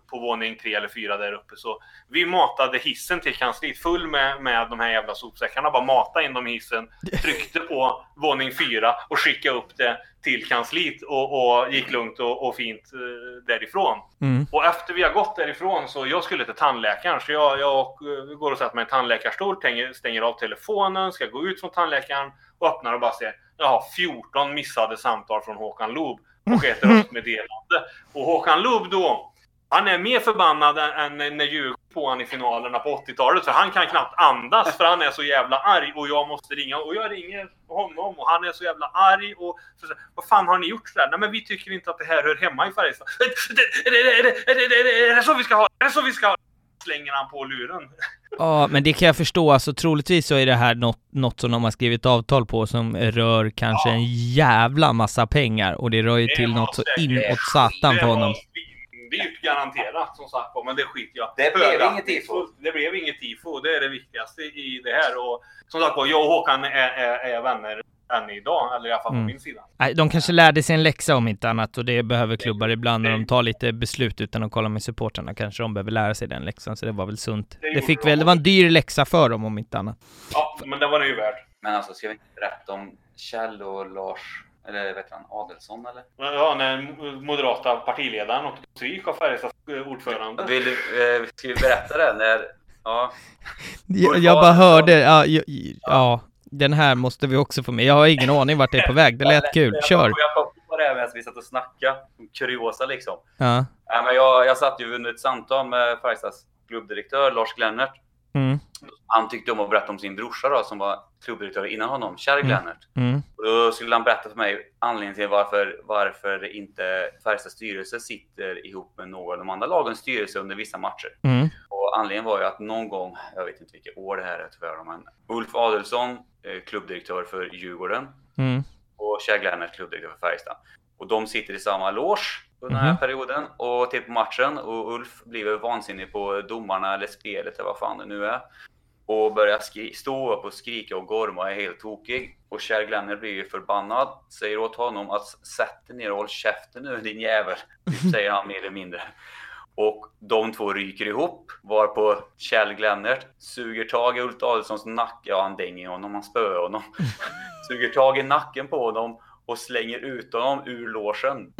S3: på våning tre eller fyra där uppe. Så vi matade hissen till kansliet full med, med de här jävla sopsäckarna. Bara mata in dem i hissen, tryckte på våning fyra och skickade upp det till kansliet och, och gick lugnt och, och fint eh, därifrån. Mm. Och efter vi har gått därifrån så jag skulle till tandläkaren. Så jag, jag går och sätter mig i en tandläkarstol, stänger, stänger av telefonen, ska gå ut från tandläkaren och öppnar och bara ser jag har fjorton missade samtal från Håkan Loob och ett röstmeddelande. Och Håkan Loob då, han är mer förbannad än när Djurgården på han i finalerna på åttiotalet. För han kan knappt andas för han är så jävla arg. Och jag måste ringa. Och jag ringer honom och han är så jävla arg. Och så, vad fan har ni gjort där? Nej men vi tycker inte att det här hör hemma i Färjestad. Är det, är det, är det, är det, är det så vi ska ha? Är det så vi ska ha? Slänger han på luren.
S1: Ja, men det kan jag förstå. Alltså troligtvis så är det här något, något som de har skrivit avtal på som rör kanske ja. en jävla massa pengar. Och det rör ju det till något så inåt satan på honom.
S3: Dyrt garanterat som sagt, men det skiter jag.
S2: Det blev Höga. inget tifo.
S3: Det blev inget tifo, det är det viktigaste i det här. Och som sagt, jag och Håkan är, är, är vänner än idag, eller i alla fall mm. på min sida.
S1: Nej, de kanske lärde sig en läxa om inte annat, och det behöver klubbar ibland när de tar lite beslut utan att kolla med supporterna. Kanske de behöver lära sig den läxan, så det var väl sunt. Det, det fick de. väl, det var en dyr läxa för dem om inte annat.
S3: Ja, men det var det ju värt.
S2: Men alltså, ska vi inte berätta om Kjell och Lars, eller vet han, Adelsson eller?
S3: Ja, när moderata partiledaren och Stryk av Färjestads ordförande.
S2: Vill du, eh, ska vi berätta det? När, ja.
S1: jag, jag bara hörde, ja, ja, ja, den här måste vi också få med. Jag har ingen aning vart det är på väg, det lät kul, kör.
S2: Jag kom på det här medan vi satt och snackade, kuriosa liksom.
S1: Ja.
S2: Ja, men jag, jag satt ju under ett samtal med Färjestads klubbdirektör Lars Glennert. Mm. Han tyckte om att berätta om sin brorsa då, som var klubbdirektör innan honom, Kjell Glennert. Mm. Mm. Och då skulle han berätta för mig anledningen till varför, varför inte Färjestads styrelse sitter ihop med några av de andra lagens styrelse under vissa matcher. Mm. Och anledningen var ju att någon gång, jag vet inte vilket år det här är tyvärr, men Ulf Adelsson, klubbdirektör för Djurgården, mm. och Kjell Glennert, klubbdirektör för Färjestad. Och de sitter i samma loge under den här mm. perioden och till på matchen, och Ulf blir vansinnig på domarna eller spelet eller vad fan det nu är. Och börjar skri- stå upp och skrika och gorma och är helt tokig. Och Kjell Glennert blir ju förbannad. Säger åt honom att sätta ner och håll käften nu din jävel. Säger han mer eller mindre. Och de två ryker ihop. Var på Kjell Glennert suger tag i Ulf Adelssons nacke. Ja, han dänger honom, han spöar honom. Suger tag i nacken på honom och slänger ut honom ur låsen.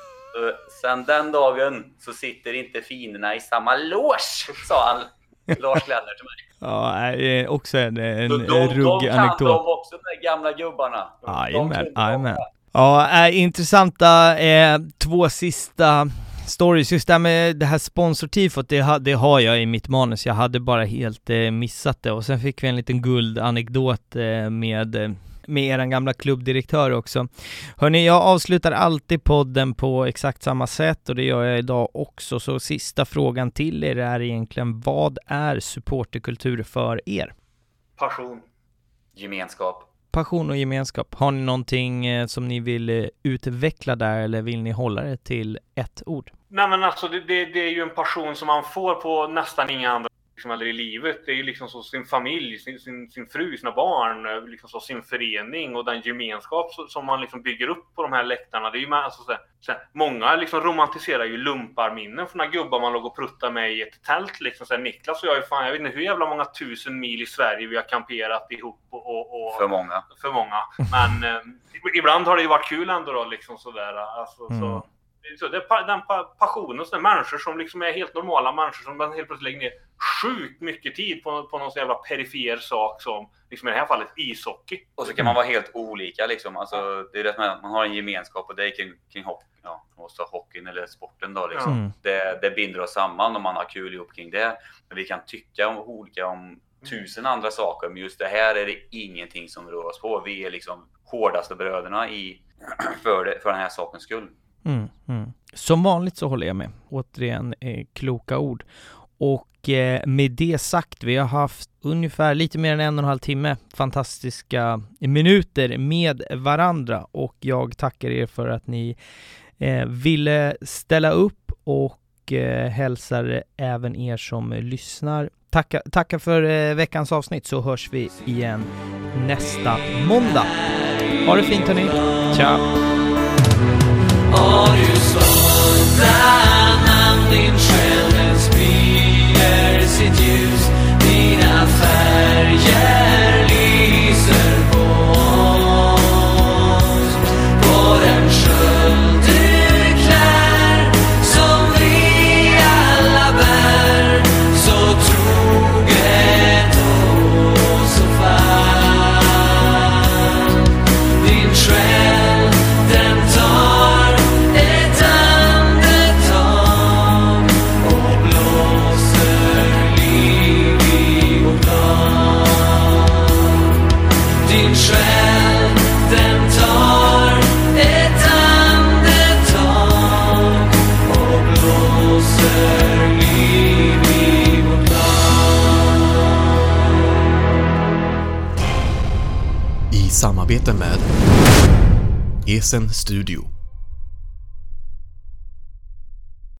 S2: Sen den dagen så sitter inte finerna i samma lås, sa han. Lars Glennert till mig.
S1: Ja, också en, en
S2: de, de,
S1: ruggig
S2: de
S1: anekdot.
S2: De också, de gamla gubbarna.
S1: Jajamän, jajamän. Ja, äh, intressanta eh, två sista stories. Just det med det här sponsortifot, det, ha, det har jag i mitt manus. Jag hade bara helt eh, missat det. Och sen fick vi en liten guldanekdot eh, med... Eh, med er gamla klubbdirektör också. Hörrni, jag avslutar alltid podden på exakt samma sätt, och det gör jag idag också. Så sista frågan till er är egentligen, vad är supporterkultur för er?
S3: Passion.
S2: Gemenskap.
S1: Passion och gemenskap. Har ni någonting eh, som ni vill eh, utveckla där, eller vill ni hålla det till ett ord?
S3: Nej, men alltså det, det, det är ju en passion som man får på nästan inga andra liksom, eller i livet. Det är ju liksom så sin familj, sin, sin, sin fru, sina barn, liksom så sin förening och den gemenskap så, som man liksom bygger upp på de här läktarna. Det är ju alltså, så, så, många liksom romantiserar ju lumparminnen från när gubbar man låg och prutta med i ett tält liksom. Så, Niklas och jag är fan, jag vet inte hur jävla många tusen mil i Sverige vi har kamperat ihop och, och, och
S2: för många.
S3: För många. Men eh, ibland har det ju varit kul ändå då, liksom sådär. Alltså, mm. så Så det är den passionen, så människor som liksom är helt normala människor som helt plötsligt lägger ner sjukt mycket tid på, på någon så jävla perifer sak som liksom i det här fallet ishockey.
S2: Och så kan man vara helt olika liksom. Alltså, det är det att man har en gemenskap, och det är kring, kring hockey, ja, måste ha hockeyn eller sporten då liksom. Mm. Det, det binder oss samman och man har kul ihop kring det. Men vi kan tycka om olika om tusen andra saker, men just det här är det ingenting som rör oss på. Vi är liksom hårdaste bröderna i, för, det, för den här sakens skull.
S1: Mm, mm. Som vanligt så håller jag med. Återigen eh, kloka ord. Och eh, med det sagt, vi har haft ungefär lite mer än en och en halv timme fantastiska minuter med varandra. Och jag tackar er för att ni eh, ville ställa upp, och eh, hälsar även er som lyssnar. Tacka, tacka för eh, veckans avsnitt, så hörs vi igen nästa måndag. Ha det fint hörni. Ciao. Har du sånt där namn din själ?
S4: samarbete med Esen Studio.